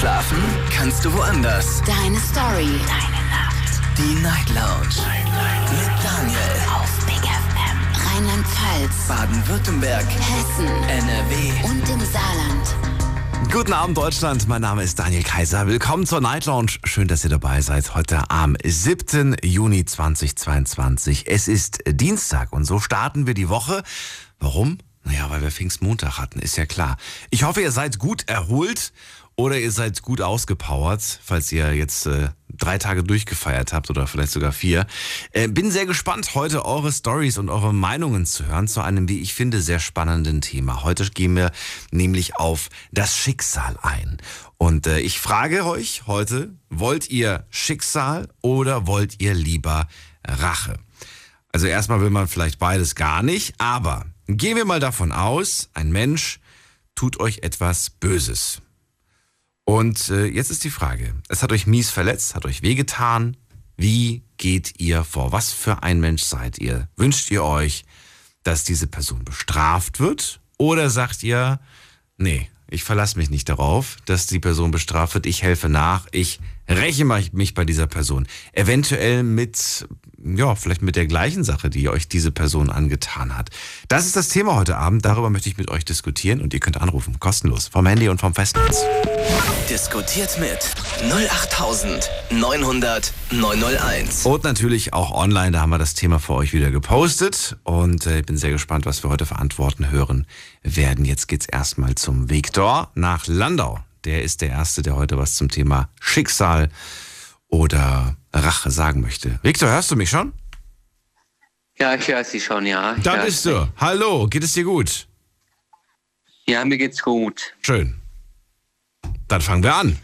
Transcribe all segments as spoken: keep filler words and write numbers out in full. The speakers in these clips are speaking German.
Schlafen kannst du woanders. Deine Story. Deine Nacht. Die Night Lounge. Night, Night. Mit Daniel. Auf Big F M. Rheinland-Pfalz. Baden-Württemberg. Hessen. N R W. Und im Saarland. Guten Abend, Deutschland. Mein Name ist Daniel Kaiser. Willkommen zur Night Lounge. Schön, dass ihr dabei seid. Heute am siebten Juni zweitausendzweiundzwanzig. Es ist Dienstag und so starten wir die Woche. Warum? Naja, weil wir Pfingstmontag hatten, ist ja klar. Ich hoffe, ihr seid gut erholt oder ihr seid gut ausgepowert, falls ihr jetzt äh, drei Tage durchgefeiert habt oder vielleicht sogar vier. Äh, bin sehr gespannt, heute eure Stories und eure Meinungen zu hören zu einem, wie ich finde, sehr spannenden Thema. Heute gehen wir nämlich auf das Schicksal ein. Und äh, ich frage euch heute, wollt ihr Schicksal oder wollt ihr lieber Rache? Also erstmal will man vielleicht beides gar nicht, aber gehen wir mal davon aus, ein Mensch tut euch etwas Böses. Und äh, jetzt ist die Frage, es hat euch mies verletzt, hat euch wehgetan. Wie geht ihr vor? Was für ein Mensch seid ihr? Wünscht ihr euch, dass diese Person bestraft wird? Oder sagt ihr, nee, ich verlasse mich nicht darauf, dass die Person bestraft wird. Ich helfe nach, ich räche mich bei dieser Person. Eventuell mit, ja, vielleicht mit der gleichen Sache, die euch diese Person angetan hat. Das ist das Thema heute Abend. Darüber möchte ich mit euch diskutieren und ihr könnt anrufen, kostenlos, vom Handy und vom Festnetz. Diskutiert mit null acht neun null null neun null eins. Und natürlich auch online, da haben wir das Thema für euch wieder gepostet. Und äh, ich bin sehr gespannt, was wir heute für Antworten hören werden. Jetzt geht's erstmal zum Viktor nach Landau. Der ist der Erste, der heute was zum Thema Schicksal oder Rache sagen möchte. Viktor, hörst du mich schon? Ja, ich höre Sie schon, ja. Ich Da höre bist Sie. du. Hallo, geht es dir gut? Ja, mir geht's gut. Schön. Dann fangen wir an.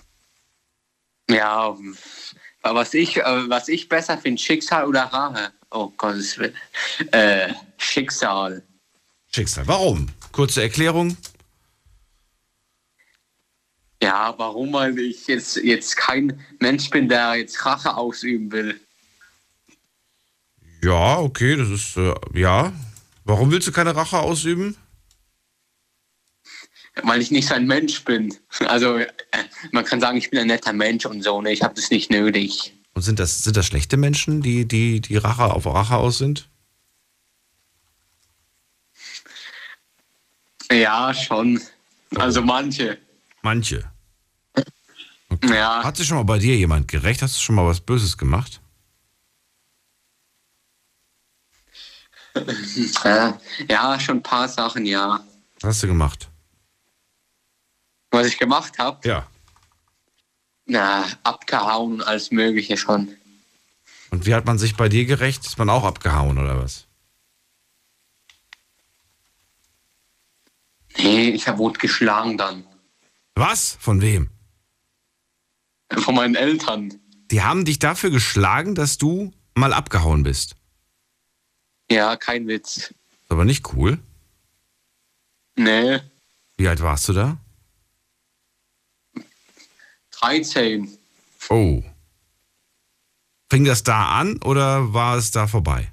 Ja, was ich, äh, was ich besser finde, Schicksal oder Rache? Oh Gottes Willen. Äh, Schicksal. Schicksal. Warum? Kurze Erklärung. Ja, warum? Weil ich jetzt, jetzt kein Mensch bin, der jetzt Rache ausüben will. Ja, okay, das ist, äh, ja. Warum willst du keine Rache ausüben? Weil ich nicht so ein Mensch bin. Also, äh, man kann sagen, ich bin ein netter Mensch und so, ne? Ich habe das nicht nötig. Und sind das, sind das schlechte Menschen, die, die, die Rache auf Rache aus sind? Ja, schon. Also manche. Manche. Okay. Ja. Hat sich schon mal bei dir jemand gerecht? Hast du schon mal was Böses gemacht? Äh, ja, schon ein paar Sachen, ja. Was hast du gemacht? Was ich gemacht habe? Ja. Na, abgehauen und alles Mögliche schon. Und wie hat man sich bei dir gerecht? Ist man auch abgehauen oder was? Nee, ich wurde geschlagen dann. Was? Von wem? Von meinen Eltern. Die haben dich dafür geschlagen, dass du mal abgehauen bist. Ja, kein Witz. Ist aber nicht cool. Nee, Wie alt warst du da? dreizehn. Oh. Fing das da an oder war es da vorbei?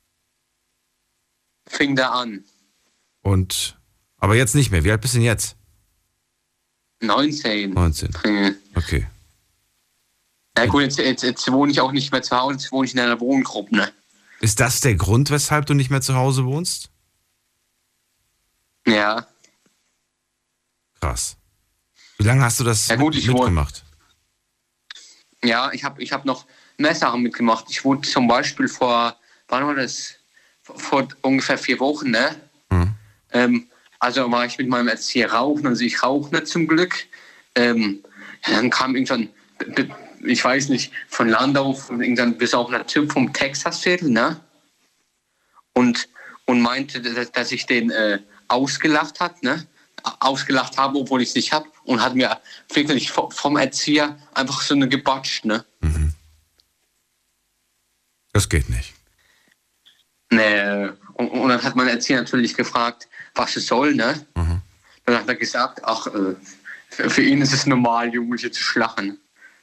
Fing da an. Und, aber jetzt nicht mehr. Wie alt bist du denn jetzt? neunzehn. neunzehn. Ja. Okay. Ja gut, jetzt, jetzt, jetzt wohne ich auch nicht mehr zu Hause, jetzt wohne ich in einer Wohngruppe, ne? Ist das der Grund, weshalb du nicht mehr zu Hause wohnst? Ja. Krass. Wie lange hast du das Ja, gut, mit, ich wohne- mitgemacht? Ja, ich habe ich hab noch mehr Sachen mitgemacht. Ich wurde zum Beispiel vor, wann war das? Vor, vor ungefähr vier Wochen, ne? Hm. Ähm, also war ich mit meinem Erzieher rauchen, also ich rauche nicht zum Glück. Ähm, ja, dann kam irgendwann, b- b- ich weiß nicht, von Landau, von irgendein besoffener Typ vom Texasviertel, ne? Und, und meinte, dass, dass ich den äh, ausgelacht hat, ne? Ausgelacht habe, obwohl ich es nicht habe. Und hat mir wirklich vom, vom Erzieher einfach so eine gebatscht, ne? Mhm. Das geht nicht. Nee. Und, und dann hat mein Erzieher natürlich gefragt, was es soll, ne? Mhm. Dann hat er gesagt, ach, äh, für, für ihn ist es normal, Jugendliche zu schlagen.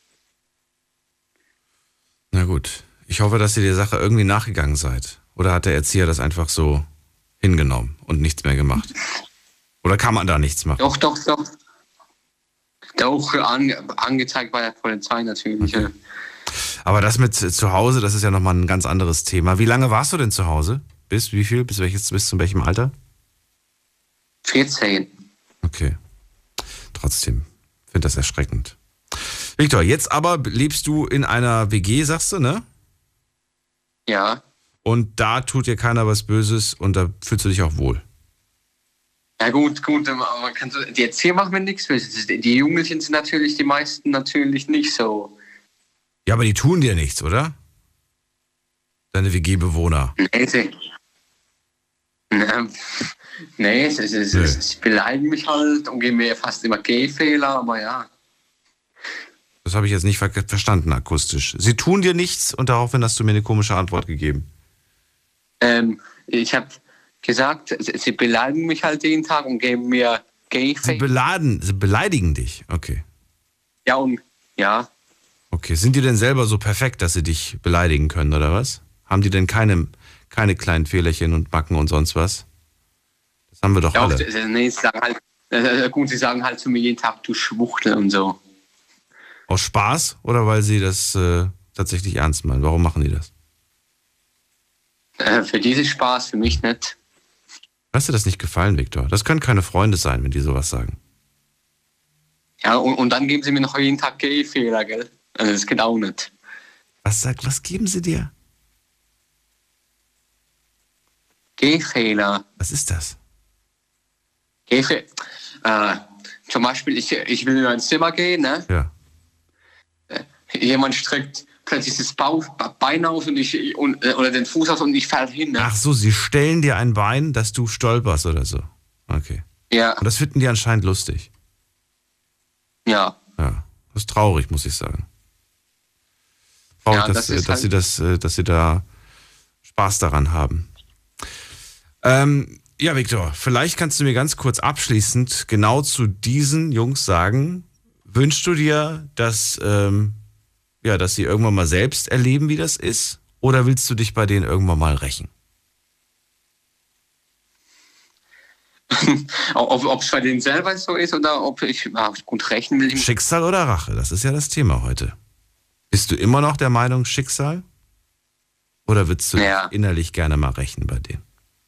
Na gut. Ich hoffe, dass ihr der Sache irgendwie nachgegangen seid. Oder hat der Erzieher das einfach so hingenommen und nichts mehr gemacht? Oder kann man da nichts machen? Doch, doch, doch. Auch an, angezeigt bei der Polizei natürlich. Okay. Aber das mit zu Hause, das ist ja nochmal ein ganz anderes Thema. Wie lange warst du denn zu Hause? Bis wie viel? Bis, welches, bis zu welchem Alter? vierzehn. Okay. Trotzdem. Finde das erschreckend. Viktor, jetzt aber lebst du in einer W G, sagst du, ne? Ja. Und da tut dir keiner was Böses und da fühlst du dich auch wohl. Ja gut, gut, aber kannst du, die Erzieher machen mir nichts. Die Jugendlichen sind natürlich, die meisten natürlich nicht so. Ja, aber die tun dir nichts, oder? Deine W G-Bewohner. Nee, sie, nee, nee, sie, sie, sie, Nee. sie beleidigen mich halt und geben mir fast immer Gehfehler, aber ja. Das habe ich jetzt nicht ver verstanden akustisch. Sie tun dir nichts und daraufhin hast du mir eine komische Antwort gegeben. Ähm, ich habe gesagt, sie, sie beleidigen mich halt jeden Tag und geben mir Sie Gehfehler. beladen, sie beleidigen dich. Okay. Ja, und ja. Okay. Sind die denn selber so perfekt, dass sie dich beleidigen können, oder was? Haben die denn keine, keine kleinen Fehlerchen und Macken und sonst was? Das haben wir doch Ja, alle. auch, nee, sie sagen halt, äh, gut, sie sagen halt zu mir jeden Tag, du Schwuchtel und so. Aus Spaß oder weil sie das äh, tatsächlich ernst meinen? Warum machen die das? Äh, für diese Spaß, für mich nicht. Hast dir das nicht gefallen, Viktor? Das können keine Freunde sein, wenn die sowas sagen. Ja, und, und dann geben sie mir noch jeden Tag Gehfehler, gell? Also das geht auch nicht. Was sagt, was geben sie dir? Gehfehler. Was ist das? Gehfehler. Äh, zum Beispiel, ich, ich will in ein Zimmer gehen, ne? Ja. Jemand streckt plötzlich das Bauch, Bein aus und ich, und, äh, oder den Fuß aus und ich falle hin, ne? Ach so, sie stellen dir ein Bein, dass du stolperst oder so. Okay. Ja, Und das finden die anscheinend lustig. ja. Ja. Das ist traurig, muss ich sagen. Traurig, Ja, dass, das ist dass halt- sie das, äh, dass sie da Spaß daran haben. Ähm, ja, Viktor, vielleicht kannst du mir ganz kurz abschließend genau zu diesen Jungs sagen, wünschst du dir, dass, ähm, ja, dass sie irgendwann mal selbst erleben, wie das ist? Oder willst du dich bei denen irgendwann mal rächen? Ob es bei denen selber so ist oder ob ich ah, gut rechnen will. Schicksal oder Rache? Das ist ja das Thema heute. Bist du immer noch der Meinung Schicksal? Oder würdest du Ja. dich innerlich gerne mal rächen bei denen?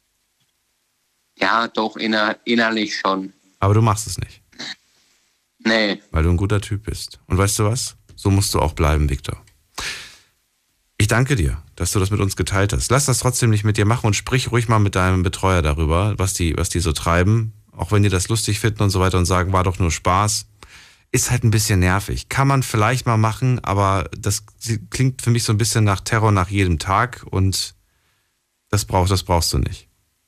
Ja, doch, inner, innerlich schon. Aber du machst es nicht, Nee. weil du ein guter Typ bist. Und weißt du was? So musst du auch bleiben, Viktor. Ich danke dir, dass du das mit uns geteilt hast. Lass das trotzdem nicht mit dir machen und sprich ruhig mal mit deinem Betreuer darüber, was die, was die so treiben. Auch wenn die das lustig finden und so weiter und sagen, war doch nur Spaß. Ist halt ein bisschen nervig. Kann man vielleicht mal machen, aber das klingt für mich so ein bisschen nach Terror nach jedem Tag und das brauchst, das brauchst du nicht.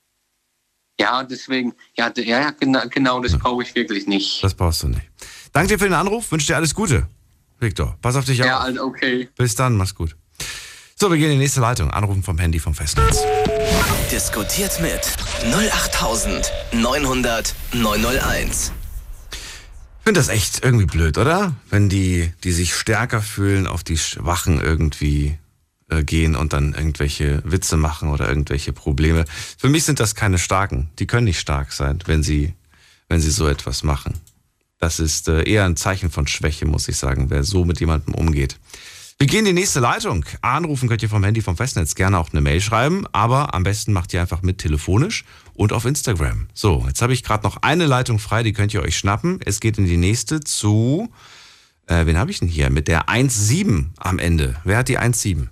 Ja, deswegen, ja, d- ja, ja, genau, genau das brauche ich wirklich nicht. Das brauchst du nicht. Danke dir für den Anruf, wünsche dir alles Gute. Viktor, pass auf dich Ja, auf. also okay. Bis dann, mach's gut. So, wir gehen in die nächste Leitung. Anrufen vom Handy vom Festnetz. Diskutiert mit null acht neunhundert neunhunderteins. Ich finde das echt irgendwie blöd, oder? Wenn die, die sich stärker fühlen, auf die Schwachen irgendwie äh, gehen und dann irgendwelche Witze machen oder irgendwelche Probleme. Für mich sind das keine Starken. Die können nicht stark sein, wenn sie, wenn sie so etwas machen. Das ist äh, eher ein Zeichen von Schwäche, muss ich sagen, wer so mit jemandem umgeht. Wir gehen in die nächste Leitung. Anrufen könnt ihr vom Handy vom Festnetz, gerne auch eine Mail schreiben, aber am besten macht ihr einfach mit telefonisch und auf Instagram. So, jetzt habe ich gerade noch eine Leitung frei, die könnt ihr euch schnappen. Es geht in die nächste zu, äh, wen habe ich denn hier? Mit der eins sieben am Ende. Wer hat die eins sieben?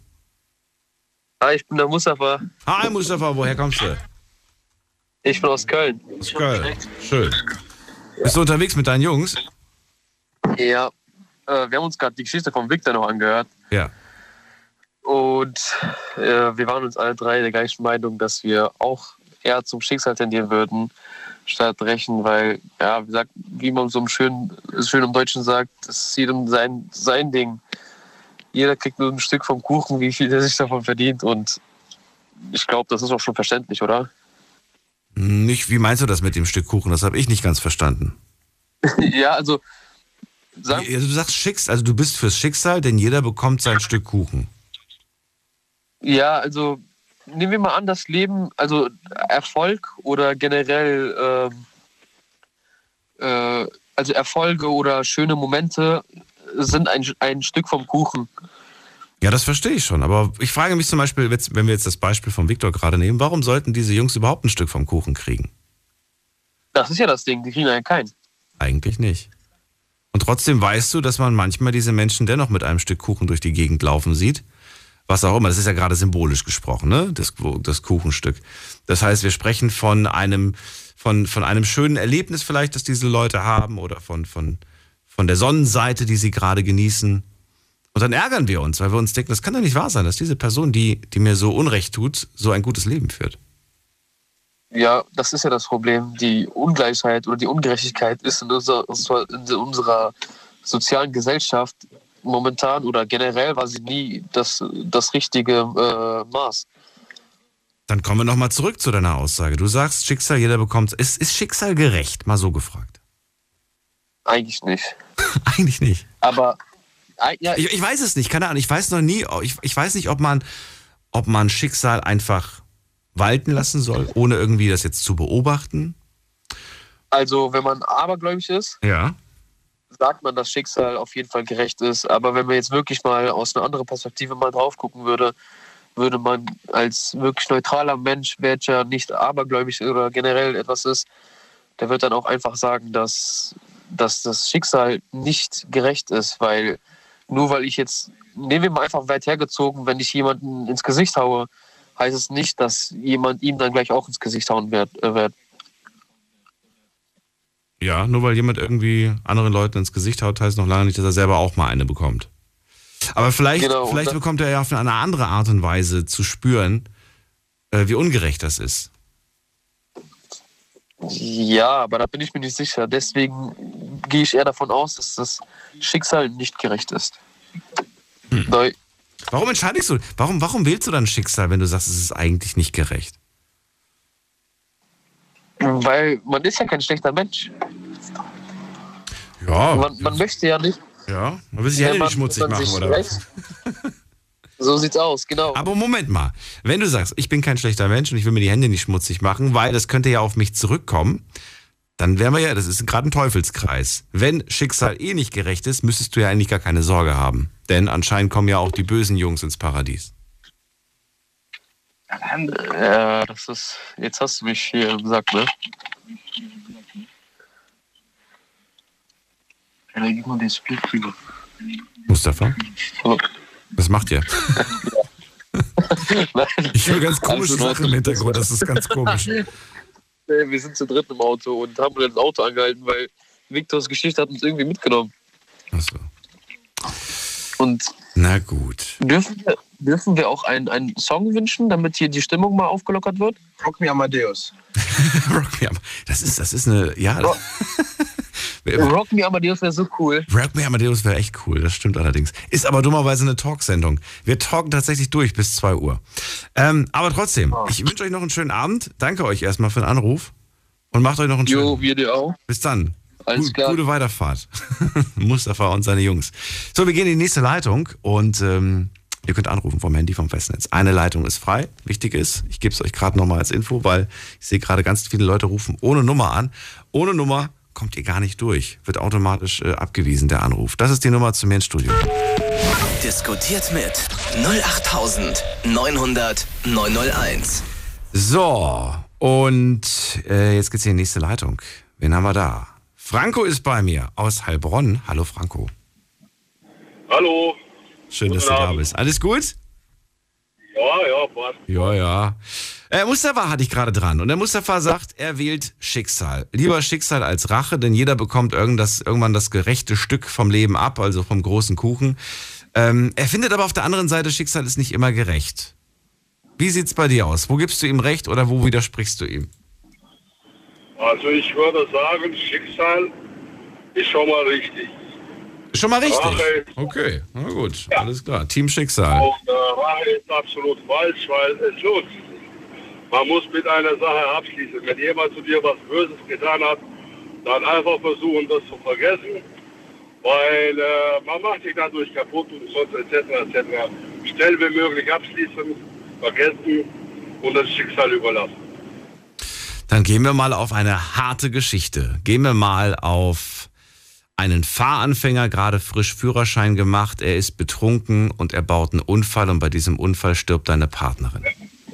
Hi, ich bin der Mustafa. Hi Mustafa, woher kommst du? Ich bin aus Köln. Aus Köln. Schön. Bist du unterwegs mit deinen Jungs? Ja, äh, wir haben uns gerade die Geschichte von Victor noch angehört. Ja. Und äh, wir waren uns alle drei der gleichen Meinung, dass wir auch eher zum Schicksal tendieren würden, statt rächen, weil, ja, wie, sagt, wie man so schön, schön im Deutschen sagt, das ist jedem sein, sein Ding. Jeder kriegt nur ein Stück vom Kuchen, wie viel er sich davon verdient. Und ich glaube, das ist auch schon verständlich, oder? Nicht, wie meinst du das mit dem Stück Kuchen? Das habe ich nicht ganz verstanden. Ja, also sagen, Also du sagst Schicksal, also du bist fürs Schicksal, denn jeder bekommt sein Stück Kuchen. ja, also nehmen wir mal an, das Leben, also Erfolg oder generell ähm, äh, also Erfolge oder schöne Momente sind ein, ein Stück vom Kuchen. Ja, das verstehe ich schon. Aber ich frage mich zum Beispiel, wenn wir jetzt das Beispiel von Viktor gerade nehmen, warum sollten diese Jungs überhaupt ein Stück vom Kuchen kriegen? Das ist ja das Ding, die kriegen ja keinen. Eigentlich nicht. Und trotzdem weißt du, dass man manchmal diese Menschen dennoch mit einem Stück Kuchen durch die Gegend laufen sieht. Was auch immer, das ist ja gerade symbolisch gesprochen, ne? Das, das Kuchenstück. Das heißt, wir sprechen von einem, von, von einem schönen Erlebnis vielleicht, das diese Leute haben oder von, von, von der Sonnenseite, die sie gerade genießen. Und dann ärgern wir uns, weil wir uns denken, das kann doch nicht wahr sein, dass diese Person, die, die mir so Unrecht tut, so ein gutes Leben führt. Ja, das ist ja das Problem. Die Ungleichheit oder die Ungerechtigkeit ist in unserer, in unserer sozialen Gesellschaft momentan oder generell war sie nie das, das richtige äh, Maß. Dann kommen wir nochmal zurück zu deiner Aussage. Du sagst, Schicksal, jeder bekommt. Ist, ist Schicksal gerecht? Mal so gefragt. Eigentlich nicht. Eigentlich nicht. Aber ja, ich, ich weiß es nicht, keine Ahnung. Ich weiß noch nie, ich, ich weiß nicht, ob man, ob man Schicksal einfach walten lassen soll, ohne irgendwie das jetzt zu beobachten. Also, wenn man abergläubig ist, ja, sagt man, dass Schicksal auf jeden Fall gerecht ist. Aber wenn man jetzt wirklich mal aus einer anderen Perspektive mal drauf gucken würde, würde man als wirklich neutraler Mensch, welcher nicht abergläubig oder generell etwas ist, der wird dann auch einfach sagen, dass, dass das Schicksal nicht gerecht ist, weil nur weil ich jetzt, nehmen wir mal einfach weit hergezogen, wenn ich jemanden ins Gesicht haue, heißt es nicht, dass jemand ihm dann gleich auch ins Gesicht hauen wird. Äh, wird. Ja, nur weil jemand irgendwie anderen Leuten ins Gesicht haut, heißt noch lange nicht, dass er selber auch mal eine bekommt. Aber vielleicht, genau, vielleicht das, bekommt er ja auf eine andere Art und Weise zu spüren, äh, wie ungerecht das ist. Ja, aber da bin ich mir nicht sicher. Deswegen gehe ich eher davon aus, dass das Schicksal nicht gerecht ist. Hm. Neu. Warum entscheidest du, warum, warum wählst du dann Schicksal, wenn du sagst, es ist eigentlich nicht gerecht? Weil man ist ja kein schlechter Mensch. Ja. Man, man möchte ja nicht. Ja, man will sich die Hände nicht schmutzig machen, oder was? So sieht's aus, genau. Aber Moment mal, wenn du sagst, ich bin kein schlechter Mensch und ich will mir die Hände nicht schmutzig machen, weil das könnte ja auf mich zurückkommen, dann wären wir ja, das ist gerade ein Teufelskreis. Wenn Schicksal eh nicht gerecht ist, müsstest du ja eigentlich gar keine Sorge haben. Denn anscheinend kommen ja auch die bösen Jungs ins Paradies. Ja, das ist, jetzt hast du mich hier gesagt, ne? Ja, gib mal den Split rüber. Mustafa? Oh. Was macht ihr? Nein. Ich höre ganz komische Also, Sachen im Hintergrund, das ist ganz komisch. Wir sind zu dritt im Auto und haben das Auto angehalten, weil Viktors Geschichte hat uns irgendwie mitgenommen. Ach so. Und na gut. Dürfen wir, dürfen wir auch einen, einen Song wünschen, damit hier die Stimmung mal aufgelockert wird? Rock Me Amadeus. Rock Me Amadeus. Das ist, das ist eine, ja. Rock, Rock Me Amadeus wäre so cool. Rock Me Amadeus wäre echt cool, das stimmt allerdings. Ist aber dummerweise eine Talksendung. Wir talken tatsächlich durch bis zwei Uhr. Ähm, aber trotzdem, oh. Ich wünsche euch noch einen schönen Abend. Danke euch erstmal für den Anruf. Und macht euch noch einen schönen Jo, wir dir auch. Bis dann. Alles Gut, klar. Gute Weiterfahrt. Mustafa und seine Jungs. So, wir gehen in die nächste Leitung und ähm, ihr könnt anrufen vom Handy vom Festnetz. Eine Leitung ist frei. Wichtig ist, ich gebe es euch gerade nochmal als Info, weil ich sehe gerade ganz viele Leute rufen ohne Nummer an. Ohne Nummer kommt ihr gar nicht durch. Wird automatisch äh, abgewiesen, der Anruf. Das ist die Nummer zu mir ins Studio. Diskutiert mit null acht neun null null neun null eins. So, und äh, jetzt geht's in die nächste Leitung. Wen haben wir da? Franco ist bei mir aus Heilbronn. Hallo Franco. Hallo. Schön, dass du da bist. Alles gut? Ja, ja, passt. Ja, ja. Äh, Mustafa hatte ich gerade dran. Und der Mustafa sagt, er wählt Schicksal. Lieber Schicksal als Rache, denn jeder bekommt irgend das, irgendwann das gerechte Stück vom Leben ab, also vom großen Kuchen. Ähm, er findet aber auf der anderen Seite, Schicksal ist nicht immer gerecht. Wie sieht's bei dir aus? Wo gibst du ihm recht oder wo widersprichst du ihm? Also ich würde sagen, Schicksal ist schon mal richtig. Schon mal richtig? Rache, okay, na gut, ja. Alles klar. Team Schicksal. Und äh, Rache ist absolut falsch, weil es lohnt sich. Man muss mit einer Sache abschließen. Wenn jemand zu dir was Böses getan hat, dann einfach versuchen, das zu vergessen. Weil äh, man macht sich dadurch kaputt und sonst et cetera et cetera. Schnell wie möglich abschließen, vergessen und das Schicksal überlassen. Dann gehen wir mal auf eine harte Geschichte. Gehen wir mal auf einen Fahranfänger, gerade frisch Führerschein gemacht, er ist betrunken und er baut einen Unfall und bei diesem Unfall stirbt deine Partnerin.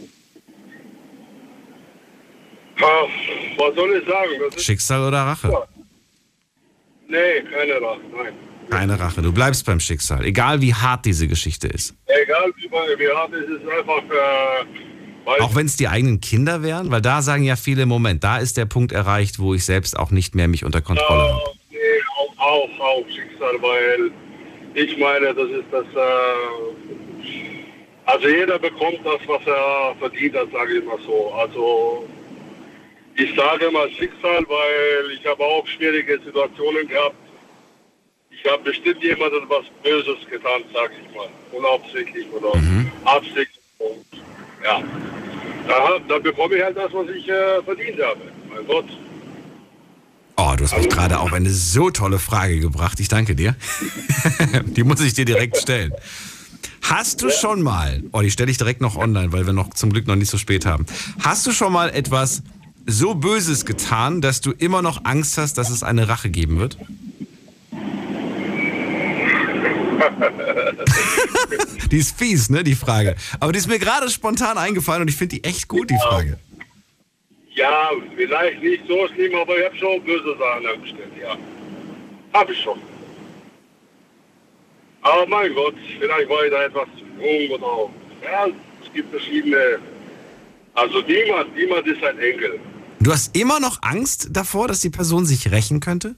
Ja, was soll ich sagen? Das ist Schicksal oder Rache? Ja. Nee, keine Rache, nein. Keine Rache, du bleibst beim Schicksal, egal wie hart diese Geschichte ist. Egal wie, wie hart es ist, einfach... Äh, weil Auch wenn es die eigenen Kinder wären? Weil da sagen ja viele, Moment, da ist der Punkt erreicht, wo ich selbst auch nicht mehr mich unter Kontrolle äh, habe. nee, auch, auch, auch Schicksal, weil ich meine, das ist das... Äh, also jeder bekommt das, was er verdient hat, sage ich mal so. Also... Ich sage mal Schicksal, weil ich habe auch schwierige Situationen gehabt. Ich habe bestimmt jemandem was Böses getan, sage ich mal. Unabsichtlich oder Mhm. absichtlich. Und, ja. Da, da bekomme ich halt das, was ich äh, verdient habe. Mein Gott. Oh, du hast mich gerade auf eine so tolle Frage gebracht. Ich danke dir. Die muss ich dir direkt stellen. Hast du schon mal, oh, die stelle ich direkt noch online, weil wir noch zum Glück noch nicht so spät haben. Hast du schon mal etwas so Böses getan, dass du immer noch Angst hast, dass es eine Rache geben wird? Die ist fies, ne, die Frage. Aber die ist mir gerade spontan eingefallen und ich finde die echt gut, die Frage. Ja, vielleicht nicht so schlimm, aber ich habe schon böse Sachen angestellt, ja. Habe ich schon. Aber mein Gott, vielleicht war ich da etwas zu jung oder auch. Ja, es gibt verschiedene. Also niemand, niemand ist ein Engel. Du hast immer noch Angst davor, dass die Person sich rächen könnte?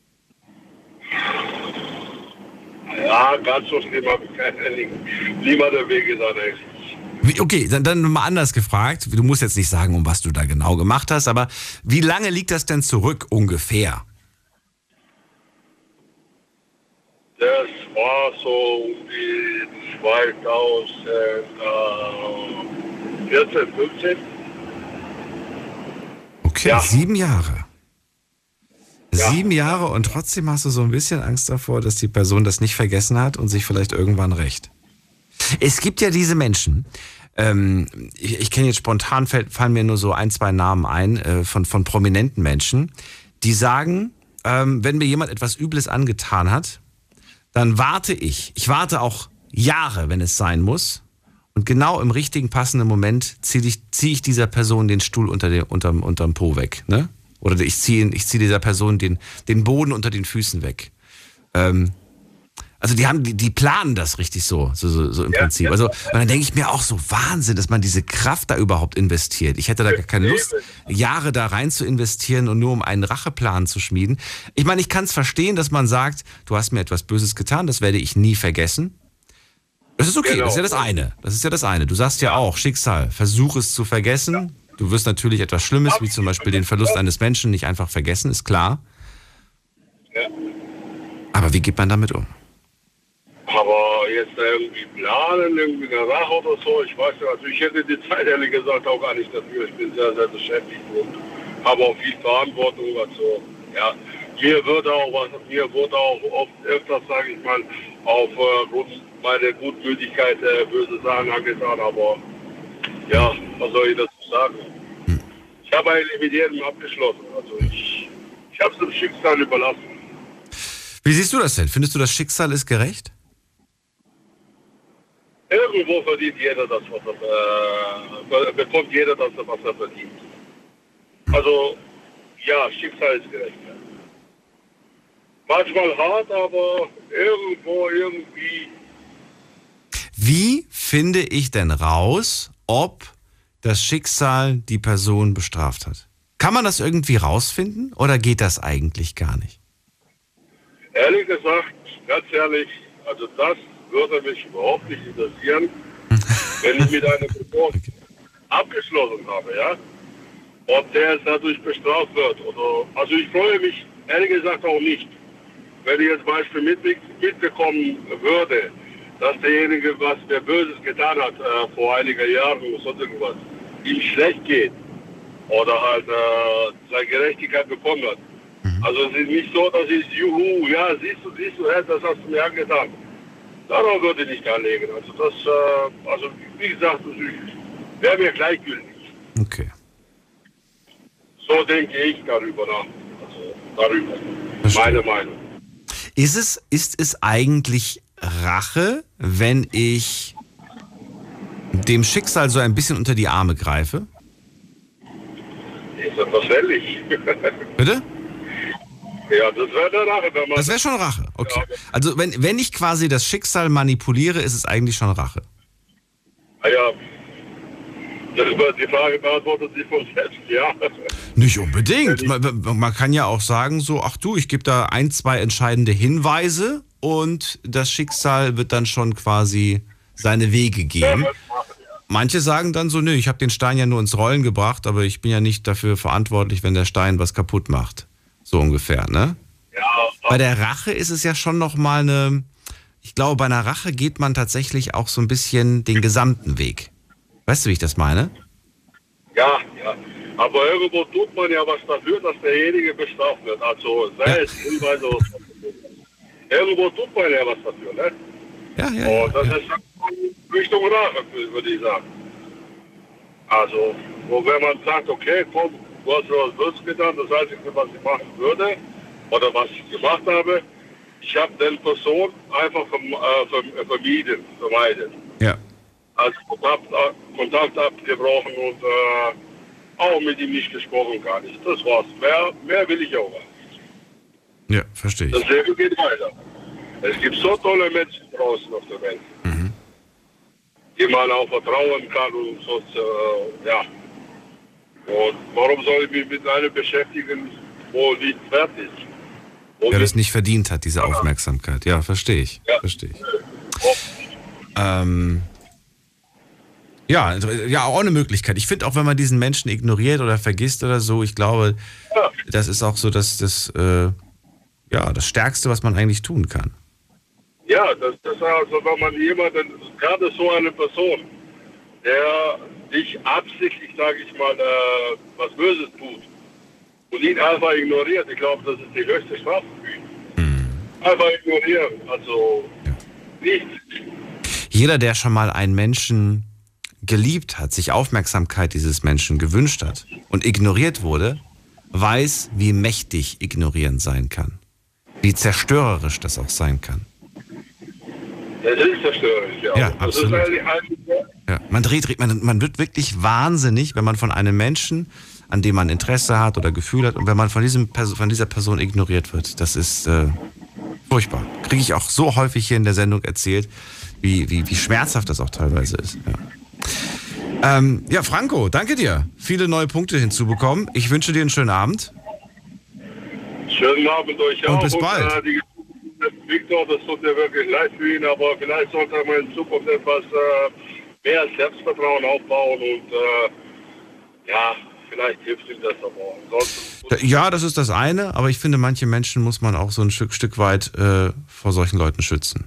Ja, ganz so schlimm habe ich keine. Niemand der Wege da nicht. Wie, okay, dann, dann mal anders gefragt. Du musst jetzt nicht sagen, um was du da genau gemacht hast, aber wie lange liegt das denn zurück ungefähr? Das war so um die zweitausendvierzehn, fünfzehn. Okay, Ja. sieben Jahre. Ja. Sieben Jahre und trotzdem hast du so ein bisschen Angst davor, dass die Person das nicht vergessen hat und sich vielleicht irgendwann rächt. Es gibt ja diese Menschen, ähm, ich, ich kenne jetzt spontan, fällt, fallen mir nur so ein, zwei Namen ein, äh, von, von prominenten Menschen, die sagen, ähm, wenn mir jemand etwas Übles angetan hat, dann warte ich, ich warte auch Jahre, wenn es sein muss, und genau im richtigen, passenden Moment ziehe ich, zieh ich dieser Person den Stuhl unter dem, unterm, unterm Po weg, ne? Oder ich ziehe ich zieh dieser Person den, den Boden unter den Füßen weg. Ähm, also die haben, die, die planen das richtig so, so, so, so im Ja, Prinzip. ja. Also, und dann denke ich mir auch so, Wahnsinn, dass man diese Kraft da überhaupt investiert. Ich hätte da gar keine Lust, Jahre da rein zu investieren und nur um einen Racheplan zu schmieden. Ich meine, ich kann es verstehen, dass man sagt, du hast mir etwas Böses getan, das werde ich nie vergessen. Das ist okay, Genau. das ist ja das eine. Das ist ja das eine. Du sagst ja auch, Schicksal, versuch es zu vergessen. Du wirst natürlich etwas Schlimmes, wie zum Beispiel den Verlust eines Menschen, nicht einfach vergessen, ist klar. Ja. Aber wie geht man damit um? Aber jetzt irgendwie planen, irgendwie eine Rache oder so, ich weiß nicht, also ich hätte die Zeit ehrlich gesagt auch gar nicht dafür. Ich bin sehr, sehr beschäftigt und habe auch viel Verantwortung. Also, ja, mir wird auch, was, mir wurde auch oft öfters, sage ich mal, auf äh, Grund meiner Gutmütigkeit äh, böse Sachen angetan, aber ja, was soll ich dazu sagen? Hm. Ich habe eigentlich mit jedem abgeschlossen, also ich, ich habe es dem Schicksal überlassen. Wie siehst du das denn? Findest du, das Schicksal ist gerecht? Irgendwo verdient jeder das, was er, äh, bekommt jeder das, was er verdient. Also, ja, Schicksal ist gerecht. Ja. Manchmal hart, aber irgendwo, irgendwie. Wie finde ich denn raus, ob das Schicksal die Person bestraft hat? Kann man das irgendwie rausfinden oder geht das eigentlich gar nicht? Ehrlich gesagt, ganz ehrlich, also das würde mich überhaupt nicht interessieren, wenn ich mit einer Person abgeschlossen habe, ja, ob der jetzt dadurch bestraft wird oder, also ich freue mich ehrlich gesagt auch nicht, wenn ich jetzt Beispiel mit, mitbekommen würde, dass derjenige, was der Böses getan hat äh, vor einigen Jahren oder sonst irgendwas, ihm schlecht geht oder halt äh, seine Gerechtigkeit bekommen hat. Mhm. Also es ist nicht so, dass ich, juhu, ja, siehst du, siehst du, das hast du mir angetan. Darauf würde ich nicht anlegen. Also das, äh, also wie gesagt, das wäre mir gleichgültig. Okay. So denke ich darüber nach. Also darüber. Verstehe. Meine Meinung. Ist es, ist es eigentlich Rache, wenn ich dem Schicksal so ein bisschen unter die Arme greife? Ist selbstverständlich. Bitte? Ja, das wäre der Rache. Wenn man Das wäre schon Rache, okay. Ja. Also wenn, wenn ich quasi das Schicksal manipuliere, ist es eigentlich schon Rache. Ah ja, das wird die Frage beantwortet sich von selbst, ja. Nicht unbedingt. Man, man kann ja auch sagen so, ach du, ich gebe da ein, zwei entscheidende Hinweise und das Schicksal wird dann schon quasi seine Wege gehen. Manche sagen dann so, nö, ich habe den Stein ja nur ins Rollen gebracht, aber ich bin ja nicht dafür verantwortlich, wenn der Stein was kaputt macht. So ungefähr, ne? Ja, Bei der Rache ist es ja schon nochmal eine, ich glaube, bei einer Rache geht man tatsächlich auch so ein bisschen den gesamten Weg. Weißt du, wie ich das meine? ja, ja. Aber irgendwo tut man ja was dafür, dass derjenige bestraft wird. Also sei Ja. es Hinweise oder so. Irgendwo tut man ja was dafür, ne? Ja, ja, Und das ja. ist Richtung Rache, würde ich sagen. Also, wo wenn man sagt, okay, komm, du hast was Böses getan, das Einzige, was ich machen würde, oder was ich gemacht habe, ich habe den Person einfach verm, äh, verm, vermieden, vermeidet. Ja. Also Kontakt, Kontakt abgebrochen und äh, auch mit ihm nicht gesprochen gar nicht. Das war's. Mehr, mehr will ich auch nicht. Ja, verstehe ich. Das Leben geht weiter. Es gibt so tolle Menschen draußen auf der Welt, Mhm. die man auch vertrauen kann und so, äh, ja. Und warum soll ich mich mit einem beschäftigen, wo nicht wert ist? Wo Der das nicht- nicht verdient hat, diese Aufmerksamkeit. Ja, verstehe ich. Ja. Verstehe ich. Ähm, ja, also, ja, auch eine Möglichkeit. Ich finde auch, wenn man diesen Menschen ignoriert oder vergisst oder so, ich glaube, Ja. das ist auch so das, das, äh, ja, das Stärkste, was man eigentlich tun kann. Ja, das ist also, wenn man jemanden, gerade so eine Person, der dich absichtlich, sage ich mal, äh, was Böses tut und ihn einfach ignoriert, ich glaube, das ist die höchste Strafe für ihn. Einfach ignorieren, also nichts. Jeder, der schon mal einen Menschen geliebt hat, sich Aufmerksamkeit dieses Menschen gewünscht hat und ignoriert wurde, weiß, wie mächtig Ignorieren sein kann. Wie zerstörerisch das auch sein kann. Das ist zerstörerisch, ja. Ja, das absolut. ist eigentlich ein, Ja, man dreht, man, man wird wirklich wahnsinnig, wenn man von einem Menschen, an dem man Interesse hat oder Gefühl hat, und wenn man von, diesem, Perso- von dieser Person ignoriert wird. Das ist äh, furchtbar. Kriege ich auch so häufig hier in der Sendung erzählt, wie, wie, wie schmerzhaft das auch teilweise ist. Ja. Ähm, ja, Franco, danke dir. Viele neue Punkte hinzubekommen. Ich wünsche dir einen schönen Abend. schönen Abend euch Und auch. bis bald. äh, die, Victor, das tut mir wirklich leid für ihn, aber vielleicht sollte man in Zukunft etwas äh, mehr Selbstvertrauen aufbauen und äh, ja, vielleicht hilft ihm das aber. Ansonsten Ja, das ist das eine, aber ich finde, manche Menschen muss man auch so ein Stück, Stück weit äh, vor solchen Leuten schützen.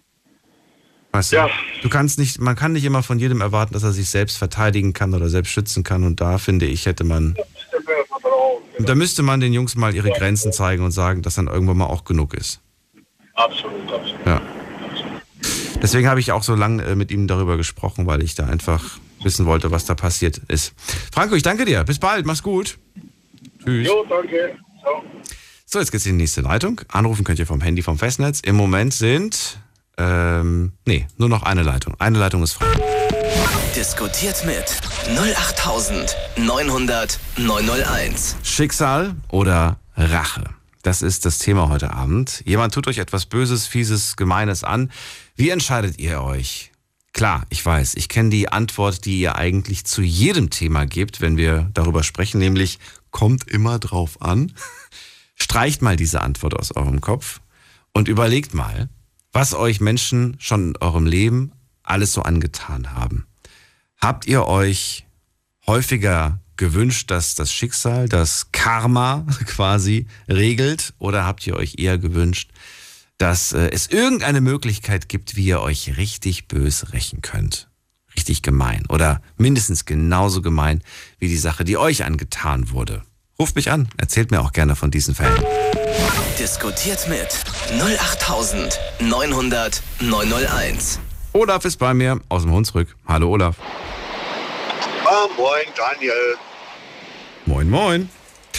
Weißt du? Ja. Du kannst nicht, man kann nicht immer von jedem erwarten, dass er sich selbst verteidigen kann oder selbst schützen kann, und da finde ich, hätte man, mehr Vertrauen. da müsste man den Jungs mal ihre Grenzen zeigen und sagen, dass dann irgendwann mal auch genug ist. Absolut, absolut. Ja. Deswegen habe ich auch so lange äh, mit ihm darüber gesprochen, weil ich da einfach wissen wollte, was da passiert ist. Franco, ich danke dir. Bis bald. Mach's gut. Tschüss. Jo, danke. Ciao. So, jetzt geht's in die nächste Leitung. Anrufen könnt ihr vom Handy, vom Festnetz. Im Moment sind, ähm, nee, nur noch eine Leitung. Eine Leitung ist frei. Diskutiert mit null acht neun null null neun null eins. Schicksal oder Rache? Das ist das Thema heute Abend. Jemand tut euch etwas Böses, Fieses, Gemeines an. Wie entscheidet ihr euch? Klar, ich weiß, ich kenne die Antwort, die ihr eigentlich zu jedem Thema gebt, wenn wir darüber sprechen, nämlich kommt immer drauf an. Streicht mal diese Antwort aus eurem Kopf und überlegt mal, was euch Menschen schon in eurem Leben alles so angetan haben. Habt ihr euch häufiger gewünscht, dass das Schicksal, das Karma quasi regelt, oder habt ihr euch eher gewünscht, dass äh, es irgendeine Möglichkeit gibt, wie ihr euch richtig bös rächen könnt? Richtig gemein oder mindestens genauso gemein wie die Sache, die euch angetan wurde. Ruft mich an, erzählt mir auch gerne von diesen Fällen. Diskutiert mit null acht neun null null neun null eins. Olaf ist bei mir aus dem Hunsrück. Hallo Olaf. Ah, moin, Daniel. Moin, moin.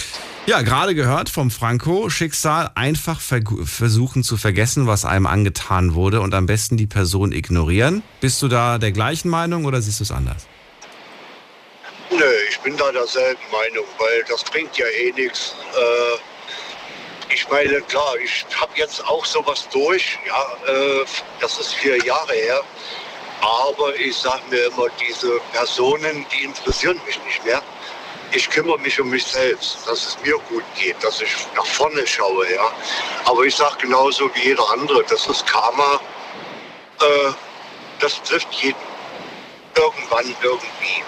Ja, gerade gehört vom Franco, Schicksal, einfach verg- versuchen zu vergessen, was einem angetan wurde und am besten die Person ignorieren. Bist du da der gleichen Meinung oder siehst du es anders? Nö, ich bin da derselben Meinung, weil das bringt ja eh nichts. Äh, ich meine, klar, ich habe jetzt auch sowas durch, ja, äh, das ist vier Jahre her, aber ich sage mir immer, diese Personen, die interessieren mich nicht mehr. Ich kümmere mich um mich selbst, dass es mir gut geht, dass ich nach vorne schaue, ja. Aber ich sage genauso wie jeder andere, das ist Karma, äh, das trifft jeden. Irgendwann, irgendwie.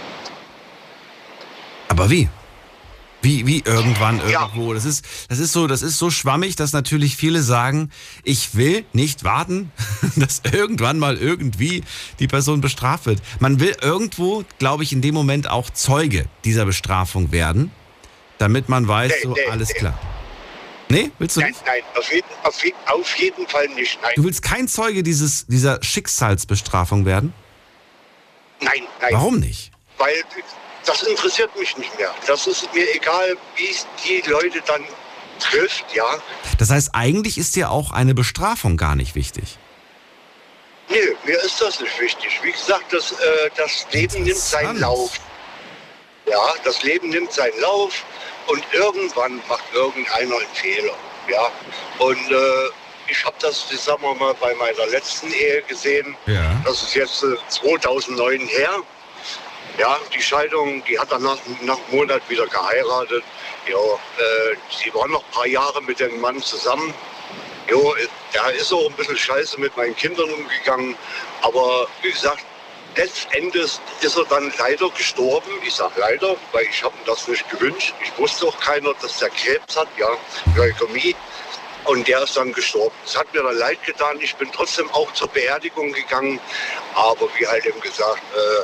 Aber wie? Wie, wie irgendwann, Ja. irgendwo. Das ist, das ist so, das ist so schwammig, dass natürlich viele sagen, ich will nicht warten, dass irgendwann mal irgendwie die Person bestraft wird. Man will irgendwo, glaube ich, in dem Moment auch Zeuge dieser Bestrafung werden, damit man weiß, Nee, so, nee, alles nee. klar. Nee, willst du Nein, nicht? nein, auf jeden, auf, je- auf jeden Fall nicht. Nein, Du willst kein Zeuge dieses, dieser Schicksalsbestrafung werden? nein, nein. Warum nicht? Weil das interessiert mich nicht mehr. Das ist mir egal, wie es die Leute dann trifft, ja. Das heißt, eigentlich ist dir auch eine Bestrafung gar nicht wichtig. Nee, mir ist das nicht wichtig. Wie gesagt, das, äh, das Leben nimmt seinen Interessant. Lauf. Ja, das Leben nimmt seinen Lauf und irgendwann macht irgendeiner einen Fehler. Ja, und äh, ich habe das, ich sag mal, bei meiner letzten Ehe gesehen. Ja. Das ist jetzt äh, zweitausendneun her. Ja, die Scheidung, die hat dann nach, nach einem Monat wieder geheiratet. Ja, äh, sie war noch ein paar Jahre mit dem Mann zusammen. Jo, da ist auch ein bisschen scheiße mit meinen Kindern umgegangen. Aber wie gesagt, letztendlich ist er dann leider gestorben. Ich sage leider, weil ich habe ihm das nicht gewünscht. Ich wusste auch keiner, dass der Krebs hat, ja, Leukämie. Und der ist dann gestorben. Es hat mir dann leid getan. Ich bin trotzdem auch zur Beerdigung gegangen. Aber wie halt eben gesagt, äh,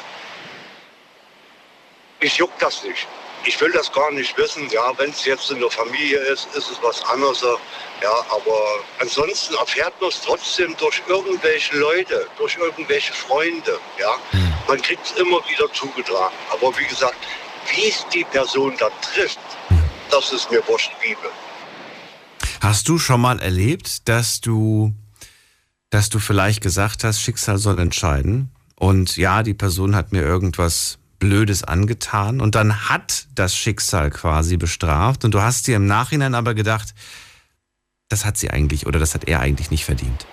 ich juck das nicht. Ich will das gar nicht wissen. Ja, wenn es jetzt in der Familie ist, ist es was anderes. Ja, aber ansonsten erfährt man es trotzdem durch irgendwelche Leute, durch irgendwelche Freunde. Ja, man kriegt es immer wieder zugetragen. Aber wie gesagt, wie es die Person dann trifft, das ist mir wurscht, Liebe. Hast du schon mal erlebt, dass du, dass du vielleicht gesagt hast, Schicksal soll entscheiden und ja, die Person hat mir irgendwas Blödes angetan und dann hat das Schicksal quasi bestraft und du hast dir im Nachhinein aber gedacht, das hat sie eigentlich oder das hat er eigentlich nicht verdient?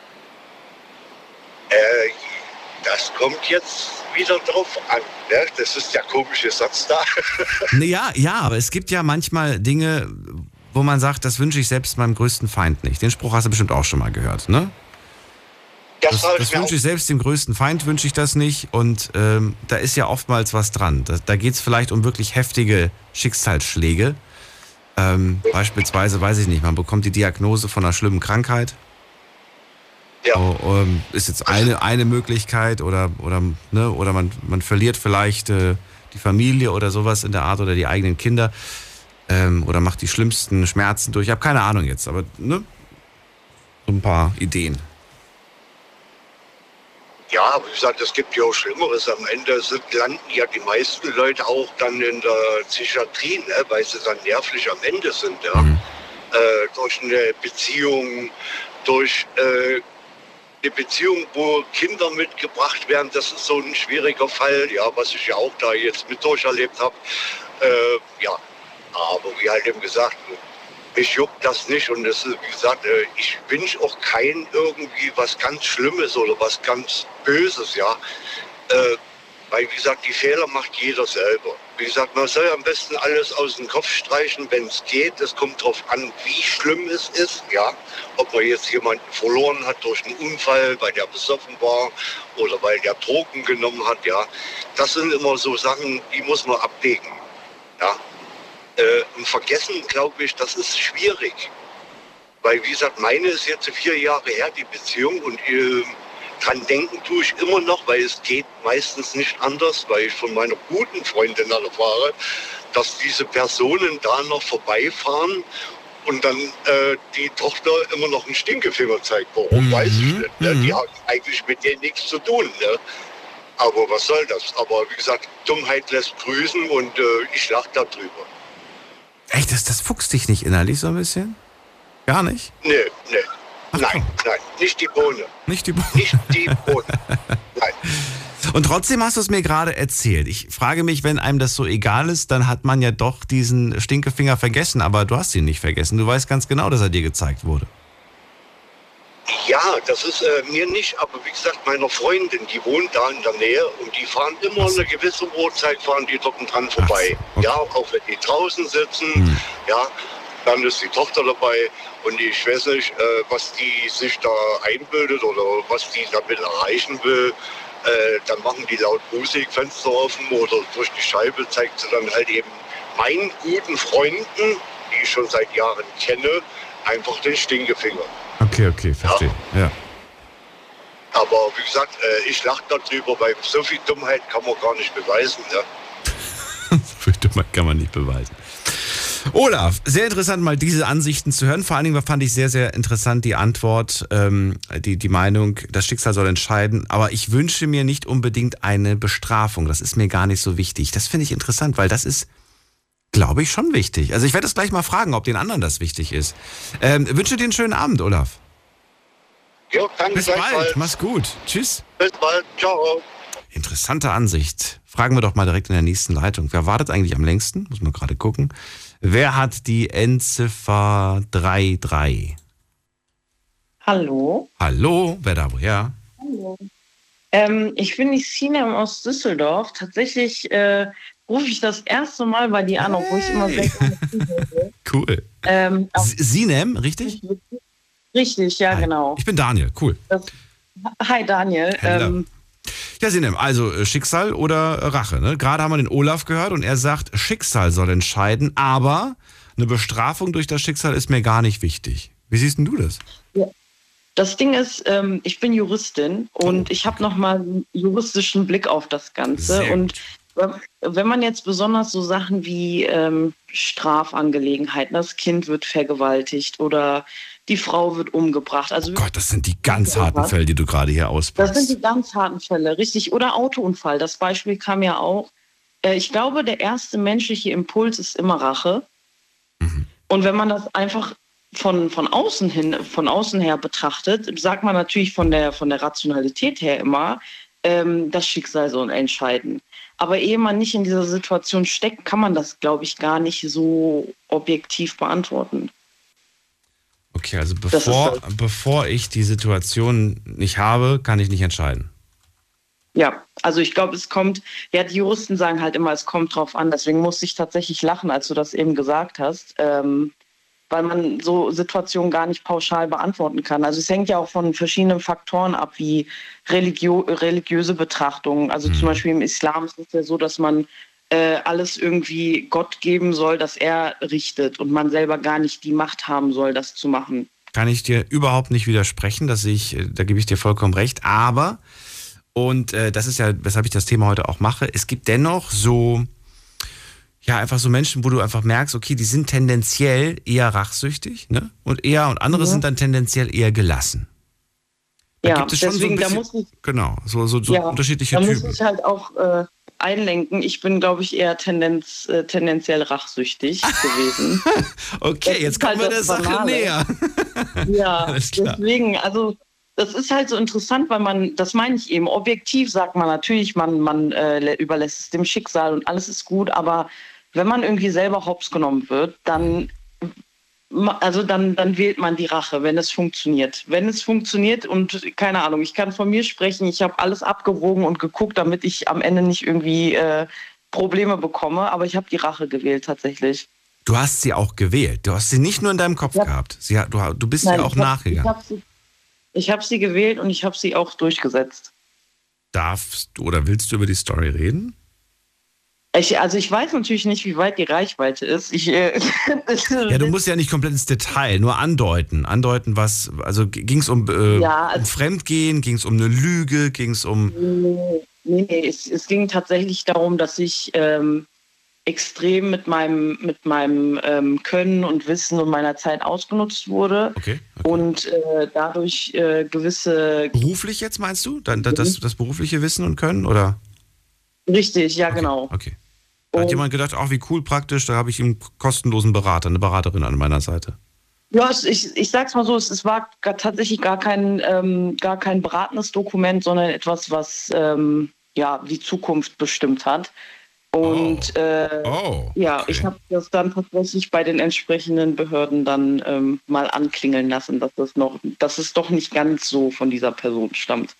Äh, das kommt jetzt wieder drauf an. Ne? Das ist der komische Satz da. Ja, ja, aber es gibt ja manchmal Dinge, wo man sagt, das wünsche ich selbst meinem größten Feind nicht. Den Spruch hast du bestimmt auch schon mal gehört, ne? Das, habe das mir wünsche auch- ich selbst dem größten Feind, wünsche ich das nicht. Und ähm, da ist ja oftmals was dran. Da, da geht es vielleicht um wirklich heftige Schicksalsschläge. Ähm, beispielsweise, weiß ich nicht, man bekommt die Diagnose von einer schlimmen Krankheit. Ja. Oh, ähm, ist jetzt eine, eine Möglichkeit oder, oder, ne, oder man, man verliert vielleicht äh, die Familie oder sowas in der Art oder die eigenen Kinder ähm, oder macht die schlimmsten Schmerzen durch. Ich habe keine Ahnung jetzt, aber ne, so ein paar Ideen. Ja, wie gesagt, es gibt ja auch Schlimmeres. Am Ende sind, landen ja die meisten Leute auch dann in der Psychiatrie, ne, weil sie dann nervlich am Ende sind. Ja. Mhm. Äh, durch eine Beziehung, durch äh, eine Beziehung, wo Kinder mitgebracht werden. Das ist so ein schwieriger Fall, ja, was ich ja auch da jetzt mit durcherlebt habe. Äh, ja, aber wie halt eben gesagt, mich juckt das nicht und es ist, wie gesagt, äh, ich wünsche auch keinen irgendwie was ganz Schlimmes oder was ganz Böses, ja. Äh, weil, wie gesagt, die Fehler macht jeder selber. Wie gesagt, man soll am besten alles aus dem Kopf streichen, wenn es geht. Es kommt darauf an, wie schlimm es ist, ja. Ob man jetzt jemanden verloren hat durch einen Unfall, weil der besoffen war oder weil der Drogen genommen hat, ja. Das sind immer so Sachen, die muss man abwägen, ja. Äh, und vergessen, glaube ich, das ist schwierig. Weil, wie gesagt, meine ist jetzt vier Jahre her, die Beziehung. Und äh, dran denken tue ich immer noch, weil es geht meistens nicht anders, weil ich von meiner guten Freundin erfahre, dass diese Personen da noch vorbeifahren und dann äh, die Tochter immer noch einen Stinkefinger zeigt. Warum, Mhm, weiß ich nicht. Ne? mhm. Die hat eigentlich mit denen nichts zu tun. Ne? Aber was soll das? Aber wie gesagt, Dummheit lässt grüßen und äh, ich lache darüber. Echt, das, das fuchst dich nicht innerlich so ein bisschen? Gar nicht? Nee, nee. Ach, nein, komm. nein, nicht die Bohne. Nicht die Bohne. Nicht die Bohne. Nein. Und trotzdem hast du es mir gerade erzählt. Ich frage mich, wenn einem das so egal ist, dann hat man ja doch diesen Stinkefinger vergessen. Aber du hast ihn nicht vergessen. Du weißt ganz genau, dass er dir gezeigt wurde. Ja, das ist äh, mir nicht, aber wie gesagt, meiner Freundin, die wohnt da in der Nähe und die fahren immer eine gewisse Uhrzeit, fahren die dort dran vorbei. Ach so, okay. Ja, auch wenn die draußen sitzen, Hm. ja, dann ist die Tochter dabei und ich weiß nicht, äh, was die sich da einbildet oder was die damit erreichen will. Äh, dann machen die laut Musik, Fenster offen oder durch die Scheibe zeigt sie dann halt eben meinen guten Freunden, die ich schon seit Jahren kenne, einfach den Stinkefinger. Okay, okay, verstehe. Ja. Ja. Aber wie gesagt, äh, ich lache darüber, weil so viel Dummheit kann man gar nicht beweisen. Ja. So viel Dummheit kann man nicht beweisen. Olaf, sehr interessant, mal diese Ansichten zu hören. Vor allen Dingen fand ich sehr, sehr interessant die Antwort, ähm, die, die Meinung, das Schicksal soll entscheiden. Aber ich wünsche mir nicht unbedingt eine Bestrafung. Das ist mir gar nicht so wichtig. Das finde ich interessant, weil das ist, glaube ich, schon wichtig. Also ich werde das gleich mal fragen, ob den anderen das wichtig ist. Ähm, wünsche dir einen schönen Abend, Olaf. Ja, danke. Bis bald, mach's gut. Tschüss. Bis bald, ciao. Interessante Ansicht. Fragen wir doch mal direkt in der nächsten Leitung. Wer wartet eigentlich am längsten? Muss man gerade gucken. Wer hat die Endziffer drei drei? Hallo. Hallo, wer da woher? Hallo. Ähm, ich bin die Sinem aus Düsseldorf. Tatsächlich äh, rufe ich das erste Mal bei dir an, obwohl ich immer sehr gerne zuhöre. Cool. Ähm, S- Sinem, richtig? Richtig, ja, Hi. genau. Ich bin Daniel, cool. Das, hi Daniel. Hello. Ähm, Ja, Sinem, also äh, Schicksal oder äh, Rache. Ne? Gerade haben wir den Olaf gehört und er sagt, Schicksal soll entscheiden, aber eine Bestrafung durch das Schicksal ist mir gar nicht wichtig. Wie siehst denn du das? das Ding ist, ähm, ich bin Juristin und Oh. ich habe nochmal einen juristischen Blick auf das Ganze. Sehr Und wenn man jetzt besonders so Sachen wie ähm, Strafangelegenheiten, das Kind wird vergewaltigt oder die Frau wird umgebracht. Also Oh Gott, das sind die ganz harten Fälle, die du gerade hier Das auspackst. sind die ganz harten Fälle, richtig. Oder Autounfall, das Beispiel kam ja auch. Äh, ich glaube, der erste menschliche Impuls ist immer Rache. Mhm. Und wenn man das einfach von, von, außen hin, von außen her betrachtet, sagt man natürlich von der, von der Rationalität her immer, ähm, das Schicksal soll entscheiden. Aber ehe man nicht in dieser Situation steckt, kann man das, glaube ich, gar nicht so objektiv beantworten. Okay, also Das bevor, ist bevor ich die Situation nicht habe, kann ich nicht entscheiden. Ja, also ich glaube, es kommt, ja, die Juristen sagen halt immer, es kommt drauf an. Deswegen musste ich tatsächlich lachen, als du das eben gesagt hast, ähm, weil man so Situationen gar nicht pauschal beantworten kann. Also es hängt ja auch von verschiedenen Faktoren ab, wie religio religiöse Betrachtungen. Also Mhm. zum Beispiel im Islam ist es ja so, dass man äh, alles irgendwie Gott geben soll, dass er richtet und man selber gar nicht die Macht haben soll, das zu machen. Kann ich dir überhaupt nicht widersprechen, dass ich, äh, da gebe ich dir vollkommen recht, aber, und äh, das ist ja, weshalb ich das Thema heute auch mache, es gibt dennoch so, ja, einfach so Menschen, wo du einfach merkst, okay, die sind tendenziell eher rachsüchtig, ne? Und eher, und andere Mhm. sind dann tendenziell eher gelassen. Da Ja, gibt es schon deswegen, so da ein muss bisschen, ich, genau, so, so, so ja, unterschiedliche da muss Typen. ich halt auch äh, einlenken. Ich bin, glaube ich, eher tendenz, äh, tendenziell rachsüchtig gewesen. Okay, Das jetzt ist kommen halt wir der das Sache Banale. näher. Ja, Alles klar. deswegen, also das ist halt so interessant, weil man, das meine ich eben, objektiv sagt man natürlich, man, man äh, überlässt es dem Schicksal und alles ist gut, aber wenn man irgendwie selber hops genommen wird, dann, ma- also dann, dann wählt man die Rache, wenn es funktioniert. Wenn es funktioniert und keine Ahnung, ich kann von mir sprechen, ich habe alles abgewogen und geguckt, damit ich am Ende nicht irgendwie äh, Probleme bekomme, aber ich habe die Rache gewählt tatsächlich. Du hast sie auch gewählt. Du hast sie nicht nur in deinem Kopf Ja. gehabt. Sie, hat- du, du bist Nein, ihr auch ich hab- nachgegangen. Ich habe sie, ich hab sie gewählt und ich habe sie auch durchgesetzt. Darfst du oder willst du über die Story reden? Ich, also ich weiß natürlich nicht, wie weit die Reichweite ist. Ich, äh, Ja, du musst ja nicht komplett ins Detail, nur andeuten. Andeuten, was, also ging es um, äh, Ja, also- um Fremdgehen, ging es um eine Lüge, ging es um, Nee, nee, nee. Es, es ging tatsächlich darum, dass ich ähm, extrem mit meinem, mit meinem ähm, Können und Wissen und meiner Zeit ausgenutzt wurde okay, okay. und äh, dadurch äh, gewisse... Beruflich jetzt meinst du? Dann, das, das berufliche Wissen und Können, oder? Richtig, ja Okay, genau. Okay. Da hat Und- jemand gedacht, ach wie cool, praktisch, da habe ich einen kostenlosen Berater, eine Beraterin an meiner Seite. Ja, es- ich, ich sag's mal so, es, es war gar, tatsächlich gar kein, ähm, gar kein beratendes Dokument, sondern etwas, was ähm, ja die Zukunft bestimmt hat. Und Oh. äh, Oh, ja, okay. ich habe das dann tatsächlich bei den entsprechenden Behörden dann ähm, mal anklingeln lassen, dass das noch, dass es doch nicht ganz so von dieser Person stammt.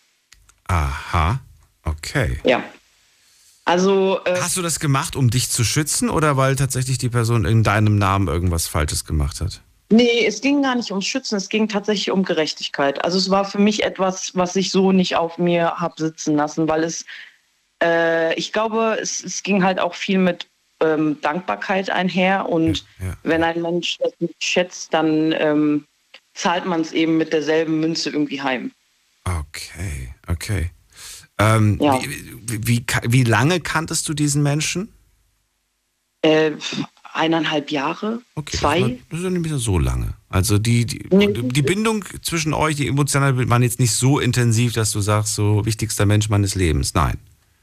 Aha, okay. Ja. Also äh, Hast du das gemacht, um dich zu schützen oder weil tatsächlich die Person in deinem Namen irgendwas Falsches gemacht hat? nee, es ging gar nicht ums Schützen, es ging tatsächlich um Gerechtigkeit. Also es war für mich etwas, was ich so nicht auf mir habe sitzen lassen, weil es, äh, ich glaube, es, es ging halt auch viel mit ähm, Dankbarkeit einher. Und Ja, ja. wenn ein Mensch das nicht schätzt, dann ähm, zahlt man es eben mit derselben Münze irgendwie heim. Okay, okay. Ähm, Ja. wie, wie, wie, wie lange kanntest du diesen Menschen? Äh, eineinhalb Jahre, Okay, zwei. Das, war, das ist ja nicht mehr so lange. Also die, die, Nee. die Bindung zwischen euch, die emotionale Bindung, waren jetzt nicht so intensiv, dass du sagst, so wichtigster Mensch meines Lebens. Nein.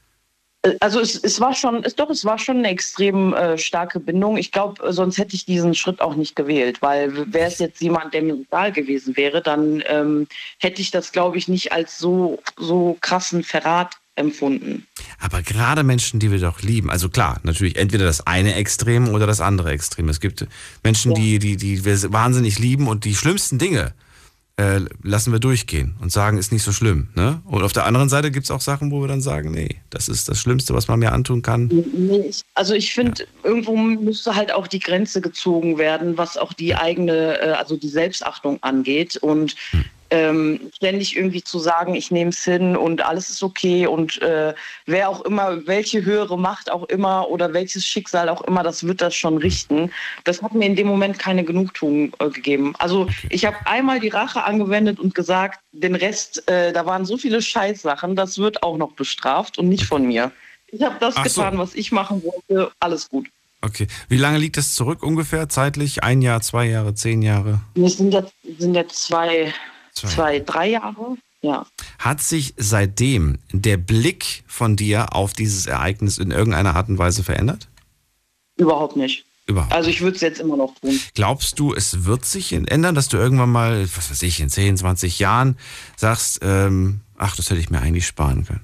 Also es, es war schon, es, doch, es war schon eine extrem äh, starke Bindung. Ich glaube, sonst hätte ich diesen Schritt auch nicht gewählt, weil wäre es jetzt jemand, der mir egal gewesen wäre, dann ähm, hätte ich das, glaube ich, nicht als so, so krassen Verrat empfunden. Aber gerade Menschen, die wir doch lieben, also klar, natürlich entweder das eine Extrem oder das andere Extrem. Es gibt Menschen, Ja. die, die, die wir wahnsinnig lieben und die schlimmsten Dinge äh, lassen wir durchgehen und sagen, ist nicht so schlimm. Ne? Und auf der anderen Seite gibt es auch Sachen, wo wir dann sagen, nee, das ist das Schlimmste, was man mir antun kann. Nee, ich, also ich finde, irgendwo müsste halt auch die Grenze gezogen werden, was auch die eigene, äh, also die Selbstachtung angeht. Und ähm, ständig irgendwie zu sagen, ich nehme es hin und alles ist okay und äh, wer auch immer, welche höhere Macht auch immer oder welches Schicksal auch immer, das wird das schon richten. Das hat mir in dem Moment keine Genugtuung äh, gegeben. Also ich habe einmal die Rache angewendet und gesagt, den Rest, äh, da waren so viele Scheißsachen, das wird auch noch bestraft und nicht von mir. Ich habe das Ach so. getan, was ich machen wollte, alles gut. Okay. Wie lange liegt das zurück ungefähr zeitlich? Ein Jahr, zwei Jahre, zehn Jahre? Es sind jetzt, sind jetzt zwei, Zwei. zwei, drei Jahre. Ja. Hat sich seitdem der Blick von dir auf dieses Ereignis in irgendeiner Art und Weise verändert? Überhaupt nicht. Überhaupt. Also ich würde es jetzt immer noch tun. Glaubst du, es wird sich ändern, dass du irgendwann mal, was weiß ich, in zehn, zwanzig Jahren sagst, ähm, ach, das hätte ich mir eigentlich sparen können?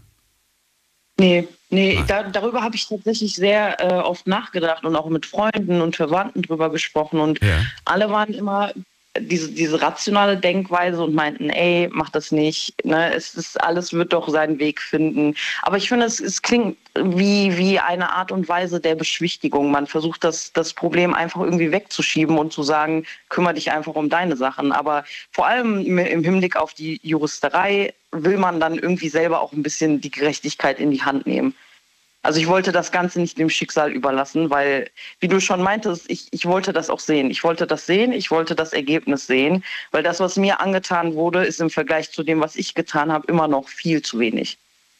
Nee, nee, Nein. da, darüber habe ich tatsächlich sehr äh, oft nachgedacht und auch mit Freunden und Verwandten drüber gesprochen. Und Ja. alle waren immer diese, diese rationale Denkweise und meinten, ey, mach das nicht. Ne? Es ist, alles wird doch seinen Weg finden. Aber ich finde, es, es klingt wie, wie eine Art und Weise der Beschwichtigung. Man versucht, das, das Problem einfach irgendwie wegzuschieben und zu sagen, kümmere dich einfach um deine Sachen. Aber vor allem im, im Hinblick auf die Juristerei will man dann irgendwie selber auch ein bisschen die Gerechtigkeit in die Hand nehmen. Also ich wollte das Ganze nicht dem Schicksal überlassen, weil, wie du schon meintest, ich, ich wollte das auch sehen. Ich wollte das sehen, ich wollte das Ergebnis sehen, weil das, was mir angetan wurde, ist im Vergleich zu dem, was ich getan habe, immer noch viel zu wenig.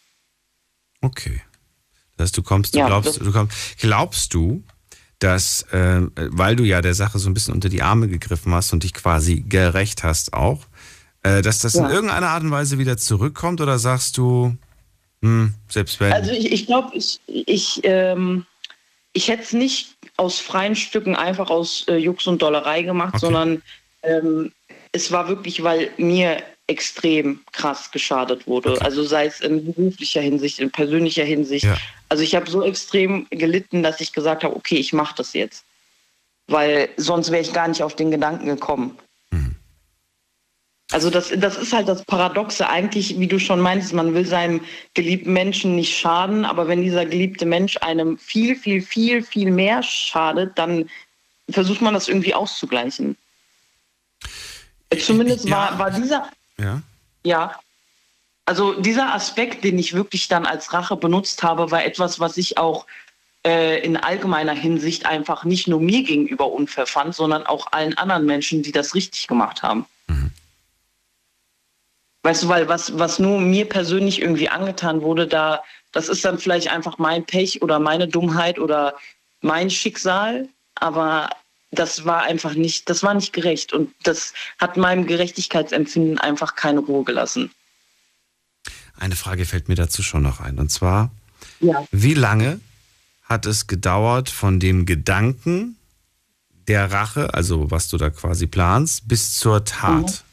Okay. Das heißt, du kommst, du Ja, glaubst, das- du kommst, glaubst du, dass, ähm, weil du ja der Sache so ein bisschen unter die Arme gegriffen hast und dich quasi gerecht hast auch, äh, dass das Ja. in irgendeiner Art und Weise wieder zurückkommt oder sagst du, hm, selbst wenn... Also ich, ich glaube, ich, ich, ähm, ich hätte es nicht aus freien Stücken einfach aus äh, Jux und Dollerei gemacht, Okay. sondern ähm, es war wirklich, weil mir extrem krass geschadet wurde. Okay. Also sei es in beruflicher Hinsicht, in persönlicher Hinsicht. Ja. Also ich habe so extrem gelitten, dass ich gesagt habe, okay, ich mache das jetzt. Weil sonst wäre ich gar nicht auf den Gedanken gekommen. Mhm. Also das, das ist halt das Paradoxe eigentlich, wie du schon meinst, man will seinem geliebten Menschen nicht schaden, aber wenn dieser geliebte Mensch einem viel, viel, viel, viel mehr schadet, dann versucht man das irgendwie auszugleichen. Zumindest Ja. war, war dieser, Ja? ja, also dieser Aspekt, den ich wirklich dann als Rache benutzt habe, war etwas, was ich auch äh, in allgemeiner Hinsicht einfach nicht nur mir gegenüber unfair fand, sondern auch allen anderen Menschen, die das richtig gemacht haben. Mhm. Weißt du, weil was, was nur mir persönlich irgendwie angetan wurde, da, das ist dann vielleicht einfach mein Pech oder meine Dummheit oder mein Schicksal, aber das war einfach nicht, das war nicht gerecht und das hat meinem Gerechtigkeitsempfinden einfach keine Ruhe gelassen. Eine Frage fällt mir dazu schon noch ein. Und zwar, Ja. wie lange hat es gedauert von dem Gedanken der Rache, also was du da quasi planst, bis zur Tat?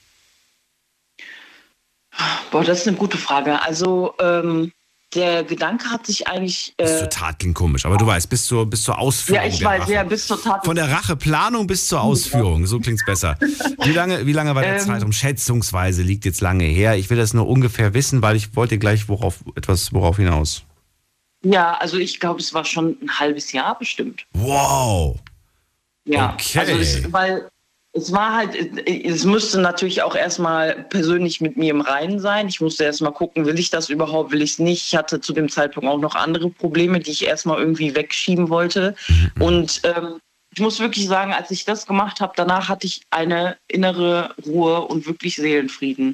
Boah, das ist eine gute Frage. Also ähm, der Gedanke hat sich eigentlich... Äh, bis zur Tat klingt komisch, aber du weißt, bis zur, bis zur Ausführung ja, ich der weiß, Rache. ja, bis zur Tat. Von der Racheplanung bis zur Ausführung, so klingt's besser. Wie lange, wie lange war der Ähm, Zeitraum? Schätzungsweise liegt jetzt lange her. Ich will das nur ungefähr wissen, weil ich wollte gleich worauf, etwas worauf hinaus. Ja, also ich glaube, es war schon ein halbes Jahr bestimmt. Wow. Ja, Okay. also es, weil es war halt, es musste natürlich auch erstmal persönlich mit mir im Reinen sein. Ich musste erstmal gucken, will ich das überhaupt, will ich es nicht. Ich hatte zu dem Zeitpunkt auch noch andere Probleme, die ich erstmal irgendwie wegschieben wollte. Mhm. Und ähm, ich muss wirklich sagen, als ich das gemacht habe, danach hatte ich eine innere Ruhe und wirklich Seelenfrieden.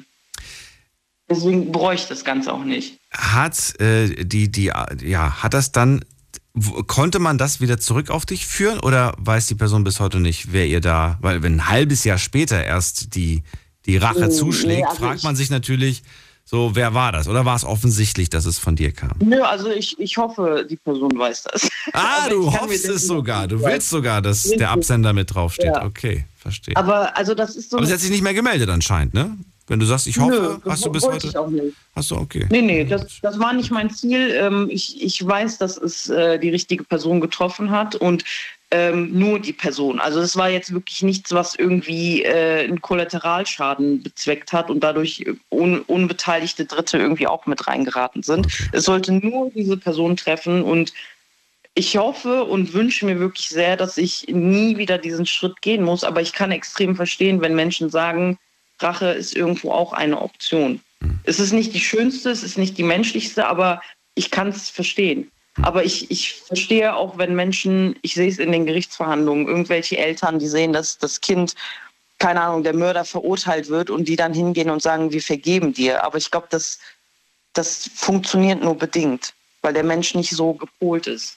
Deswegen bereue ich das Ganze auch nicht. Hat äh, die, die, ja, hat das dann, w- konnte man das wieder zurück auf dich führen oder weiß die Person bis heute nicht, wer ihr da, weil wenn ein halbes Jahr später erst die, die Rache Nee, zuschlägt, nee, also fragt ich- man sich natürlich so, wer war das? Oder war es offensichtlich, dass es von dir kam? Nö, also ich, ich hoffe, die Person weiß das. Ah, Aber du ich kann mir hoffst das es nicht sogar, du vorstellen. willst sogar, dass Richtig. der Absender mit draufsteht. Ja. Okay, verstehe. Aber also das ist so... Aber sie hat sich nicht mehr gemeldet anscheinend, ne? Wenn du sagst, ich hoffe, Nö, hast du bis wollte heute... ich auch nicht. Hast du, okay. Nee, nee, das, das war nicht mein Ziel. Ähm, ich, ich weiß, dass es äh, die richtige Person getroffen hat und ähm, nur die Person. Also es war jetzt wirklich nichts, was irgendwie äh, einen Kollateralschaden bezweckt hat und dadurch un, unbeteiligte Dritte irgendwie auch mit reingeraten sind. Okay. Es sollte nur diese Person treffen und ich hoffe und wünsche mir wirklich sehr, dass ich nie wieder diesen Schritt gehen muss. Aber ich kann extrem verstehen, wenn Menschen sagen, Rache ist irgendwo auch eine Option. Es ist nicht die schönste, es ist nicht die menschlichste, aber ich kann es verstehen. Aber ich, ich verstehe auch, wenn Menschen, ich sehe es in den Gerichtsverhandlungen, irgendwelche Eltern, die sehen, dass das Kind, keine Ahnung, der Mörder verurteilt wird und die dann hingehen und sagen, wir vergeben dir. Aber ich glaube, das, das funktioniert nur bedingt, weil der Mensch nicht so gepolt ist.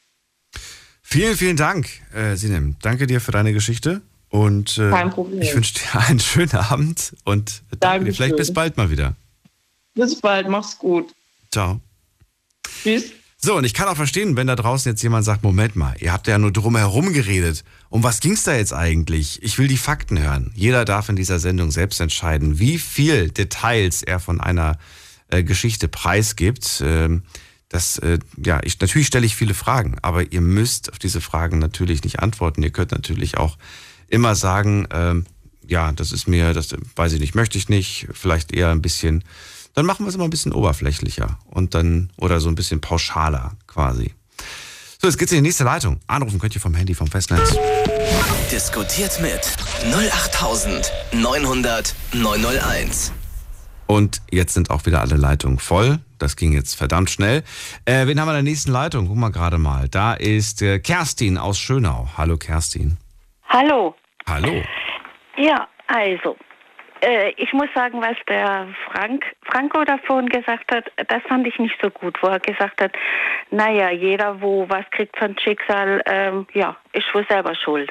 Vielen, vielen Dank, äh, Sinem. Danke dir für deine Geschichte. Und äh, Kein Problem. ich wünsche dir einen schönen Abend und danke dir. Dankeschön. Vielleicht bis bald mal wieder. Bis bald, mach's gut. Ciao. Tschüss. So, und ich kann auch verstehen, wenn da draußen jetzt jemand sagt, Moment mal, ihr habt ja nur drumherum geredet. Um was ging's da jetzt eigentlich? Ich will die Fakten hören. Jeder darf in dieser Sendung selbst entscheiden, wie viel Details er von einer äh, Geschichte preisgibt. Ähm, das, äh, ja, ich, natürlich stelle ich viele Fragen, aber ihr müsst auf diese Fragen natürlich nicht antworten. Ihr könnt natürlich auch immer sagen, ähm, ja, das ist mir, das weiß ich nicht, möchte ich nicht, vielleicht eher ein bisschen, dann machen wir es immer ein bisschen oberflächlicher und dann, oder so ein bisschen pauschaler quasi. So, jetzt geht's in die nächste Leitung. Anrufen könnt ihr vom Handy, vom Festnetz. Diskutiert mit null acht neun null null neun null eins. Und jetzt sind auch wieder alle Leitungen voll. Das ging jetzt verdammt schnell. Äh, wen haben wir in der nächsten Leitung? Gucken wir gerade mal. Da ist äh, Kerstin aus Schönau. Hallo Kerstin. Hallo. Hallo. Ja, also, äh, ich muss sagen, was der Frank, Franco davon gesagt hat, das fand ich nicht so gut, wo er gesagt hat, naja, jeder, wo was kriegt von Schicksal, ähm, ja, ist wohl selber schuld.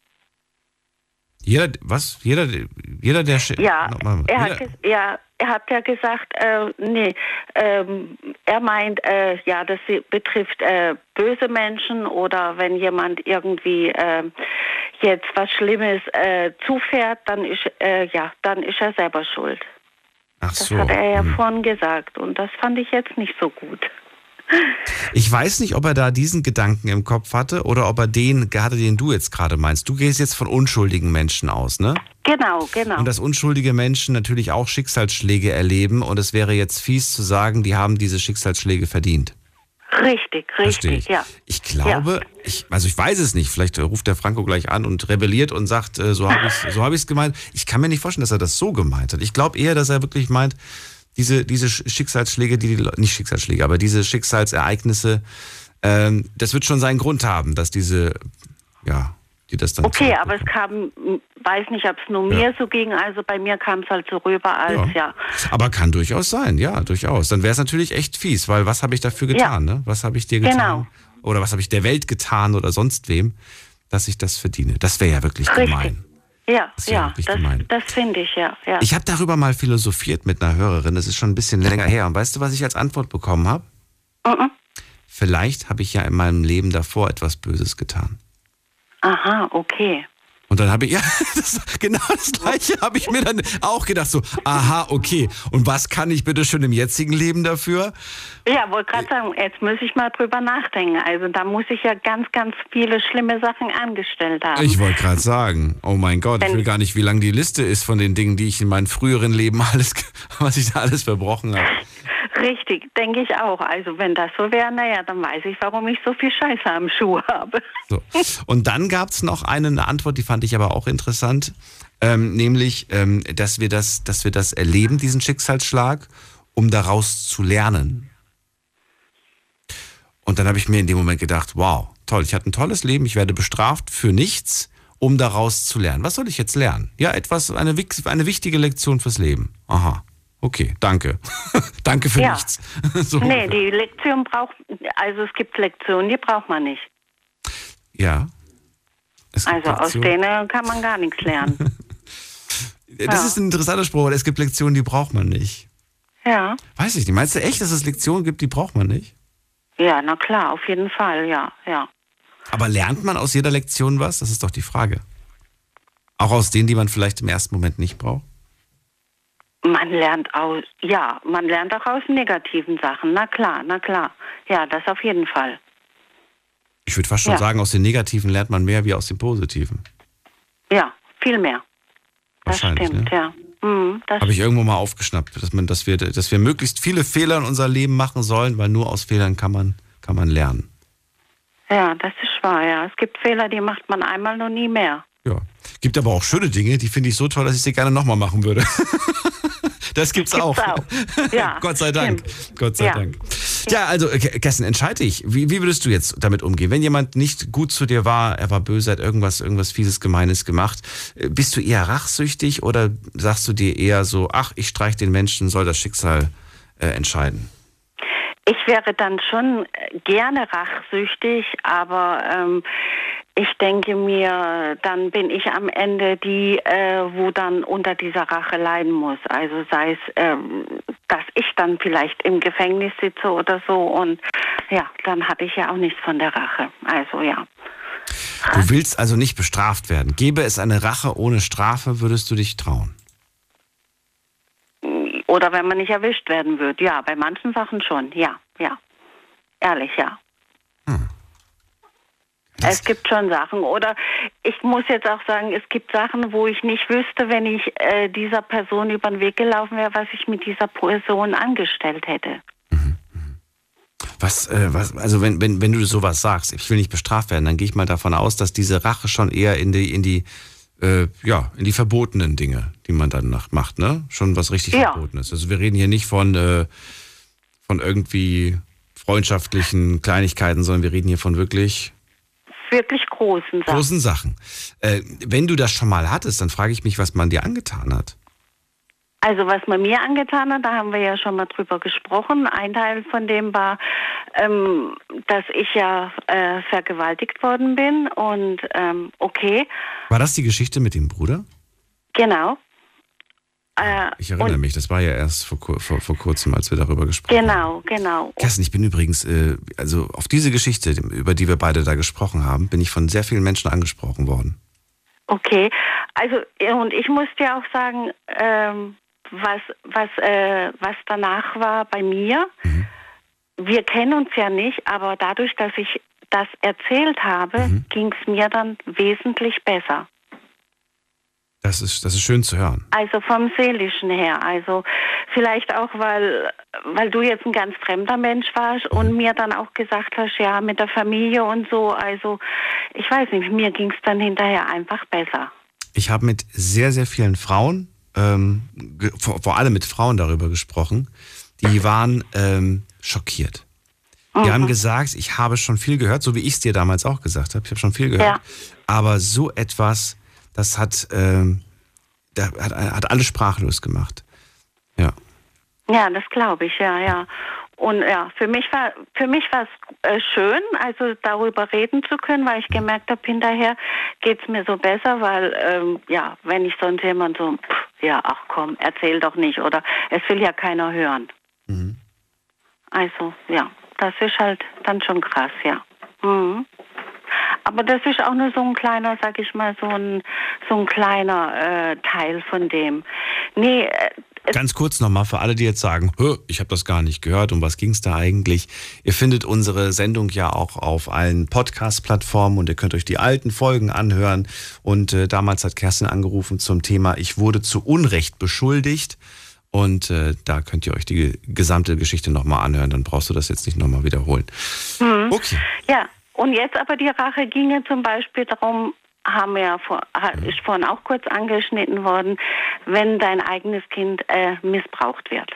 Jeder, was? Jeder, jeder der... Sch- Ja, Nochmal. er Jeder, hat, ges- ja, er hat ja gesagt, äh, nee, ähm, er meint, äh, ja, das betrifft äh, böse Menschen oder wenn jemand irgendwie äh, jetzt was Schlimmes äh, zufährt, dann ist, äh, ja, dann ist er selber schuld. Ach Das so. hat er ja hm. vorhin gesagt und das fand ich jetzt nicht so gut. Ich weiß nicht, ob er da diesen Gedanken im Kopf hatte oder ob er den hatte, den du jetzt gerade meinst. Du gehst jetzt von unschuldigen Menschen aus, ne? Genau, genau. Und dass unschuldige Menschen natürlich auch Schicksalsschläge erleben und es wäre jetzt fies zu sagen, die haben diese Schicksalsschläge verdient. Richtig, Verstehe richtig, ich. ja. Ich glaube, ich, also ich weiß es nicht, vielleicht ruft der Franco gleich an und rebelliert und sagt, äh, so habe ich so hab ich's gemeint. Ich kann mir nicht vorstellen, dass er das so gemeint hat. Ich glaube eher, dass er wirklich meint, diese, diese Schicksalsschläge, die, die nicht Schicksalsschläge, aber diese Schicksalsereignisse, ähm, das wird schon seinen Grund haben, dass diese, ja, die das dann... Okay, aber es kam, weiß nicht, ob es nur Ja. mir so ging, also bei mir kam es halt so rüber als, Ja. ja. Aber kann durchaus sein, ja, durchaus. Dann wäre es natürlich echt fies, weil was habe ich dafür getan, Ja. ne? Was habe ich dir getan? Genau. Oder was habe ich der Welt getan oder sonst wem, dass ich das verdiene? Das wäre ja wirklich Richtig. gemein. Ja, Das ist ja ja, wirklich das, gemein. das finde ich, ja. ja. Ich habe darüber mal philosophiert mit einer Hörerin, das ist schon ein bisschen länger her. Und weißt du, was ich als Antwort bekommen habe? Mhm. vielleicht habe ich ja in meinem Leben davor etwas Böses getan. Aha, okay. Und dann habe ich, ja, das, genau das Gleiche habe ich mir dann auch gedacht, so, aha, okay. Und was kann ich bitte schon im jetzigen Leben dafür? Ja, wollte gerade sagen, jetzt muss ich mal drüber nachdenken. Also da muss ich ja ganz, ganz viele schlimme Sachen angestellt haben. Ich wollte gerade sagen, oh mein Gott, Wenn, ich will gar nicht, wie lang die Liste ist von den Dingen, die ich in meinem früheren Leben alles, was ich da alles verbrochen habe. Richtig, denke ich auch. Also wenn das so wäre, naja, dann weiß ich, warum ich so viel Scheiße am Schuh habe. So. Und dann gab es noch eine Antwort, die fand ich aber auch interessant, ähm, nämlich, ähm, dass wir das, dass wir das erleben, diesen Schicksalsschlag, um daraus zu lernen. Und dann habe ich mir in dem Moment gedacht, wow, toll, ich hatte ein tolles Leben, ich werde bestraft für nichts, um daraus zu lernen. Was soll ich jetzt lernen? Ja, etwas, eine, eine wichtige Lektion fürs Leben. Aha. Okay, danke. Danke für ja. nichts. So. Nee, die Lektion braucht, also es gibt Lektionen, die braucht man nicht. Ja. Es gibt also aus Lektionen. denen kann man gar nichts lernen. Das ja. ist ein interessanter Spruch, weil es gibt Lektionen, die braucht man nicht. Ja. Weiß ich nicht. Meinst du echt, dass es Lektionen gibt, die braucht man nicht? Ja, na klar, auf jeden Fall, ja, ja. Aber lernt man aus jeder Lektion was? Das ist doch die Frage. Auch aus denen, die man vielleicht im ersten Moment nicht braucht? Man lernt aus, ja, man lernt auch aus negativen Sachen. Na klar, na klar. Ja, das auf jeden Fall. Ich würde fast schon ja. sagen, aus den Negativen lernt man mehr wie aus den Positiven. Ja, viel mehr. Das Wahrscheinlich, stimmt, ne? ja. Mhm, Habe ich irgendwo mal aufgeschnappt, dass man, dass wir, dass wir möglichst viele Fehler in unser Leben machen sollen, weil nur aus Fehlern kann man, kann man lernen. Ja, das ist wahr, ja. Es gibt Fehler, die macht man einmal und nie mehr. Ja. Gibt aber auch schöne Dinge, die finde ich so toll, dass ich sie gerne nochmal machen würde. Das gibt's, gibt's auch. auch. Ja, Gott sei Dank. Stimmt. Gott sei ja. Dank. Ja, also Kerstin, entscheide dich. Wie, wie würdest du jetzt damit umgehen? Wenn jemand nicht gut zu dir war, er war böse, hat irgendwas, irgendwas Fieses, Gemeines gemacht, bist du eher rachsüchtig oder sagst du dir eher so, ach, ich streich den Menschen, soll das Schicksal äh, entscheiden? Ich wäre dann schon gerne rachsüchtig, aber ähm, ich denke mir, dann bin ich am Ende die, äh, wo dann unter dieser Rache leiden muss. Also sei es, ähm, dass ich dann vielleicht im Gefängnis sitze oder so. Und ja, dann hatte ich ja auch nichts von der Rache. Also ja. Du willst also nicht bestraft werden. Gäbe es eine Rache ohne Strafe, würdest du dich trauen? Oder wenn man nicht erwischt werden wird. Ja, bei manchen Sachen schon. Ja, ja. Ehrlich, ja. Hm. Es gibt schon Sachen. Oder ich muss jetzt auch sagen, es gibt Sachen, wo ich nicht wüsste, wenn ich äh, dieser Person über den Weg gelaufen wäre, was ich mit dieser Person angestellt hätte. Mhm. Was, äh, was, also wenn, wenn, wenn du sowas sagst, ich will nicht bestraft werden, dann gehe ich mal davon aus, dass diese Rache schon eher in die, in die, äh, ja, in die verbotenen Dinge, die man dann macht, ne? Schon was richtig ja. Verbotenes. Also wir reden hier nicht von, äh, von irgendwie freundschaftlichen Kleinigkeiten, sondern wir reden hier von wirklich wirklich großen Sachen. Großen Sachen. Äh, wenn du das schon mal hattest, dann frage ich mich, was man dir angetan hat. Also was man mir angetan hat, da haben wir ja schon mal drüber gesprochen. Ein Teil von dem war, ähm, dass ich ja äh, vergewaltigt worden bin und ähm, okay. War das die Geschichte mit dem Bruder? Genau. Äh, ich erinnere mich, das war ja erst vor, vor, vor kurzem, als wir darüber gesprochen genau, haben. Genau, genau. Kerstin, ich bin übrigens, äh, also auf diese Geschichte, über die wir beide da gesprochen haben, bin ich von sehr vielen Menschen angesprochen worden. Okay, also und ich muss dir auch sagen, ähm, was, was, äh, was danach war bei mir, mhm. wir kennen uns ja nicht, aber dadurch, dass ich das erzählt habe, mhm. ging es mir dann wesentlich besser. Das ist, das ist schön zu hören. Also vom Seelischen her. Also vielleicht auch, weil, weil du jetzt ein ganz fremder Mensch warst und mhm. mir dann auch gesagt hast, ja, mit der Familie und so. Also ich weiß nicht, mir ging es dann hinterher einfach besser. Ich habe mit sehr, sehr vielen Frauen, ähm, vor, vor allem mit Frauen darüber gesprochen, die waren ähm, schockiert. Die mhm. haben gesagt, ich habe schon viel gehört, so wie ich es dir damals auch gesagt habe. Ich habe schon viel gehört. Ja. Aber so etwas... Das hat, ähm, das hat, hat alle sprachlos gemacht. Ja. Ja, das glaube ich, ja, ja. Und ja, für mich war für mich war es äh, schön, also darüber reden zu können, weil ich gemerkt habe, hinterher geht es mir so besser, weil ähm, ja, wenn ich sonst jemand so, pff, ja, ach komm, erzähl doch nicht, oder es will ja keiner hören. Mhm. Also, ja. das ist halt dann schon krass, ja. Mhm. Aber das ist auch nur so ein kleiner, sag ich mal, so ein, so ein kleiner äh, Teil von dem. Nee, äh, Ganz kurz nochmal für alle, die jetzt sagen, ich habe das gar nicht gehört, um was ging es da eigentlich? Ihr findet unsere Sendung ja auch auf allen Podcast-Plattformen und ihr könnt euch die alten Folgen anhören. Und äh, damals hat Kerstin angerufen zum Thema, ich wurde zu Unrecht beschuldigt. Und äh, da könnt ihr euch die gesamte Geschichte nochmal anhören, dann brauchst du das jetzt nicht nochmal wiederholen. Mhm. Okay. Ja, und jetzt aber die Rache ginge zum Beispiel darum, haben wir ja vor, ist vorhin auch kurz angeschnitten worden, wenn dein eigenes Kind äh, missbraucht wird.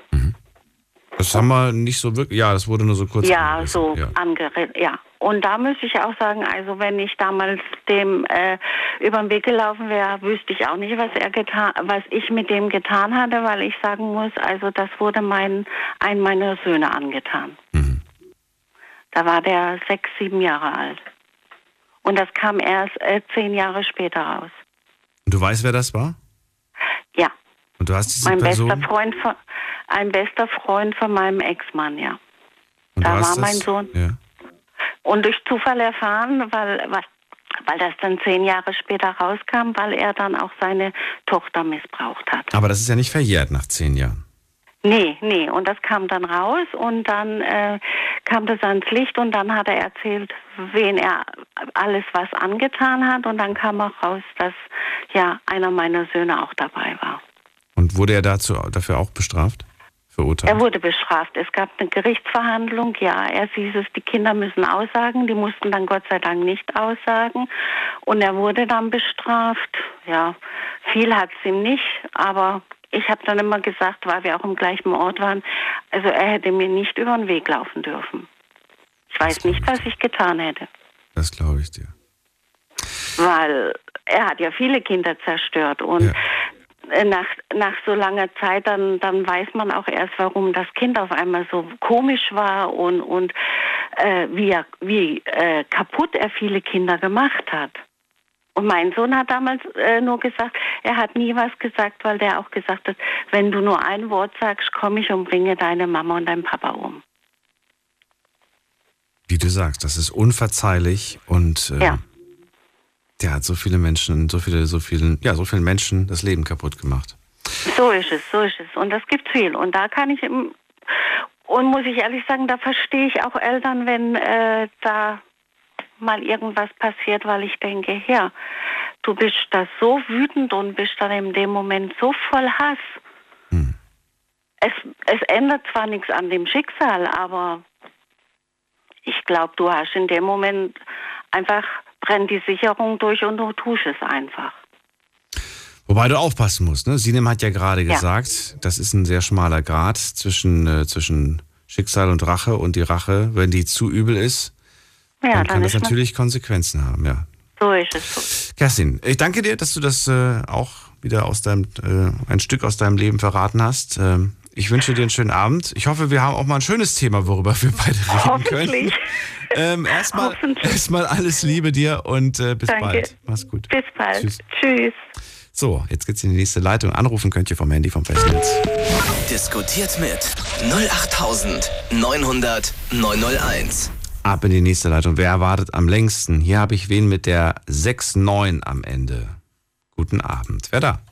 Das haben wir nicht so wirklich, ja, das wurde nur so kurz Ja, angerissen. so Ja. angeredet, ja. Und da müsste ich auch sagen, also wenn ich damals dem äh, über den Weg gelaufen wäre, wüsste ich auch nicht, was er getan, was ich mit dem getan hatte, weil ich sagen muss, also das wurde mein, einem meiner Söhne angetan. Mhm. Da war der sechs, sieben Jahre alt. Und das kam erst äh, zehn Jahre später raus. Und du weißt, wer das war? Ja. Und du hast diese Mein Person... bester Freund von, ein bester Freund von meinem Ex-Mann, ja. Und Da du hast war mein das, Sohn. Ja. Und durch Zufall erfahren, weil, weil, weil das dann zehn Jahre später rauskam, weil er dann auch seine Tochter missbraucht hat. Aber das ist ja nicht verjährt nach zehn Jahren. Nee, nee. Und das kam dann raus und dann äh, kam das ans Licht und dann hat er erzählt, wen er alles was angetan hat. Und dann kam auch raus, dass ja einer meiner Söhne auch dabei war. Und wurde er dazu, dafür auch bestraft? Verurteilt? Er wurde bestraft. Es gab eine Gerichtsverhandlung. Ja, erst hieß es, die Kinder müssen aussagen. Die mussten dann Gott sei Dank nicht aussagen. Und er wurde dann bestraft. Ja, viel hat es ihm nicht, aber ich habe dann immer gesagt, weil wir auch im gleichen Ort waren, also er hätte mir nicht über den Weg laufen dürfen. Ich weiß nicht, was ich getan hätte. Das glaube ich dir. Weil er hat ja viele Kinder zerstört und Ja. nach, nach so langer Zeit, dann, dann weiß man auch erst, warum das Kind auf einmal so komisch war und, und äh, wie, er, wie äh, kaputt er viele Kinder gemacht hat. Und mein Sohn hat damals äh, nur gesagt, er hat nie was gesagt, weil der auch gesagt hat, wenn du nur ein Wort sagst, komme ich und bringe deine Mama und deinen Papa um. Wie du sagst, das ist unverzeihlich und äh, Ja. der hat so viele Menschen, so viele, so vielen, ja, so vielen Menschen das Leben kaputt gemacht. So ist es, so ist es. Und das gibt viel. Und da kann ich, im, und muss ich ehrlich sagen, da verstehe ich auch Eltern, wenn äh, da mal irgendwas passiert, weil ich denke, ja, du bist da so wütend und bist dann in dem Moment so voll Hass. Hm. Es, es ändert zwar nichts an dem Schicksal, aber ich glaube, du hast in dem Moment einfach, brennt die Sicherung durch und du tust es einfach. Wobei du aufpassen musst, ne? Sinem hat ja gerade Ja. gesagt, das ist ein sehr schmaler Grat zwischen, äh, zwischen Schicksal und Rache und die Rache, wenn die zu übel ist, Ja, dann kann das ist man- natürlich Konsequenzen haben, ja. So ist es so. Kerstin, ich danke dir, dass du das äh, auch wieder aus deinem, äh, ein Stück aus deinem Leben verraten hast. Ähm, ich wünsche dir einen schönen Abend. Ich hoffe, wir haben auch mal ein schönes Thema, worüber wir beide reden können. Hoffentlich. Ähm, erstmal, Hoffentlich. erstmal alles Liebe dir und äh, bis Danke. bald. Mach's gut. Bis bald. Tschüss. Tschüss. So, jetzt geht's in die nächste Leitung. Anrufen könnt ihr vom Handy vom Festnetz. Diskutiert mit null acht neun hundert neun null eins. Ab in die nächste Leitung. Wer wartet am längsten? Hier habe ich wen mit der sechs neun am Ende. Guten Abend. Wer da?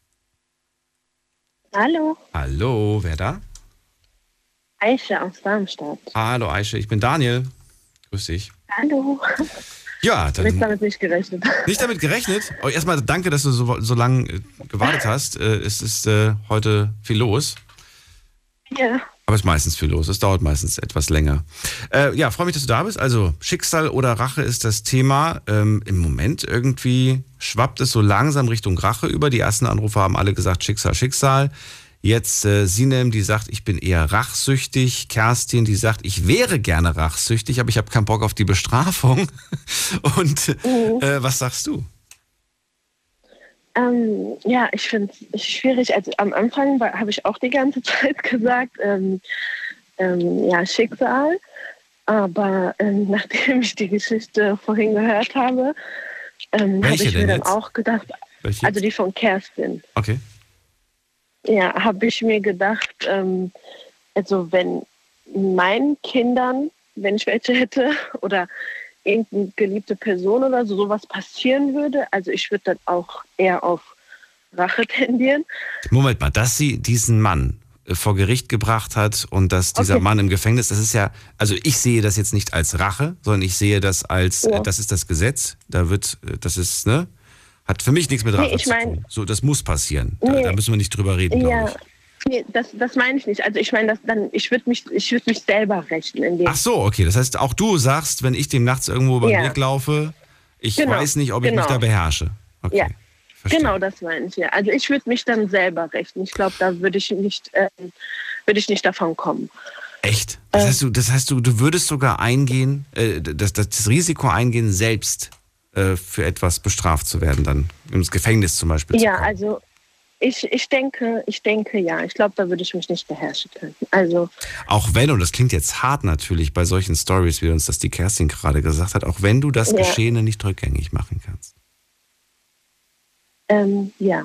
Hallo, Hallo, wer da? Aisha aus Darmstadt. Hallo Aisha, ich bin Daniel. Grüß dich. Hallo. Ja, Ich habe dann damit nicht gerechnet. nicht damit gerechnet. Aber erstmal danke, dass du so, so lange äh, gewartet hast. Äh, es ist äh, heute viel los. Ja. Aber es ist meistens viel los. Es dauert meistens etwas länger. Äh, ja, freue mich, dass du da bist. Also Schicksal oder Rache ist das Thema. Ähm, Im Moment irgendwie schwappt es so langsam Richtung Rache über. Die ersten Anrufer haben alle gesagt Schicksal, Schicksal. Jetzt äh, Sinem, die sagt, ich bin eher rachsüchtig. Kerstin, die sagt, ich wäre gerne rachsüchtig, aber ich habe keinen Bock auf die Bestrafung. Und Mhm. äh, was sagst du? Ähm, ja, ich finde es schwierig. Also am Anfang war- habe ich auch die ganze Zeit gesagt, ähm, ähm, ja, Schicksal. Aber ähm, nachdem ich die Geschichte vorhin gehört habe, ähm, habe Welche ich mir denn dann jetzt? auch gedacht, Welche? also die von Kerstin. Okay. Ja, habe ich mir gedacht, ähm, also wenn, meinen Kindern, wenn ich welche hätte, oder irgendeine geliebte Person oder so, sowas passieren würde, also ich würde dann auch eher auf Rache tendieren. Moment mal, dass sie diesen Mann vor Gericht gebracht hat und dass dieser Okay. Mann im Gefängnis, das ist ja, also ich sehe das jetzt nicht als Rache, sondern ich sehe das als, Ja. äh, das ist das Gesetz, da wird, äh, das ist, ne, hat für mich nichts mit Rache Nee, ich zu mein- tun. So, das muss passieren. Da, Nee. da müssen wir nicht drüber reden, glaube Ja, ich. nee, das, das meine ich nicht. Also ich meine, das dann, ich würde mich, ich würde mich selber rächen in dem. Ach so, okay, das heißt, auch du sagst, wenn ich dem nachts irgendwo über den Ja. Weg laufe, ich Genau, weiß nicht, ob ich genau. mich da beherrsche. Okay, Ja. verstehe. Genau, das meine ich ja. Also ich würde mich dann selber rächen. Ich glaube, da würde ich nicht, ähm, würde ich nicht davon kommen. Echt? Das Äh. heißt, du, das heißt, du, du würdest sogar eingehen, äh, das, das, das Risiko eingehen, selbst äh, für etwas bestraft zu werden, dann ins Gefängnis zum Beispiel Ja, zu kommen. also ich, ich denke, ich denke ja. Ich glaube, da würde ich mich nicht beherrschen können. Also Auch wenn, und das klingt jetzt hart natürlich bei solchen Stories, wie uns das die Kerstin gerade gesagt hat, auch wenn du das Ja. Geschehene nicht rückgängig machen kannst. ähm, ja.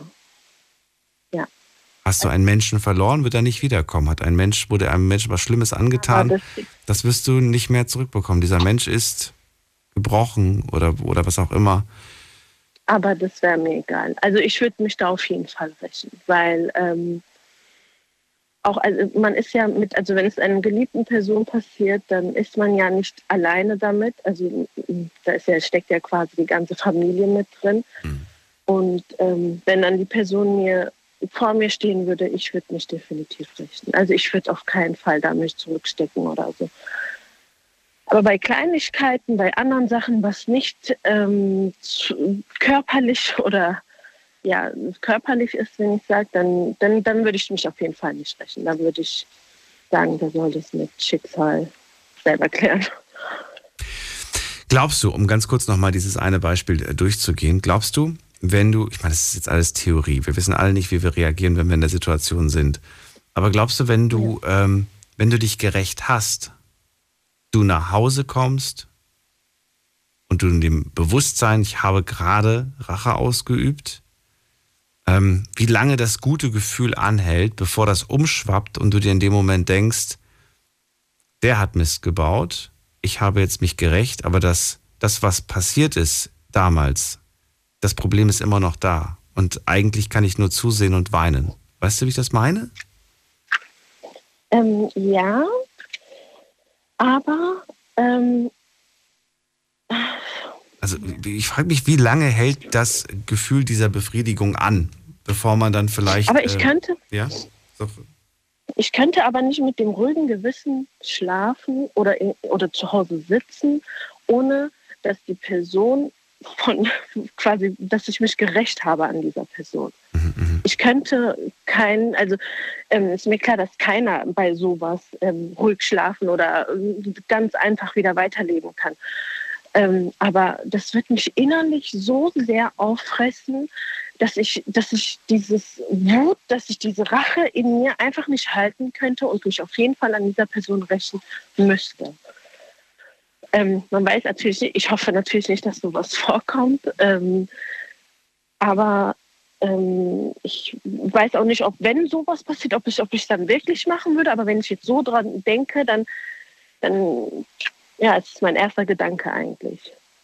Hast du einen Menschen verloren, wird er nicht wiederkommen. Hat ein Mensch, wurde einem Menschen was Schlimmes angetan, Aber das, das, wirst du nicht mehr zurückbekommen. Dieser Mensch ist gebrochen oder, oder was auch immer. aber das wäre mir egal. Also ich würde mich da auf jeden Fall rächen, weil ähm, auch, also man ist ja mit, also wenn es einer geliebten Person passiert, dann ist man ja nicht alleine damit. Also da ist ja, steckt ja quasi die ganze Familie mit drin. Mhm. Und ähm, wenn dann die Person mir vor mir stehen würde, ich würde mich definitiv rächen. Also ich würde auf keinen Fall da mich zurückstecken oder so. Aber bei Kleinigkeiten, bei anderen Sachen, was nicht ähm, zu, körperlich oder ja, körperlich ist, wenn ich sage, dann, dann, dann würde ich mich auf jeden Fall nicht rächen. Dann würde ich sagen, der soll das mit Schicksal selber klären. Glaubst du, um ganz kurz nochmal dieses eine Beispiel äh, durchzugehen, glaubst du, wenn du, ich meine, das ist jetzt alles Theorie, wir wissen alle nicht, wie wir reagieren, wenn wir in der Situation sind, aber glaubst du, wenn du, ja. ähm, wenn du dich gerecht hast, du nach Hause kommst und du in dem Bewusstsein, ich habe gerade Rache ausgeübt, ähm, wie lange das gute Gefühl anhält, bevor das umschwappt und du dir in dem Moment denkst, der hat Mist gebaut, ich habe jetzt mich gerecht, aber das, das was passiert ist damals, das Problem ist immer noch da. Und eigentlich kann ich nur zusehen und weinen. Weißt du, wie ich das meine? Ähm, ja, aber ähm, also ich frage mich, wie lange hält das Gefühl dieser Befriedigung an, bevor man dann vielleicht... aber ich äh, könnte, Ja? So, ich könnte aber nicht mit dem ruhigen Gewissen schlafen oder, in, oder zu Hause sitzen, ohne dass die Person von quasi, dass ich mich gerecht habe an dieser Person. mhm, Ich könnte keinen, also ähm, ist mir klar, dass keiner bei sowas ähm, ruhig schlafen oder ähm, ganz einfach wieder weiterleben kann. Ähm, aber das wird mich innerlich so sehr auffressen, dass ich, dass ich dieses Wut, dass ich diese Rache in mir einfach nicht halten könnte und mich auf jeden Fall an dieser Person rächen müsste. Ähm, man weiß natürlich nicht, ich hoffe natürlich nicht, dass sowas vorkommt, ähm, aber ähm, ich weiß auch nicht, ob wenn sowas passiert, ob ich ob ich es dann wirklich machen würde, aber wenn ich jetzt so dran denke, dann, dann ja, es ist mein erster Gedanke eigentlich.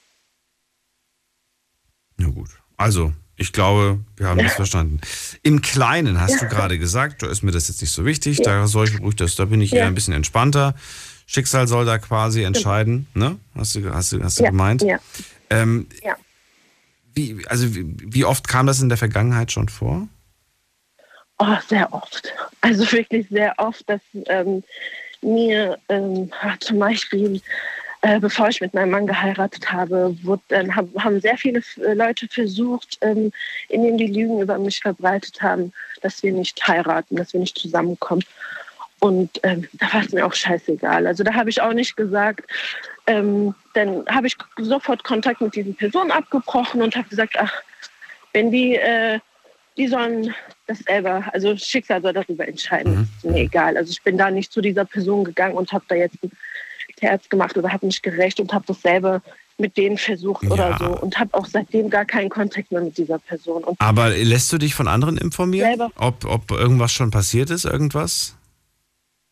ja gut. Also, ich glaube, wir haben das verstanden. Im Kleinen hast Ja. du gerade gesagt, da ist mir das jetzt nicht so wichtig, Ja. da soll ich ruhig das, da bin ich eher Ja. ein bisschen entspannter. Schicksal soll da quasi entscheiden, ne? Hast du, hast du, hast du Ja, gemeint? ja. Ähm, Ja. Wie, also wie, wie oft kam das in der Vergangenheit schon vor? Oh, sehr oft. Also wirklich sehr oft, dass ähm, mir ähm, zum Beispiel, äh, bevor ich mit meinem Mann geheiratet habe, wurde, dann hab, haben sehr viele äh, Leute versucht, ähm, indem die Lügen über mich verbreitet haben, dass wir nicht heiraten, dass wir nicht zusammenkommen. Und ähm, da war es mir auch scheißegal. Also da habe ich auch nicht gesagt, ähm, dann habe ich sofort Kontakt mit diesen Personen abgebrochen und habe gesagt, ach, wenn die, äh, die sollen das selber, also Schicksal soll darüber entscheiden, Mhm. ist mir egal. Also ich bin da nicht zu dieser Person gegangen und habe da jetzt ein Herz gemacht oder habe mich gerecht und habe dasselbe mit denen versucht Ja. oder so und habe auch seitdem gar keinen Kontakt mehr mit dieser Person. Und Aber lässt du dich von anderen informieren? Selber. Ob, ob irgendwas schon passiert ist, irgendwas?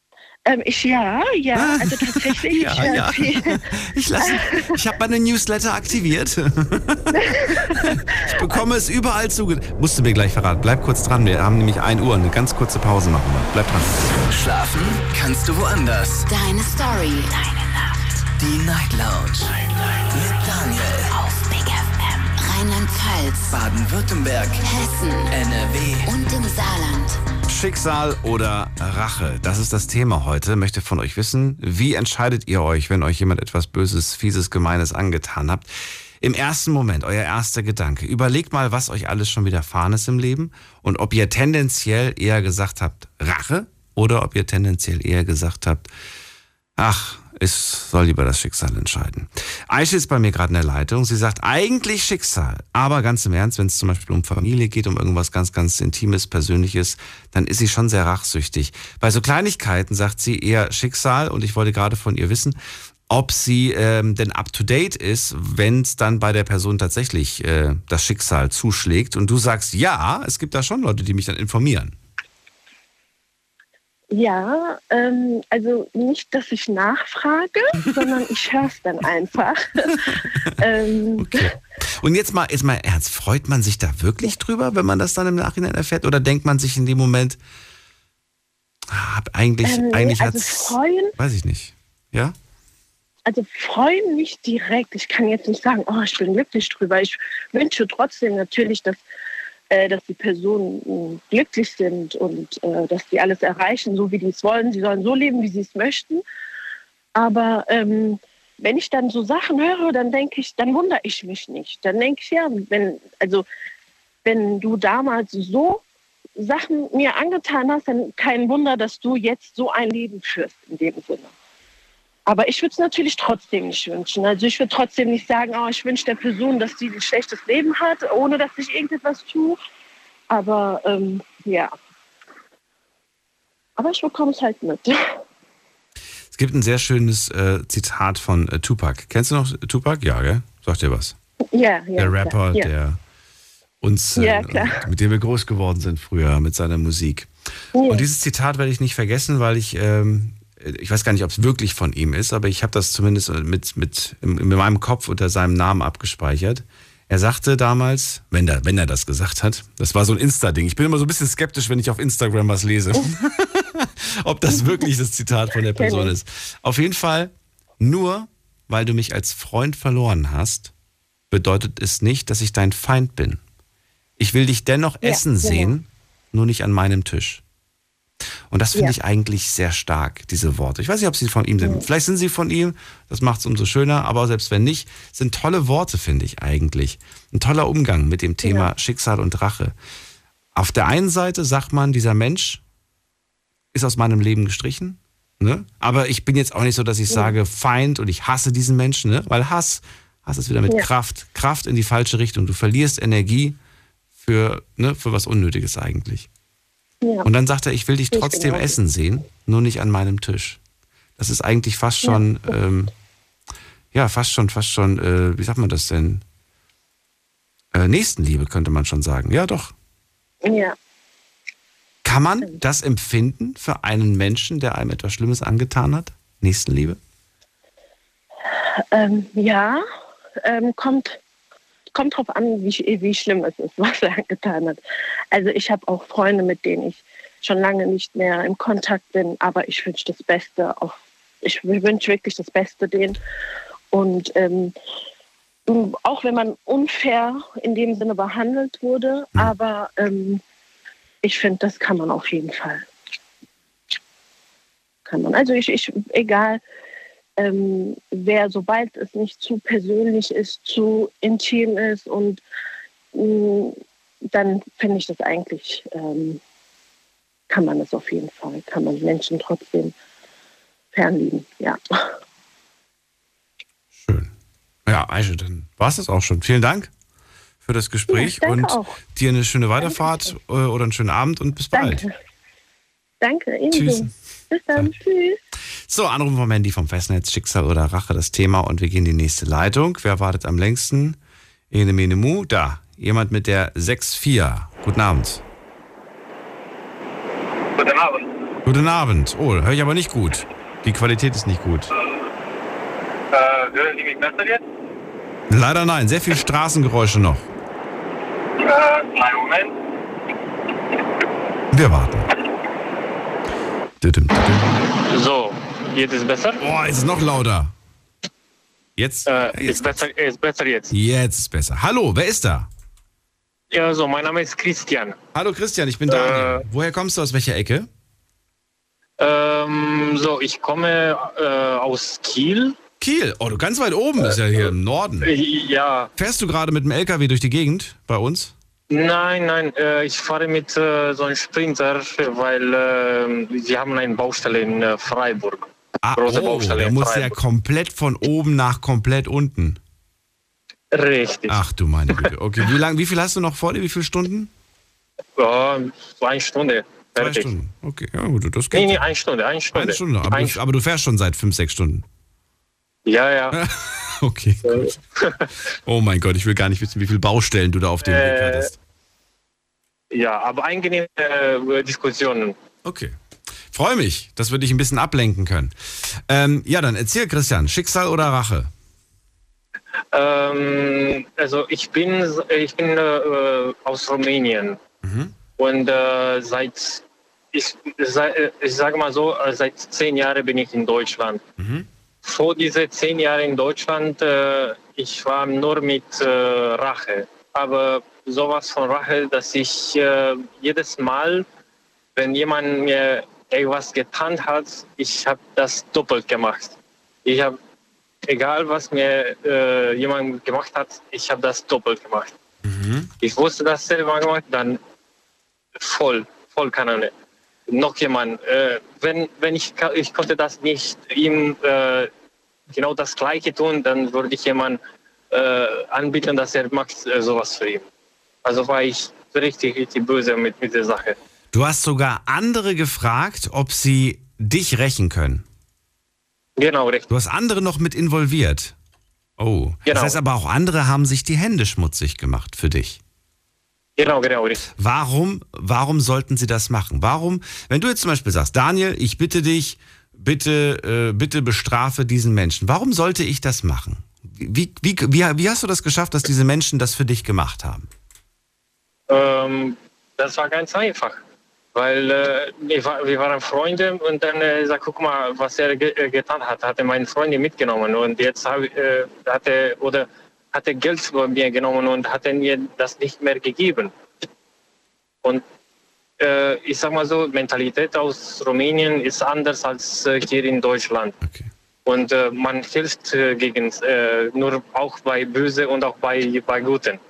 Ähm, ich ja, ja, also tatsächlich. ja, äh, ja. viel- Ich, lasse, ich habe meine Newsletter aktiviert. Ich bekomme es überall zuge... Musst du mir gleich verraten. Bleib kurz dran. Wir haben nämlich ein Uhr. Eine ganz kurze Pause machen wir. Bleib dran. Schlafen kannst du woanders. Deine Story. Deine Nacht. Die Night Lounge. Night, Night. Mit Daniel. Auf Big F M. Rheinland-Pfalz. Baden-Württemberg. Hessen. N R W. Und im Saarland. Schicksal oder Rache, das ist das Thema heute. Möchte von euch wissen, wie entscheidet ihr euch, wenn euch jemand etwas Böses, Fieses, Gemeines angetan habt? Im ersten Moment, euer erster Gedanke. Überlegt mal, was euch alles schon widerfahren ist im Leben und ob ihr tendenziell eher gesagt habt, Rache, oder ob ihr tendenziell eher gesagt habt, ach, es soll lieber das Schicksal entscheiden. Aisha ist bei mir gerade in der Leitung. Sie sagt, eigentlich Schicksal. Aber ganz im Ernst, wenn es zum Beispiel um Familie geht, um irgendwas ganz, ganz Intimes, Persönliches, dann ist sie schon sehr rachsüchtig. Bei so Kleinigkeiten sagt sie eher Schicksal. Und ich wollte gerade von ihr wissen, ob sie ähm, denn up-to-date ist, wenn es dann bei der Person tatsächlich äh, das Schicksal zuschlägt. Und du sagst, ja, es gibt da schon Leute, die mich dann informieren. Ja, ähm, also nicht, dass ich nachfrage, sondern ich höre es dann einfach. ähm, Okay. Und jetzt mal, jetzt mal ernst, freut man sich da wirklich drüber, wenn man das dann im Nachhinein erfährt? Oder denkt man sich in dem Moment, ah, eigentlich, ähm, eigentlich also hat's, freuen, weiß ich nicht, ja? also freuen nicht direkt. Ich kann jetzt nicht sagen, oh, ich bin glücklich drüber. Ich wünsche trotzdem natürlich, dass äh, dass die Personen äh, glücklich sind und äh, dass die alles erreichen, so wie die es wollen. Sie sollen so leben, wie sie es möchten. Aber ähm, wenn ich dann so Sachen höre, dann denke ich, dann wundere ich mich nicht. Dann denke ich, ja, wenn, also wenn du damals so Sachen mir angetan hast, dann kein Wunder, dass du jetzt so ein Leben führst in dem Sinne. Aber ich würde es natürlich trotzdem nicht wünschen. Also ich würde trotzdem nicht sagen, oh, ich wünsche der Person, dass sie ein schlechtes Leben hat, ohne dass ich irgendetwas tue. Aber ähm, ja. Aber ich bekomme es halt mit. Es gibt ein sehr schönes äh, Zitat von äh, Tupac. Kennst du noch Tupac? Ja, gell? Sagt dir was? Ja, ja. Der Rapper, klar, ja. der uns, äh, Ja, klar. mit dem wir groß geworden sind früher, mit seiner Musik. Ja. Und dieses Zitat werde ich nicht vergessen, weil ich, ähm, ich weiß gar nicht, ob es wirklich von ihm ist, aber ich habe das zumindest mit, mit, in, in meinem Kopf unter seinem Namen abgespeichert. Er sagte damals, wenn er, wenn er das gesagt hat, das war so ein Insta-Ding. Ich bin immer so ein bisschen skeptisch, wenn ich auf Instagram was lese, ob das wirklich das Zitat von der Person ist. Auf jeden Fall, nur weil du mich als Freund verloren hast, bedeutet es nicht, dass ich dein Feind bin. Ich will dich dennoch Ja, essen genau. sehen, nur nicht an meinem Tisch. Und das finde Ja. ich eigentlich sehr stark, diese Worte. Ich weiß nicht, ob sie von ihm sind. Ja. Vielleicht sind sie von ihm, das macht es umso schöner, aber selbst wenn nicht, sind tolle Worte, finde ich eigentlich. Ein toller Umgang mit dem Thema Ja. Schicksal und Rache. Auf der einen Seite sagt man, dieser Mensch ist aus meinem Leben gestrichen, ne? Aber ich bin jetzt auch nicht so, dass ich Ja. sage Feind und ich hasse diesen Menschen, ne? Weil Hass, Hass ist wieder mit Ja. Kraft, Kraft in die falsche Richtung. Du verlierst Energie für, ne, für was Unnötiges eigentlich. Ja. Und dann sagt er, ich will dich Ich trotzdem genau. essen sehen, nur nicht an meinem Tisch. Das ist eigentlich fast schon, ja, ähm, ja fast schon, fast schon, äh, wie sagt man das denn? Äh, Nächstenliebe könnte man schon sagen. Ja, doch. Ja. Kann man das empfinden für einen Menschen, der einem etwas Schlimmes angetan hat? Nächstenliebe? Ähm, ja, ähm, kommt, kommt drauf an, wie, wie schlimm es ist, was er getan hat. Also ich habe auch Freunde, mit denen ich schon lange nicht mehr im Kontakt bin, aber ich wünsche das Beste. Auch, ich wünsche wirklich das Beste denen. Und ähm, auch wenn man unfair in dem Sinne behandelt wurde, Mhm. aber ähm, ich finde, das kann man auf jeden Fall. Kann man. Also ich, ich egal, ähm, wer, sobald es nicht zu persönlich ist, zu intim ist und mh, dann finde ich das eigentlich, ähm, kann man das auf jeden Fall, kann man Menschen trotzdem fernlieben, ja. Schön. Ja, Aisha, dann war es das auch schon. Vielen Dank für das Gespräch Ja, danke und auch. dir eine schöne Weiterfahrt äh, oder einen schönen Abend und bis bald. Danke. Danke, ebenso. Tschüss. Bis dann, tschüss. So, Anruf vom Handy vom Festnetz, Schicksal oder Rache, das Thema. Und wir gehen in die nächste Leitung. Wer wartet am längsten? Ene, mene, mu. Da, jemand mit der sechs vier. Guten Abend. Guten Abend. Guten Abend. Oh, höre ich aber nicht gut. Die Qualität ist nicht gut. Äh, hören Sie mich besser jetzt? Leider nein, sehr viel Straßengeräusche noch. Äh, kleinen Moment. Wir warten. So, jetzt ist es besser? Oh, ist es noch lauter. Jetzt? Äh, jetzt. Ist, besser, ist besser jetzt. Jetzt ist besser. Hallo, wer ist da? Ja, so, mein Name ist Christian. Hallo Christian, ich bin Daniel. Äh, Woher kommst du, aus welcher Ecke? Ähm, so, ich komme äh, aus Kiel. Kiel? Oh, du ganz weit oben, das ist ja hier im Norden. Äh, ja. Fährst du gerade mit dem L K W durch die Gegend bei uns? Nein, nein, äh, ich fahre mit äh, so einem Sprinter, weil äh, sie haben eine Baustelle in äh, Freiburg. Ah, Große oh, Baustelle der in muss ja Freiburg. komplett von oben nach komplett unten. Richtig. Ach du meine Güte. Okay, wie lang, wie viel hast du noch vor dir? Wie viele Stunden? Ja, so eine Stunde. Zwei Fertig. Stunden. Okay, ja gut, das geht. Nee, nee, eine Stunde, eine Stunde. Eine Stunde, aber, Ein du, aber du fährst schon seit fünf, sechs Stunden. Ja, ja. Okay, gut. Oh mein Gott, ich will gar nicht wissen, wie viele Baustellen du da auf dem Äh, Weg hattest. Ja, aber angenehme äh, Diskussionen. Okay. Freue mich, dass wir dich ein bisschen ablenken können. Ähm, ja, dann erzähl, Christian, Schicksal oder Rache? Ähm, also ich bin, ich bin äh, aus Rumänien. Mhm. Und äh, seit, ich, seit, ich sage mal so, äh, seit zehn Jahren bin ich in Deutschland. Mhm. Vor diese zehn Jahren in Deutschland, äh, ich war nur mit äh, Rache. Aber sowas von Rache, dass ich äh, jedes Mal, wenn jemand mir etwas getan hat, ich habe das doppelt gemacht. Ich habe, egal was mir äh, jemand gemacht hat, ich habe das doppelt gemacht. Mhm. Ich wusste das selber gemacht, dann voll, voll Kanone. Noch jemand, äh, wenn, wenn ich, ich konnte das nicht ihm äh, genau das Gleiche tun, dann würde ich jemand äh, anbieten, dass er macht äh, sowas für ihn. Also war ich richtig, richtig böse mit, mit der Sache. Du hast sogar andere gefragt, ob sie dich rächen können. Genau, richtig. Du hast andere noch mit involviert. Oh, Genau. Das heißt aber auch andere haben sich die Hände schmutzig gemacht für dich. Genau, genau, richtig. Warum, warum sollten sie das machen? Warum, wenn du jetzt zum Beispiel sagst, Daniel, ich bitte dich, bitte, äh, bitte bestrafe diesen Menschen. Warum sollte ich das machen? Wie, wie, wie, wie hast du das geschafft, dass diese Menschen das für dich gemacht haben? Ähm, das war ganz einfach. Weil äh, wir, war, wir waren Freunde und dann äh, sag, guck mal, was er ge äh, getan hat, hat er meine Freunde mitgenommen und jetzt hab, äh, hat er oder hat er Geld von mir genommen und hat er mir das nicht mehr gegeben. Und äh, ich sag mal so, Mentalität aus Rumänien ist anders als äh, hier in Deutschland. Okay. Und äh, man hilft äh, gegen äh, nur auch bei Böse und auch bei, bei Guten.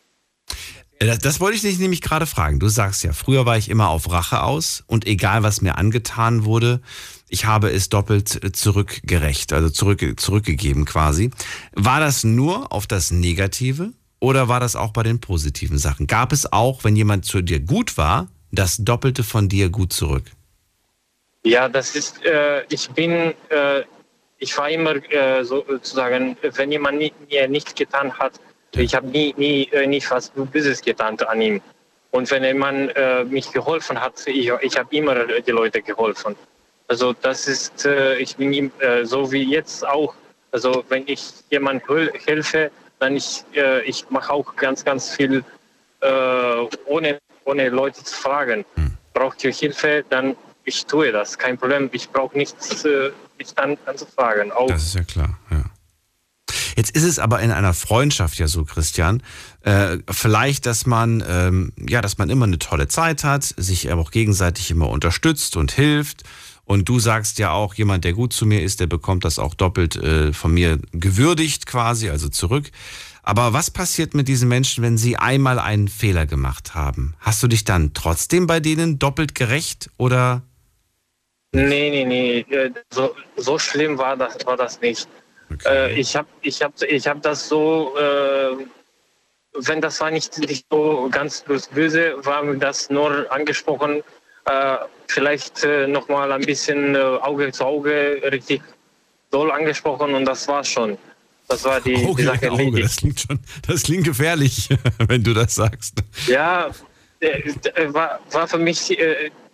Das, das wollte ich dich nämlich gerade fragen. Du sagst ja, früher war ich immer auf Rache aus und egal, was mir angetan wurde, ich habe es doppelt zurückgerecht, also zurück, zurückgegeben quasi. War das nur auf das Negative oder war das auch bei den positiven Sachen? Gab es auch, wenn jemand zu dir gut war, das Doppelte von dir gut zurück? Ja, das ist, äh, ich bin, äh, ich war immer äh, sozusagen, wenn jemand mir nichts getan hat, ich habe nie, nie, nie was Böses getan an ihm. Und wenn jemand äh, mich geholfen hat, ich, ich habe immer die Leute geholfen. Also das ist, äh, ich bin ihm, äh, so wie jetzt auch. Also wenn ich jemandem helfe, dann ich, äh, ich mache auch ganz, ganz viel, äh, ohne, ohne Leute zu fragen. Hm. Braucht ihr Hilfe, dann ich tue das, kein Problem. Ich brauche nichts, äh, nichts an, anzufragen. Auch. Das ist ja klar, ja. Jetzt ist es aber in einer Freundschaft ja so, Christian, äh, vielleicht, dass man, ähm, ja, dass man immer eine tolle Zeit hat, sich aber auch gegenseitig immer unterstützt und hilft. Und du sagst ja auch, jemand, der gut zu mir ist, der bekommt das auch doppelt äh, von mir gewürdigt quasi, also zurück. Aber was passiert mit diesen Menschen, wenn sie einmal einen Fehler gemacht haben? Hast du dich dann trotzdem bei denen doppelt gerecht oder? Nee, nee, nee, so, so schlimm war das, war das nicht. Okay. Äh, ich habe ich hab, ich hab das so, äh, wenn das war nicht, nicht so ganz böse, war mir das nur angesprochen, äh, vielleicht äh, nochmal ein bisschen äh, Auge zu Auge richtig doll angesprochen und das war's schon. Das war die, Auge die Sache. in Auge, das klingt schon, das klingt gefährlich, wenn du das sagst. Ja, äh, war, war für mich, äh,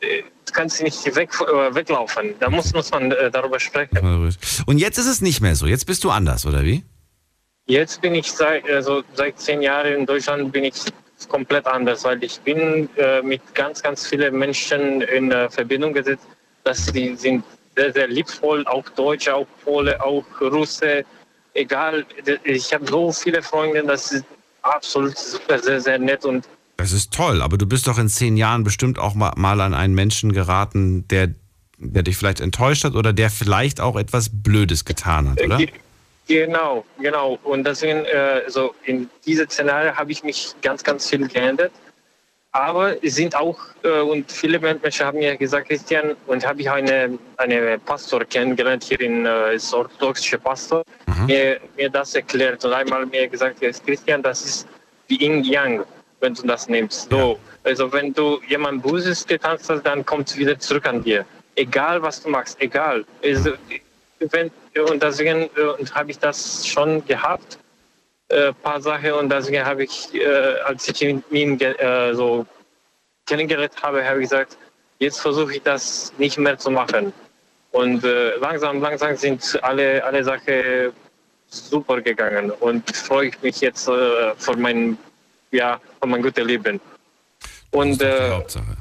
kannst nicht weg, äh, weglaufen. Da muss, muss man äh, darüber sprechen. Und jetzt ist es nicht mehr so. Jetzt bist du anders, oder wie? Jetzt bin ich seit, also seit zehn Jahren in Deutschland bin ich komplett anders, weil ich bin äh, mit ganz, ganz vielen Menschen in äh, Verbindung gesetzt. Dass die sind sehr, sehr liebvoll, auch Deutsche, auch Pole, auch Russe. Egal, ich habe so viele Freunde, das ist absolut super, sehr, sehr nett. Und das ist toll, aber du bist doch in zehn Jahren bestimmt auch mal, mal an einen Menschen geraten, der, der dich vielleicht enttäuscht hat oder der vielleicht auch etwas Blödes getan hat, oder? Genau, genau. Und deswegen, äh, so in diesem Szenario habe ich mich ganz, ganz viel geändert. Aber es sind auch, äh, und viele Menschen haben mir gesagt, Christian, und habe ich eine, eine Pastor kennengelernt hier in äh, ist orthodoxische Pastor, mhm. mir, mir das erklärt und einmal mir gesagt, Christian, das ist wie Yin Yang, wenn du das nimmst. So, ja. Also wenn du jemand Böses getan hast, dann kommt es wieder zurück an dir. Egal, was du machst, egal. Also, wenn, und deswegen und habe ich das schon gehabt, ein äh, paar Sachen, und deswegen habe ich, äh, als ich ihn äh, so kennengelernt habe, habe ich gesagt, jetzt versuche ich das nicht mehr zu machen. Und äh, langsam, langsam sind alle, alle Sachen super gegangen und freue ich mich jetzt äh, für mein, ja, für mein gutes Leben. Und äh,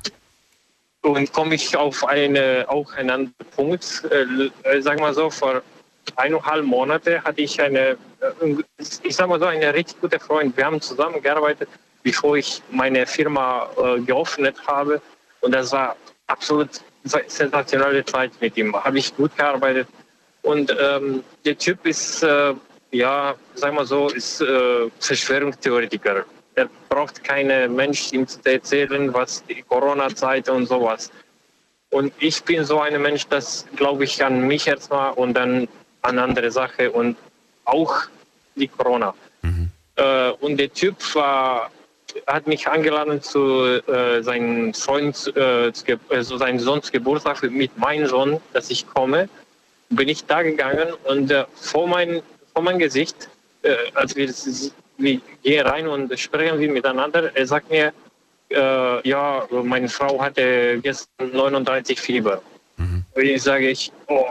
und komme ich auf eine, auch einen anderen Punkt. Äh, sagen wir so, vor eineinhalb Monate hatte ich eine, äh, ich sag mal so, eine richtig gute Freund. Wir haben zusammengearbeitet, bevor ich meine Firma äh, geöffnet habe. Und das war absolut sensationelle Zeit mit ihm. Habe ich gut gearbeitet. Und ähm, der Typ ist, äh, ja, sagen wir so, ist äh, Verschwörungstheoretiker. Er braucht keinen Mensch, ihm zu erzählen, was die Corona-Zeit und sowas. Und ich bin so ein Mensch, das glaube ich an mich erstmal und dann an andere Sachen und auch die Corona. Mhm. Äh, und der Typ war, hat mich eingeladen zu äh, seinem Freund, äh, also seinem Sohns Geburtstag mit meinem Sohn, dass ich komme. Bin ich da gegangen und äh, vor, mein, vor mein Gesicht, äh, als wir wir gehen rein und sprechen wir miteinander. Er sagt mir, äh, ja, meine Frau hatte gestern neununddreißig Fieber. Mhm. Und ich sage, ich, oh,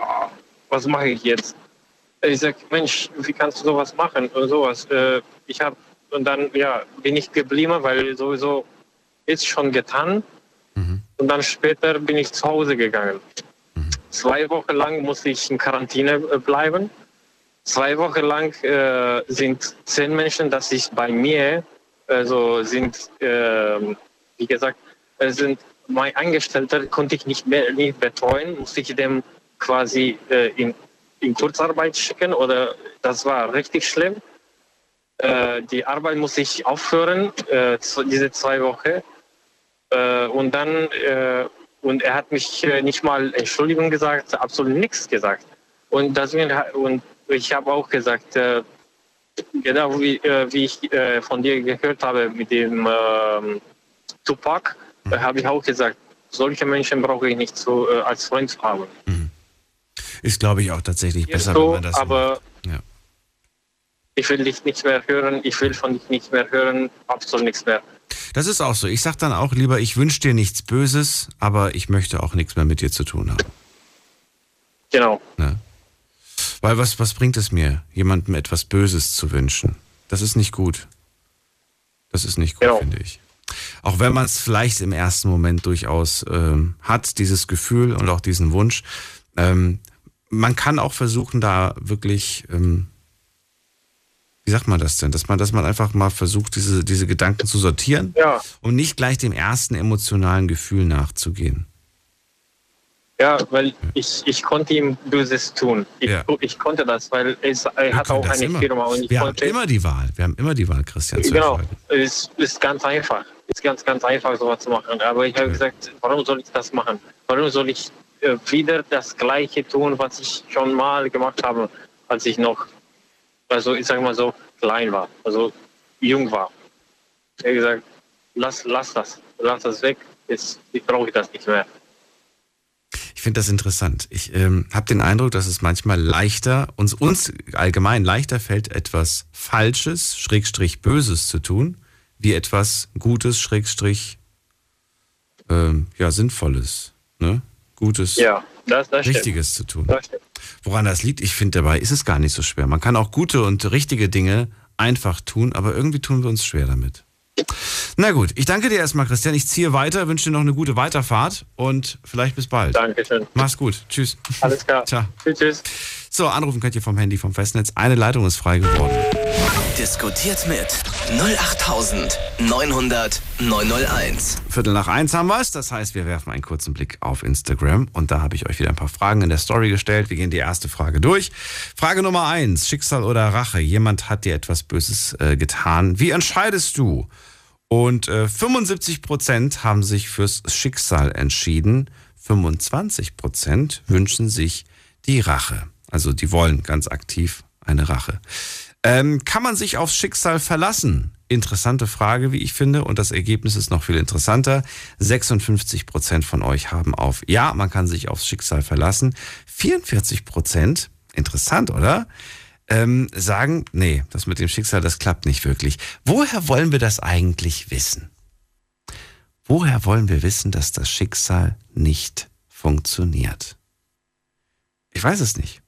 was mache ich jetzt? Ich sage, Mensch, wie kannst du sowas machen? Und sowas. Äh, ich habe und dann ja bin ich geblieben, weil sowieso ist schon getan. Mhm. Und dann später bin ich zu Hause gegangen. Mhm. Zwei Wochen lang musste ich in Quarantäne bleiben. Zwei Wochen lang äh, sind zehn Menschen, dass ich bei mir, also sind, äh, wie gesagt, sind mein Angestellter, konnte ich nicht mehr nicht betreuen, musste ich dem quasi äh, in, in Kurzarbeit schicken oder das war richtig schlimm. Äh, die Arbeit musste ich aufhören, äh, diese zwei Wochen. Äh, und dann, äh, und er hat mich äh, nicht mal Entschuldigung gesagt, absolut nichts gesagt. Und deswegen, und ich habe auch gesagt, äh, genau wie, äh, wie ich äh, von dir gehört habe mit dem äh, Tupac, äh, habe ich auch gesagt, solche Menschen brauche ich nicht so äh, als Freund zu haben. Ist, glaube ich, auch tatsächlich besser, so, wenn man das aber so ja. Ich will dich nicht mehr hören, ich will von dich nicht mehr hören, absolut nichts mehr. Das ist auch so. Ich sage dann auch lieber, ich wünsche dir nichts Böses, aber ich möchte auch nichts mehr mit dir zu tun haben. Genau. Ja. Weil was, was bringt es mir, jemandem etwas Böses zu wünschen? Das ist nicht gut. Das ist nicht gut, genau. Finde ich. Auch wenn man es vielleicht im ersten Moment durchaus ähm, hat, dieses Gefühl und auch diesen Wunsch. Ähm, man kann auch versuchen, da wirklich, ähm, wie sagt man das denn, dass man, dass man einfach mal versucht, diese, diese Gedanken zu sortieren, ja. Und nicht gleich dem ersten emotionalen Gefühl nachzugehen. Ja, weil ich, ich konnte ihm Böses tun. Ich, ja. ich konnte das, weil es, er hat auch eine immer. Firma. Und ich Wir konnte, haben immer die Wahl. Wir haben immer die Wahl, Christian, zu genau. entscheiden. Es ist ganz einfach. Es ist ganz, ganz einfach, sowas zu machen. Aber ich habe ja. gesagt, warum soll ich das machen? Warum soll ich äh, wieder das Gleiche tun, was ich schon mal gemacht habe, als ich noch, also ich sage mal so, klein war, also jung war. Ich habe gesagt, lass, lass das, lass das weg. Jetzt brauche ich das nicht mehr. Ich finde das interessant. Ich ähm, habe den Eindruck, dass es manchmal leichter, uns, uns allgemein leichter fällt, etwas Falsches, Schrägstrich Böses zu tun, wie etwas Gutes, Schrägstrich ähm, ja, Sinnvolles, ne? Gutes, Ja, das, das Richtiges stimmt. zu tun. Das stimmt. Woran das liegt, ich finde, dabei ist es gar nicht so schwer. Man kann auch gute und richtige Dinge einfach tun, aber irgendwie tun wir uns schwer damit. Na gut, ich danke dir erstmal, Christian. Ich ziehe weiter, wünsche dir noch eine gute Weiterfahrt und vielleicht bis bald. Dankeschön. Mach's gut. Tschüss. Alles klar. Ciao. Tschüss, tschüss. So, anrufen könnt ihr vom Handy, vom Festnetz. Eine Leitung ist frei geworden. Diskutiert mit null acht neun null null neun null eins. Viertel nach eins haben wir es. Das heißt, wir werfen einen kurzen Blick auf Instagram. Und da habe ich euch wieder ein paar Fragen in der Story gestellt. Wir gehen die erste Frage durch. Frage Nummer eins. Schicksal oder Rache? Jemand hat dir etwas Böses äh, getan. Wie entscheidest du? Und äh, fünfundsiebzig Prozent haben sich fürs Schicksal entschieden. fünfundzwanzig Prozent wünschen sich die Rache. Also die wollen ganz aktiv eine Rache. Ähm, kann man sich aufs Schicksal verlassen? Interessante Frage, wie ich finde. Und das Ergebnis ist noch viel interessanter. sechsundfünfzig Prozent von euch haben auf Ja, man kann sich aufs Schicksal verlassen. vierundvierzig Prozent, interessant, oder? Ähm, sagen, nee, das mit dem Schicksal, das klappt nicht wirklich. Woher wollen wir das eigentlich wissen? Woher wollen wir wissen, dass das Schicksal nicht funktioniert? Ich weiß es nicht.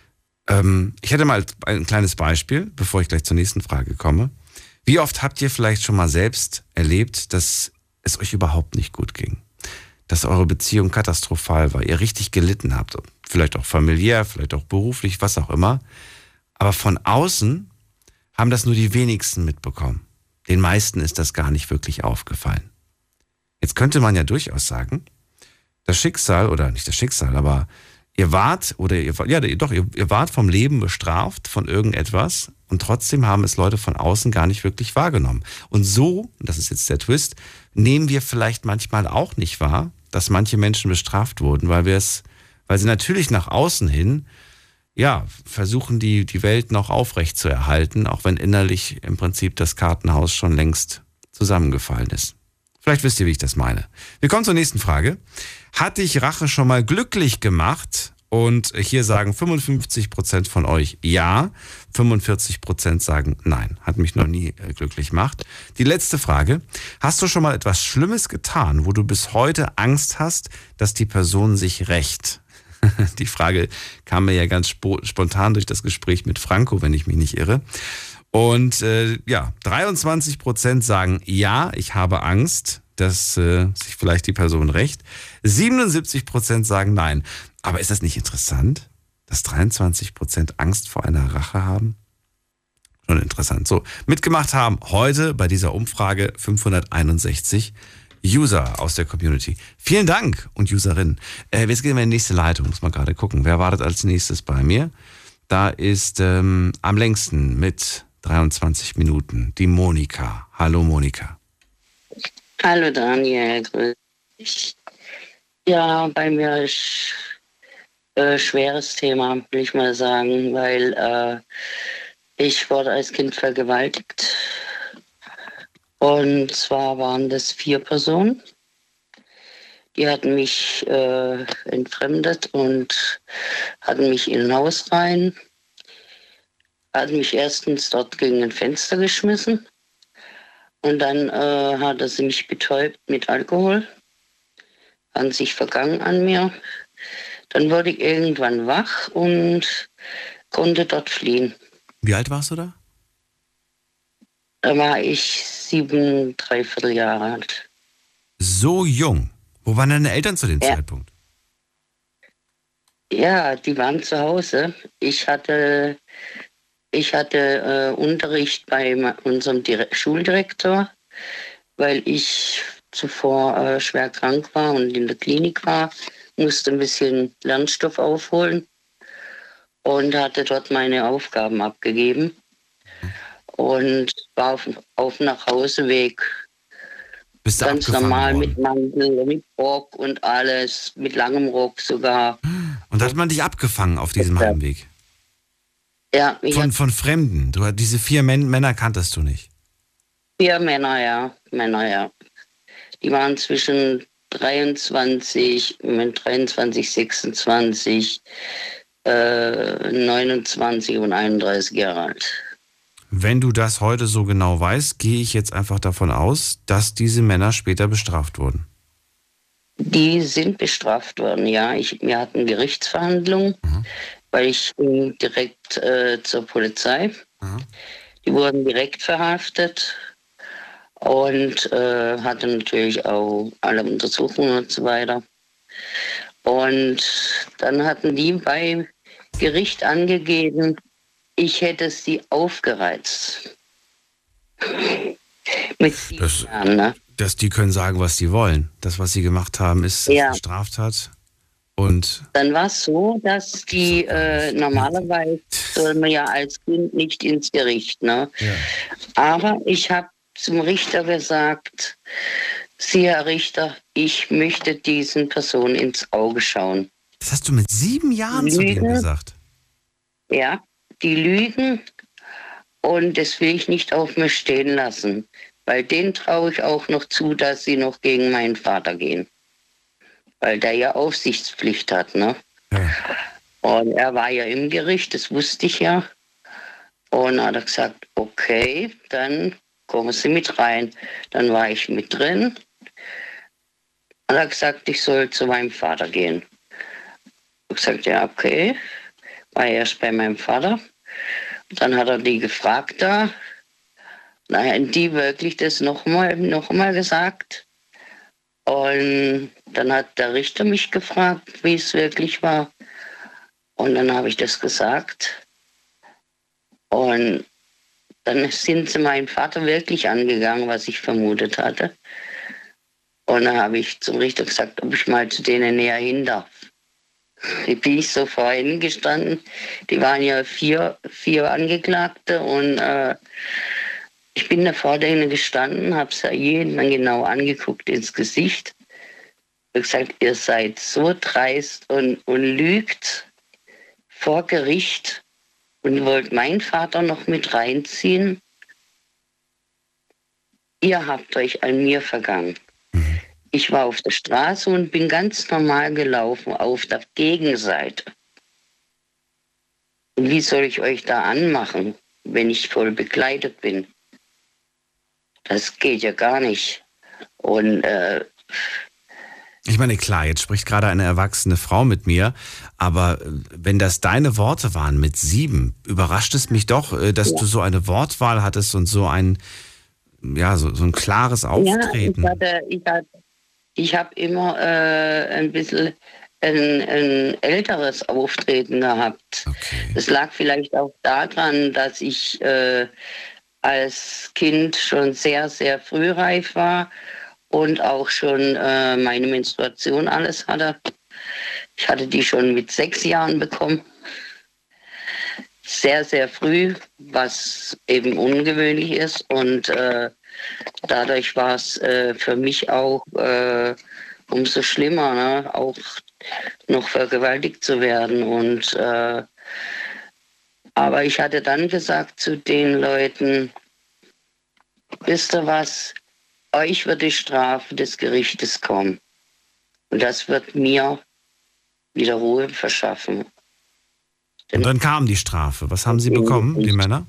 Ähm, ich hätte mal ein kleines Beispiel, bevor ich gleich zur nächsten Frage komme. Wie oft habt ihr vielleicht schon mal selbst erlebt, dass es euch überhaupt nicht gut ging? Dass eure Beziehung katastrophal war, ihr richtig gelitten habt, vielleicht auch familiär, vielleicht auch beruflich, was auch immer. Aber von außen haben das nur die wenigsten mitbekommen. Den meisten ist das gar nicht wirklich aufgefallen. Jetzt könnte man ja durchaus sagen, das Schicksal, oder nicht das Schicksal, aber ihr wart, oder ihr, ja doch, ihr, ihr wart vom Leben bestraft, von irgendetwas, und trotzdem haben es Leute von außen gar nicht wirklich wahrgenommen. Und so, das ist jetzt der Twist, nehmen wir vielleicht manchmal auch nicht wahr, dass manche Menschen bestraft wurden, weil wir es, weil sie natürlich nach außen hin ja, versuchen die, die Welt noch aufrecht zu erhalten, auch wenn innerlich im Prinzip das Kartenhaus schon längst zusammengefallen ist. Vielleicht wisst ihr, wie ich das meine. Wir kommen zur nächsten Frage. Hat dich Rache schon mal glücklich gemacht? Und hier sagen fünfundfünfzig Prozent von euch ja, fünfundvierzig Prozent sagen nein, hat mich noch nie glücklich gemacht. Die letzte Frage. Hast du schon mal etwas Schlimmes getan, wo du bis heute Angst hast, dass die Person sich rächt? Die Frage kam mir ja ganz spo- spontan durch das Gespräch mit Franco, wenn ich mich nicht irre. Und äh, ja, dreiundzwanzig Prozent sagen, ja, ich habe Angst, dass äh, sich vielleicht die Person rächt. siebenundsiebzig Prozent sagen nein. Aber ist das nicht interessant, dass dreiundzwanzig Prozent Angst vor einer Rache haben? Schon interessant. So, mitgemacht haben heute bei dieser Umfrage fünfhunderteinundsechzig User aus der Community. Vielen Dank und Userin. Äh, jetzt gehen wir in die nächste Leitung, muss man gerade gucken. Wer wartet als nächstes bei mir? Da ist ähm, am längsten mit dreiundzwanzig Minuten die Monika. Hallo Monika. Hallo Daniel, grüß dich. Ja, bei mir ist äh, schweres Thema, will ich mal sagen, weil äh, ich wurde als Kind vergewaltigt. Und zwar waren das vier Personen. Die hatten mich äh, entfremdet und hatten mich in ein Haus rein. Hatten mich erstens dort gegen ein Fenster geschmissen. Und dann äh, hat er sie mich betäubt mit Alkohol. Haben sich vergangen an mir. Dann wurde ich irgendwann wach und konnte dort fliehen. Wie alt warst du da? Da war ich sieben, dreiviertel Jahre alt. So jung? Wo waren deine Eltern zu dem Ja. Zeitpunkt? Ja, die waren zu Hause. Ich hatte, ich hatte äh, Unterricht bei ma- unserem Dire- Schuldirektor, weil ich zuvor äh, schwer krank war und in der Klinik war, musste ein bisschen Lernstoff aufholen und hatte dort meine Aufgaben abgegeben. Und war auf, auf dem Nachhauseweg Bist du ganz abgefangen normal worden? mit Mantel, mit Rock und alles, mit langem Rock sogar. Und da hat man dich abgefangen auf diesem Ja. Heimweg? Ja, ich Von, hatte von Fremden? Du, diese vier Män- Männer kanntest du nicht? vier Männer, ja, Männer, ja. Die waren zwischen dreiundzwanzig, Moment, dreiundzwanzig, sechsundzwanzig, äh, neunundzwanzig und einunddreißig Jahre alt. Wenn du das heute so genau weißt, gehe ich jetzt einfach davon aus, dass diese Männer später bestraft wurden. Die sind bestraft worden, ja. Ich, wir hatten Gerichtsverhandlungen, mhm. weil ich ging direkt äh, zur Polizei. Mhm. Die wurden direkt verhaftet und äh, hatte natürlich auch alle Untersuchungen und so weiter. Und dann hatten die bei Gericht angegeben, ich hätte sie aufgereizt. Mit sieben das, Jahren, ne? Das, die können sagen, was sie wollen. Das, was sie gemacht haben, ist ja. eine Straftat. Und dann war es so, dass die äh, normalerweise soll man ja als Kind nicht ins Gericht. Ne? Ja. Aber ich habe zum Richter gesagt, Sie, Herr Richter, ich möchte diesen Personen ins Auge schauen. Das hast du mit sieben Jahren Lügen, zu denen gesagt? Ja, die lügen und das will ich nicht auf mir stehen lassen. Weil denen traue ich auch noch zu, dass sie noch gegen meinen Vater gehen. Weil der ja Aufsichtspflicht hat, ne? Ja. Und er war ja im Gericht, das wusste ich ja. Und dann hat er gesagt, okay, dann kommen Sie mit rein. Dann war ich mit drin. Und er hat gesagt, ich soll zu meinem Vater gehen. Ich habe gesagt, ja, okay. War erst bei meinem Vater. Dann hat er die gefragt da. Dann haben die wirklich das nochmal noch mal gesagt. Und dann hat der Richter mich gefragt, wie es wirklich war. Und dann habe ich das gesagt. Und dann sind sie meinen Vater wirklich angegangen, was ich vermutet hatte. Und dann habe ich zum Richter gesagt, ob ich mal zu denen näher hin darf. Da bin ich so vorhin gestanden. Die waren ja vier, vier Angeklagte und äh, ich bin da vor denen gestanden, habe es ja jeden dann genau angeguckt ins Gesicht. Ich habe gesagt, ihr seid so dreist und, und lügt vor Gericht und wollt meinen Vater noch mit reinziehen. Ihr habt euch an mir vergangen. Ich war auf der Straße und bin ganz normal gelaufen auf der Gegenseite. Und wie soll ich euch da anmachen, wenn ich voll bekleidet bin? Das geht ja gar nicht. Und äh, ich meine, klar, jetzt spricht gerade eine erwachsene Frau mit mir, aber wenn das deine Worte waren mit sieben, überrascht es mich doch, dass ja. du so eine Wortwahl hattest und so ein, ja, so, so ein klares Auftreten. Ja, ich hatte, ich hatte, ich habe immer äh, ein bisschen ein, ein älteres Auftreten gehabt. Okay. Das lag vielleicht auch daran, dass ich äh, als Kind schon sehr, sehr frühreif war und auch schon äh, meine Menstruation alles hatte. Ich hatte die schon mit sechs Jahren bekommen. Sehr, sehr früh, was eben ungewöhnlich ist. Und äh, dadurch war es äh, für mich auch äh, umso schlimmer, ne? Auch noch vergewaltigt zu werden. Und äh, aber ich hatte dann gesagt zu den Leuten, wisst ihr was, euch wird die Strafe des Gerichtes kommen. Und das wird mir wieder Ruhe verschaffen. Und dann kam die Strafe. Was haben sie bekommen, die Männer?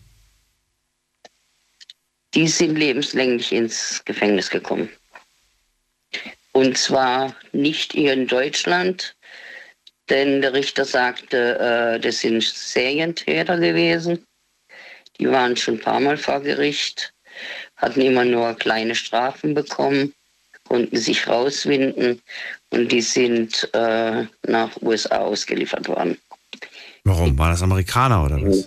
Die sind lebenslänglich ins Gefängnis gekommen. Und zwar nicht hier in Deutschland, denn der Richter sagte, äh, das sind Serientäter gewesen. Die waren schon ein paar Mal vor Gericht, hatten immer nur kleine Strafen bekommen, konnten sich rauswinden und die sind äh, nach U S A ausgeliefert worden. Warum? War das Amerikaner oder was?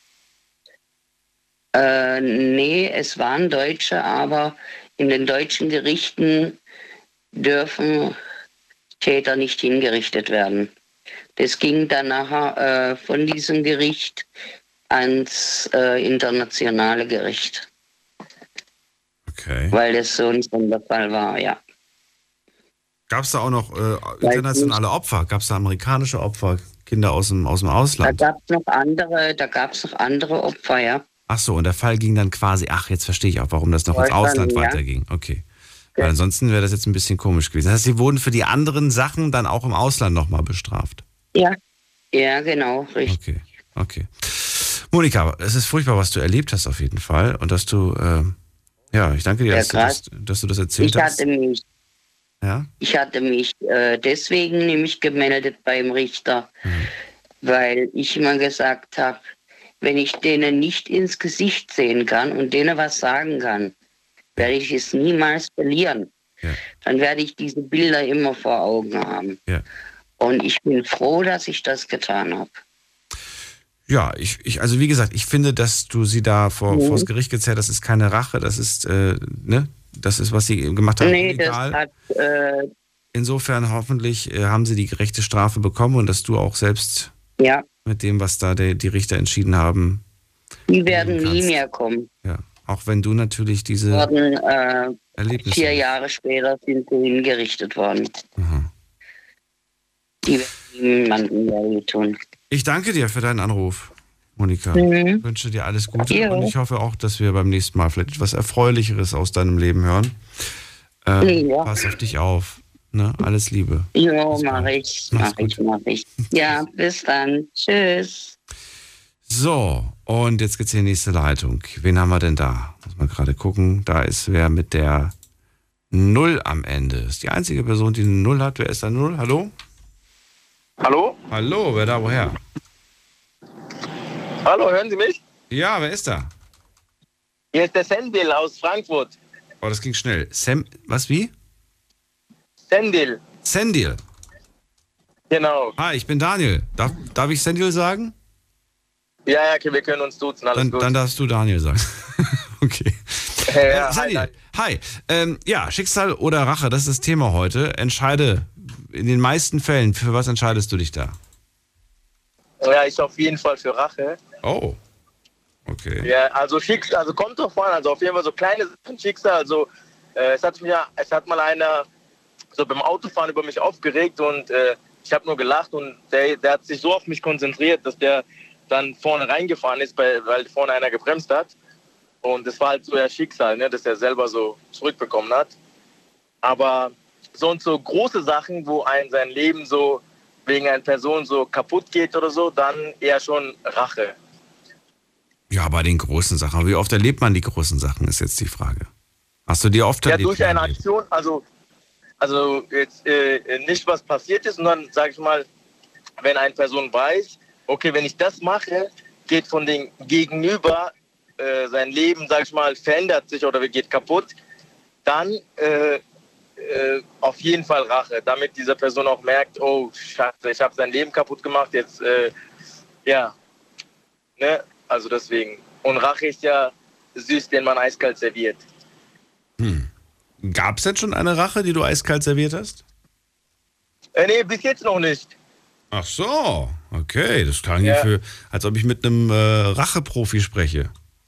Äh, nee, es waren Deutsche, aber in den deutschen Gerichten dürfen Täter nicht hingerichtet werden. Das ging dann nachher äh, von diesem Gericht ans äh, internationale Gericht. Okay. Weil das so ein Sonderfall war, ja. Gab es da auch noch äh, internationale Opfer? Gab es da amerikanische Opfer, Kinder aus dem, aus dem Ausland? Da gab es noch andere, da gab es noch andere Opfer, ja. Ach so, und der Fall ging dann quasi, ach, jetzt verstehe ich auch, warum das noch ins Ausland ja. weiterging. Okay. Weil ansonsten wäre das jetzt ein bisschen komisch gewesen. Das heißt, Sie wurden für die anderen Sachen dann auch im Ausland nochmal bestraft? Ja, ja, genau, richtig. Okay, okay. Monika, es ist furchtbar, was du erlebt hast auf jeden Fall. Und dass du, äh, ja, ich danke dir, ja, dass, du das, dass du das erzählt ich hast. Hatte mich, Ja? Ich hatte mich äh, deswegen nämlich gemeldet beim Richter, mhm. weil ich immer gesagt habe, wenn ich denen nicht ins Gesicht sehen kann und denen was sagen kann, werde ich es niemals verlieren. Ja. Dann werde ich diese Bilder immer vor Augen haben. Ja. Und ich bin froh, dass ich das getan habe. Ja, ich, ich, also wie gesagt, ich finde, dass du sie da vor mhm. vors Gericht gezerrt, das ist keine Rache, das ist, äh, ne, das ist, was sie gemacht haben, nee, illegal. Das hat, äh, Insofern hoffentlich äh, haben sie die gerechte Strafe bekommen und dass du auch selbst ja. mit dem, was da die, die Richter entschieden haben. Die werden nie mehr kommen. Ja, auch wenn du natürlich diese worden, äh, Erlebnisse... Vier Jahre später sind sie hingerichtet worden. Aha. Die werden niemandem mehr tun. Ich danke dir für deinen Anruf, Monika. Mhm. Ich wünsche dir alles Gute jo. und ich hoffe auch, dass wir beim nächsten Mal vielleicht etwas Erfreulicheres aus deinem Leben hören. Ähm, ja. Pass auf dich auf. Ne? Alles Liebe. Jo, mach ich, mach ich, mach ich. Ja, bis dann. Tschüss. So, und jetzt geht's in die nächste Leitung. Wen haben wir denn da? Muss mal gerade gucken. Da ist wer mit der Null am Ende. Ist die einzige Person, die eine Null hat. Wer ist da Null? Hallo? Hallo? Hallo, wer da woher? Hallo, hören Sie mich? Ja, wer ist da? Hier ist der Sendil aus Frankfurt. Oh, das ging schnell. Sam, was, wie? Sendil. Sendil. Genau. Hi, ich bin Daniel. Darf, darf ich Sendil sagen? Ja, ja, okay, wir können uns duzen, alles dann, gut. Dann darfst du Daniel sagen. Okay. Ja, ja, äh, Sendil, hi. hi. Ähm, ja, Schicksal oder Rache, das ist das Thema heute. Entscheide in den meisten Fällen, für was entscheidest du dich da? Ja, ich auf jeden Fall für Rache. Oh, okay. Ja, also Schicksal, also kommt drauf an, also auf jeden Fall so kleine Sachen Schicksal, also äh, es hat mir, es hat mal einer so beim Autofahren über mich aufgeregt und äh, ich habe nur gelacht und der, der hat sich so auf mich konzentriert, dass der dann vorne reingefahren ist, bei, weil vorne einer gebremst hat. Und das war halt so ja Schicksal, ne, dass er selber so zurückbekommen hat. Aber so und so große Sachen, wo ein sein Leben so wegen einer Person so kaputt geht oder so, dann eher schon Rache. Ja, bei den großen Sachen. Wie oft erlebt man die großen Sachen, ist jetzt die Frage. Hast du die oft erlebt? Ja, durch eine Aktion, also, also jetzt äh, nicht was passiert ist, sondern, sage ich mal, wenn eine Person weiß, okay, wenn ich das mache, geht von dem Gegenüber äh, sein Leben, sage ich mal, verändert sich oder geht kaputt, dann äh, äh, auf jeden Fall Rache, damit diese Person auch merkt, oh Scheiße, ich habe sein Leben kaputt gemacht, jetzt, äh, ja, ne, also deswegen. Und Rache ist ja süß, den man eiskalt serviert. Hm. Gab es denn schon eine Rache, die du eiskalt serviert hast? Äh, nee, bis jetzt noch nicht. Ach so, okay, das klang ja hier für, als ob ich mit einem äh, Racheprofi spreche.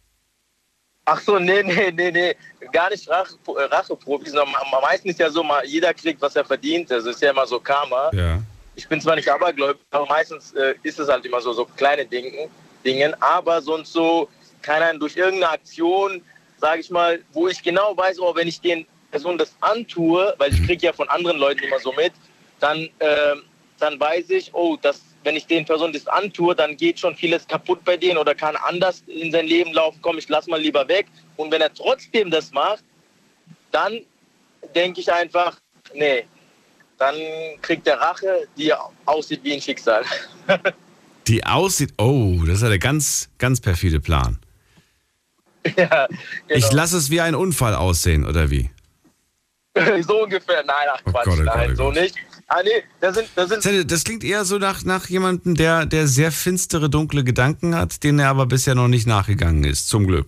Ach so, nee, nee, nee, nee, gar nicht Rache, Racheprofis, sondern meistens ist ja so, mal, jeder kriegt, was er verdient, das ist ja immer so Karma. Ja. Ich bin zwar nicht abergläubig, aber meistens äh, ist es halt immer so, so kleine Dinge, Dingen, aber sonst so, keine Ahnung, durch irgendeine Aktion, sage ich mal, wo ich genau weiß, oh, wenn ich den Personen das antue, weil ich kriege ja von anderen Leuten immer so mit, dann, äh, dann weiß ich, oh, das, wenn ich den Personen das antue, dann geht schon vieles kaputt bei denen oder kann anders in sein Leben laufen, komm, ich lass mal lieber weg. Und wenn er trotzdem das macht, dann denke ich einfach, nee, dann kriegt er Rache, die aussieht wie ein Schicksal. Die aussieht, oh, das ist ja der ganz, ganz perfide Plan. Ja, genau. Ich lasse es wie ein Unfall aussehen, oder wie? So ungefähr, nein, ach Quatsch, oh Gott, oh nein, Gott, oh so Gott. Nicht. Ah, nee, das sind, das sind... Das klingt eher so nach, nach jemandem, der, der sehr finstere, dunkle Gedanken hat, denen er aber bisher noch nicht nachgegangen ist, zum Glück.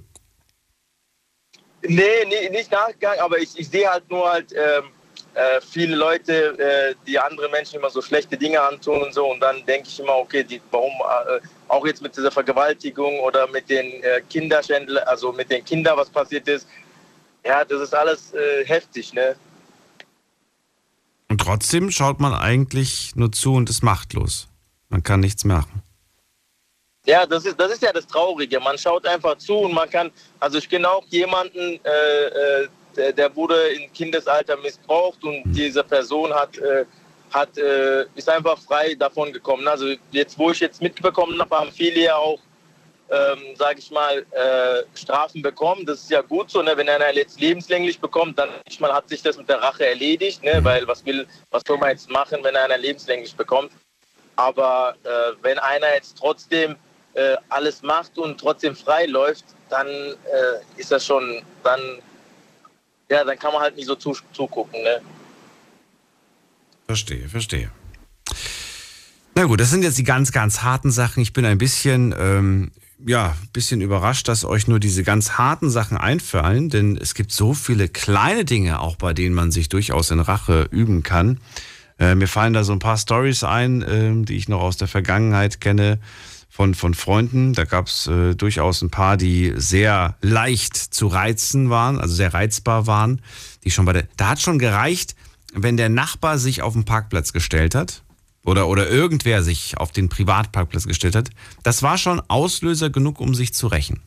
Nee, nee nicht nachgegangen, aber ich, ich sehe halt nur halt ähm, äh, viele Leute, äh, die anderen Menschen immer so schlechte Dinge antun und so und dann denke ich immer, okay, die, warum äh, auch jetzt mit dieser Vergewaltigung oder mit den äh, Kinderschändlern, also mit den Kindern, was passiert ist, ja, das ist alles äh, heftig, ne? Und trotzdem schaut man eigentlich nur zu und ist machtlos. Man kann nichts machen. Ja, das ist, das ist ja das Traurige. Man schaut einfach zu und man kann, also ich kenne auch jemanden, äh, äh, der, der wurde im Kindesalter missbraucht und mhm. diese Person hat, äh, hat, äh, ist einfach frei davon gekommen. Also jetzt, wo ich jetzt mitbekommen habe, haben viele ja auch ähm, sage ich mal, äh, Strafen bekommen. Das ist ja gut so, ne? Wenn einer jetzt lebenslänglich bekommt, dann ich mal, hat sich das mit der Rache erledigt, ne? Weil was will, was soll man jetzt machen, wenn einer lebenslänglich bekommt? Aber äh, wenn einer jetzt trotzdem äh, alles macht und trotzdem frei läuft, dann äh, ist das schon, dann, ja, dann kann man halt nicht so zu, zugucken, ne? Verstehe, verstehe. Na gut, das sind jetzt die ganz, ganz harten Sachen. Ich bin ein bisschen, ähm, ja, ein bisschen überrascht, dass euch nur diese ganz harten Sachen einfallen, denn es gibt so viele kleine Dinge, auch bei denen man sich durchaus in Rache üben kann. Äh, mir fallen da so ein paar Storys ein, äh, die ich noch aus der Vergangenheit kenne von, von Freunden. Da gab es äh, durchaus ein paar, die sehr leicht zu reizen waren, also sehr reizbar waren, die schon bei der, da hat schon gereicht, wenn der Nachbar sich auf den Parkplatz gestellt hat, Oder, oder irgendwer sich auf den Privatparkplatz gestellt hat, das war schon Auslöser genug, um sich zu rächen.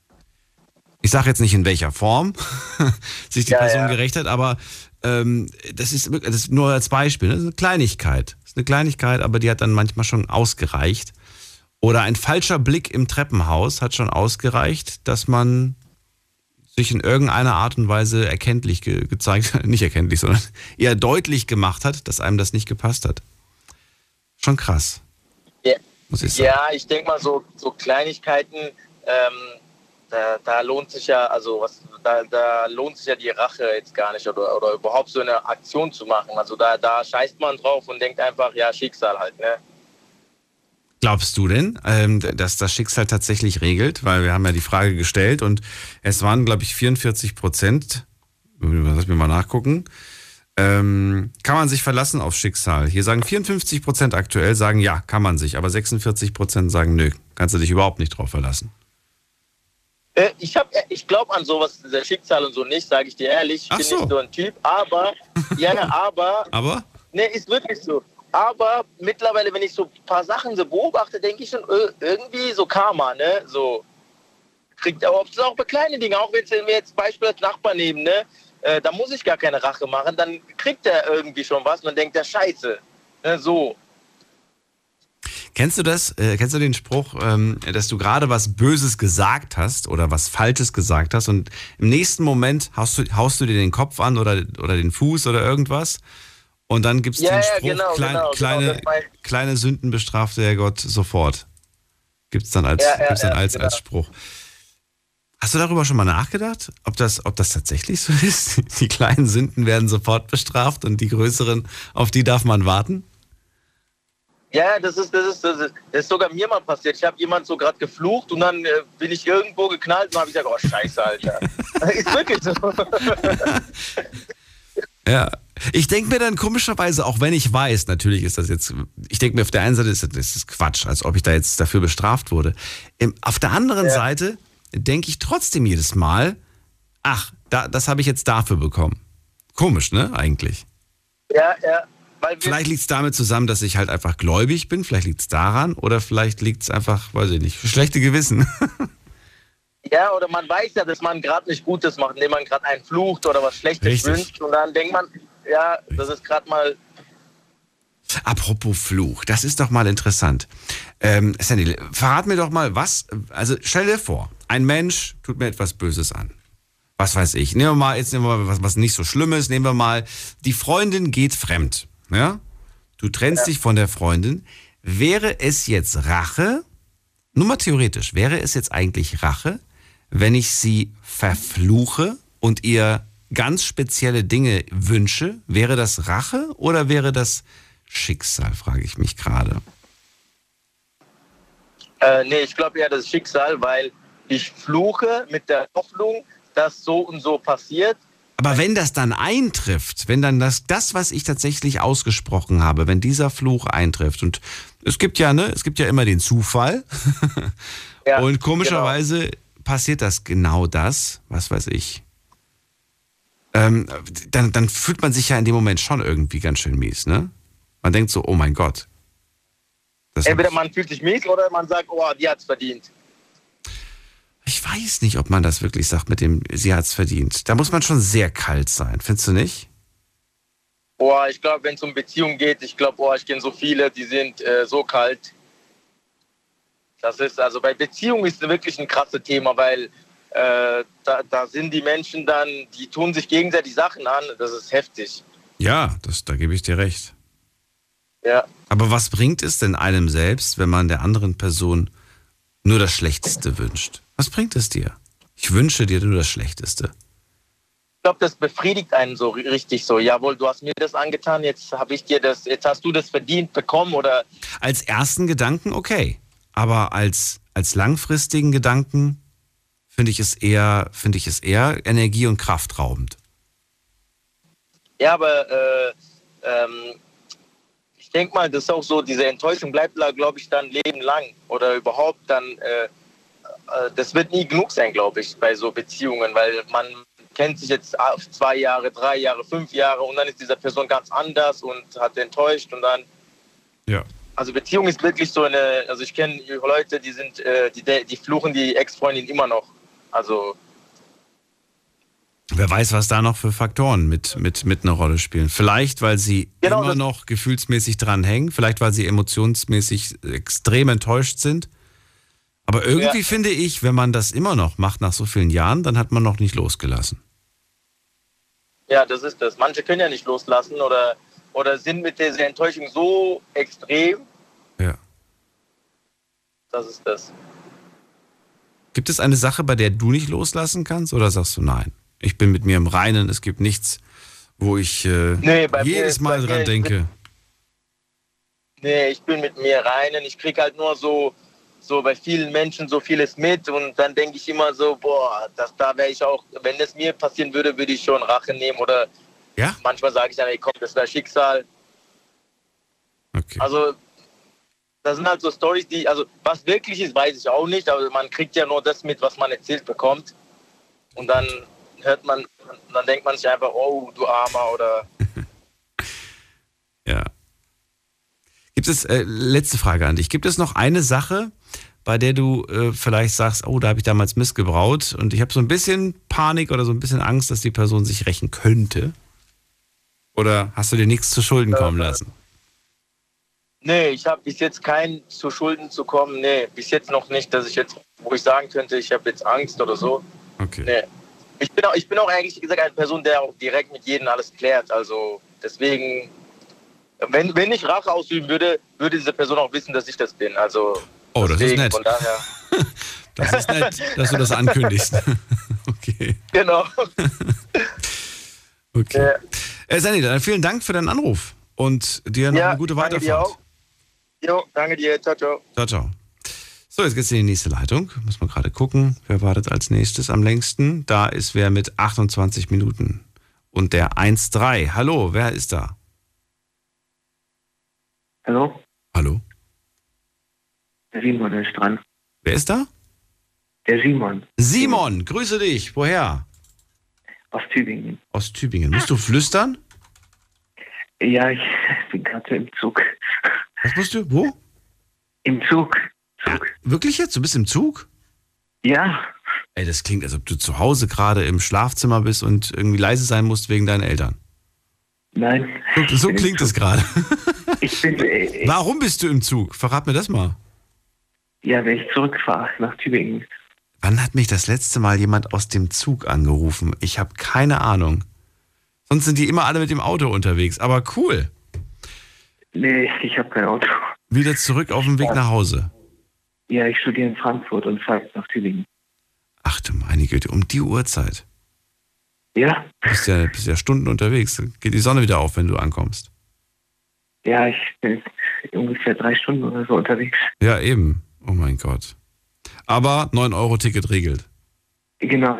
Ich sage jetzt nicht, in welcher Form sich die Ja, Person ja. gerächt hat, aber ähm, das, ist, das ist nur als Beispiel. Ne? Das ist eine Kleinigkeit. Das ist eine Kleinigkeit, aber die hat dann manchmal schon ausgereicht. Oder ein falscher Blick im Treppenhaus hat schon ausgereicht, dass man sich in irgendeiner Art und Weise erkenntlich ge- gezeigt hat, nicht erkenntlich, sondern eher deutlich gemacht hat, dass einem das nicht gepasst hat. Schon krass. Ja, muss ich sagen. ja ich denke mal, so, so Kleinigkeiten, ähm, da, da lohnt sich ja, also was, da, da lohnt sich ja die Rache jetzt gar nicht oder, oder überhaupt so eine Aktion zu machen. Also da, da scheißt man drauf und denkt einfach, ja, Schicksal halt, ne? Glaubst du denn, ähm, dass das Schicksal tatsächlich regelt? Weil wir haben ja die Frage gestellt und es waren, glaube ich, vierundvierzig Prozent, lass mich mal nachgucken, ähm, kann man sich verlassen aufs Schicksal? Hier sagen vierundfünfzig Prozent aktuell, sagen ja, kann man sich, aber sechsundvierzig Prozent sagen nö, kannst du dich überhaupt nicht drauf verlassen. Äh, ich hab, ich glaube an sowas, das Schicksal und so nicht, sage ich dir ehrlich. Ich Ach bin so. nicht so ein Typ, aber, ja, ja, aber, Aber? ne, ist wirklich so. Aber mittlerweile, wenn ich so ein paar Sachen so beobachte, denke ich schon äh, irgendwie so Karma, ne, so. Kriegt aber auch bei kleinen Dingen, auch wenn wir jetzt Beispiel als Nachbar nehmen, ne, äh, da muss ich gar keine Rache machen, dann kriegt er irgendwie schon was und dann denkt er, scheiße, ne, so. Kennst du das? Äh, kennst du den Spruch, ähm, dass du gerade was Böses gesagt hast oder was Falsches gesagt hast und im nächsten Moment haust du, haust du dir den Kopf an oder, oder den Fuß oder irgendwas und dann gibst du Ja, den ja, Spruch, genau, klein, genau, kleine, genau, das mein- kleine Sünden bestraft der Gott sofort. Gibt's dann als, Ja, ja, gibt's dann ja, als, genau. als Spruch. Hast du darüber schon mal nachgedacht, ob das, ob das tatsächlich so ist? Die kleinen Sünden werden sofort bestraft und die größeren, auf die darf man warten? Ja, das ist, das ist, das ist, das ist sogar mir mal passiert. Ich habe jemand so gerade geflucht und dann äh, bin ich irgendwo geknallt und habe ich gesagt, oh Scheiße, Alter. Ist wirklich so. Ja, ich denke mir dann komischerweise, auch wenn ich weiß, natürlich ist das jetzt, ich denke mir auf der einen Seite, ist das, das ist Quatsch, als ob ich da jetzt dafür bestraft wurde. Im, auf der anderen Ja. Seite denke ich trotzdem jedes Mal, ach, da, das habe ich jetzt dafür bekommen. Komisch, ne, eigentlich. Ja, ja. Weil wir, Vielleicht liegt es damit zusammen, dass ich halt einfach gläubig bin, vielleicht liegt es daran oder vielleicht liegt es einfach, weiß ich nicht, schlechte Gewissen. ja, oder man weiß ja, dass man gerade nicht Gutes macht, indem man gerade einen flucht oder was Schlechtes Richtig. wünscht. Und dann denkt man, ja, das ist gerade mal. Apropos Fluch, das ist doch mal interessant. Ähm, Sandy, verrat mir doch mal, was, also stell dir vor, ein Mensch tut mir etwas Böses an. Was weiß ich, nehmen wir mal, jetzt nehmen wir mal was, was nicht so Schlimmes, nehmen wir mal, die Freundin geht fremd, ja? Du trennst Ja. dich von der Freundin. Wäre es jetzt Rache, nur mal theoretisch, wäre es jetzt eigentlich Rache, wenn ich sie verfluche und ihr ganz spezielle Dinge wünsche? Wäre das Rache oder wäre das Schicksal, frage ich mich gerade. Äh, nee, ich glaube eher das Schicksal, weil ich fluche mit der Hoffnung, dass so und so passiert. Aber wenn das dann eintrifft, wenn dann das, das, was ich tatsächlich ausgesprochen habe, wenn dieser Fluch eintrifft und es gibt ja, ne, es gibt ja immer den Zufall Ja, und komischerweise passiert das genau das, was weiß ich. Ähm, dann, dann fühlt man sich ja in dem Moment schon irgendwie ganz schön mies, ne? Man denkt so, oh mein Gott. Das hab Entweder ich- man fühlt sich mies oder man sagt, oh, die hat's verdient. Ich weiß nicht, ob man das wirklich sagt mit dem, sie hat's verdient. Da muss man schon sehr kalt sein, findest du nicht? Oh, ich glaube, wenn es um Beziehungen geht, ich glaube, oh, ich kenne so viele, die sind äh, so kalt. Das ist, also bei Beziehung ist es wirklich ein krasses Thema, weil äh, da, da sind die Menschen dann, die tun sich gegenseitig Sachen an, das ist heftig. Ja, das, da gebe ich dir recht. Ja. Aber was bringt es denn einem selbst, wenn man der anderen Person nur das Schlechteste wünscht? Was bringt es dir? Ich wünsche dir nur das Schlechteste. Ich glaube, das befriedigt einen so richtig so. Jawohl, du hast mir das angetan, jetzt habe ich dir das, jetzt hast du das verdient bekommen oder. Als ersten Gedanken okay, aber als, als langfristigen Gedanken finde ich es eher, finde ich es eher energie- und kraftraubend. Ja, aber äh, ähm, ich denke mal, das ist auch so, diese Enttäuschung bleibt, glaube ich, dann lebenlang oder überhaupt dann, äh, äh, das wird nie genug sein, glaube ich, bei so Beziehungen, weil man kennt sich jetzt zwei Jahre, drei Jahre, fünf Jahre und dann ist diese Person ganz anders und hat enttäuscht und dann. Ja. Also Beziehung ist wirklich so eine, also ich kenne Leute, die sind, äh, die, die fluchen die Ex-Freundin immer noch. Also. Wer weiß, was da noch für Faktoren mit, mit, mit eine Rolle spielen. Vielleicht, weil sie genau, immer noch gefühlsmäßig dran hängen, vielleicht, weil sie emotionsmäßig extrem enttäuscht sind. Aber irgendwie ja. finde ich, wenn man das immer noch macht nach so vielen Jahren, dann hat man noch nicht losgelassen. Ja, das ist das. Manche können ja nicht loslassen oder, oder sind mit dieser Enttäuschung so extrem. Ja. Das ist das. Gibt es eine Sache, bei der du nicht loslassen kannst oder sagst du nein? Ich bin mit mir im Reinen, es gibt nichts, wo ich äh, nee, bei jedes mir, Mal bei dran mir, denke. Nee, ich bin mit mir reinen. Ich krieg halt nur so, so bei vielen Menschen so vieles mit und dann denke ich immer so, boah, das, da wäre ich auch, wenn es mir passieren würde, würde ich schon Rache nehmen oder ja? Manchmal sage ich dann, ey, komm, das wäre Schicksal. Okay. Also das sind halt so Storys, die, also was wirklich ist, weiß ich auch nicht, aber man kriegt ja nur das mit, was man erzählt bekommt und dann hört man, dann denkt man sich einfach, oh, du Armer oder. Ja. Gibt es, äh, letzte Frage an dich, gibt es noch eine Sache, bei der du äh, vielleicht sagst, oh, da habe ich damals Mist gebraut und ich habe so ein bisschen Panik oder so ein bisschen Angst, dass die Person sich rächen könnte? Oder hast du dir nichts zu Schulden kommen lassen? Nee, ich habe bis jetzt keinen zu Schulden zu kommen. Nee, bis jetzt noch nicht, dass ich jetzt, wo ich sagen könnte, ich habe jetzt Angst oder so. Okay. Nee. Ich bin auch, ich bin auch eigentlich gesagt eine Person, der auch direkt mit jedem alles klärt. Also deswegen, wenn, wenn ich Rache ausüben würde, würde diese Person auch wissen, dass ich das bin. Also oh, das deswegen, ist nett. Von daher. Das ist nett, dass du das ankündigst. Okay. Genau. Okay. Ja. Äh, Sandy, dann vielen Dank für deinen Anruf und dir noch ja, eine gute danke Weiterfahrt. Dir auch. Jo, danke dir. Ciao, ciao. Ciao, ciao. So, jetzt geht's in die nächste Leitung. Muss man gerade gucken, wer wartet als nächstes am längsten. Da ist wer mit achtundzwanzig Minuten. Und der eins drei. Hallo, wer ist da? Hallo? Hallo? Der Simon ist dran. Wer ist da? Der Simon. Simon, grüße dich. Woher? Aus Tübingen. Aus Tübingen. Musst du flüstern? Ja, ich bin gerade im Zug. Was musst du? Wo? Im Zug. Ja, wirklich jetzt? Du bist im Zug? Ja. Ey, das klingt, als ob du zu Hause gerade im Schlafzimmer bist und irgendwie leise sein musst wegen deinen Eltern. Nein. So, so klingt es gerade. Ich bin. Ich, Warum bist du im Zug? Verrat mir das mal. Ja, wenn ich zurückfahre nach Tübingen. Wann hat mich das letzte Mal jemand aus dem Zug angerufen? Ich habe keine Ahnung. Sonst sind die immer alle mit dem Auto unterwegs. Aber cool. Nee, ich habe kein Auto. Wieder zurück auf dem Weg nach Hause. Ja, ich studiere in Frankfurt und fahre nach Tübingen. Ach du meine Güte, um die Uhrzeit. Ja. Du bist ja, bist ja Stunden unterwegs. Geht die Sonne wieder auf, wenn du ankommst. Ja, ich bin ungefähr drei Stunden oder so unterwegs. Ja, eben. Oh mein Gott. Aber neun Euro Ticket regelt. Genau.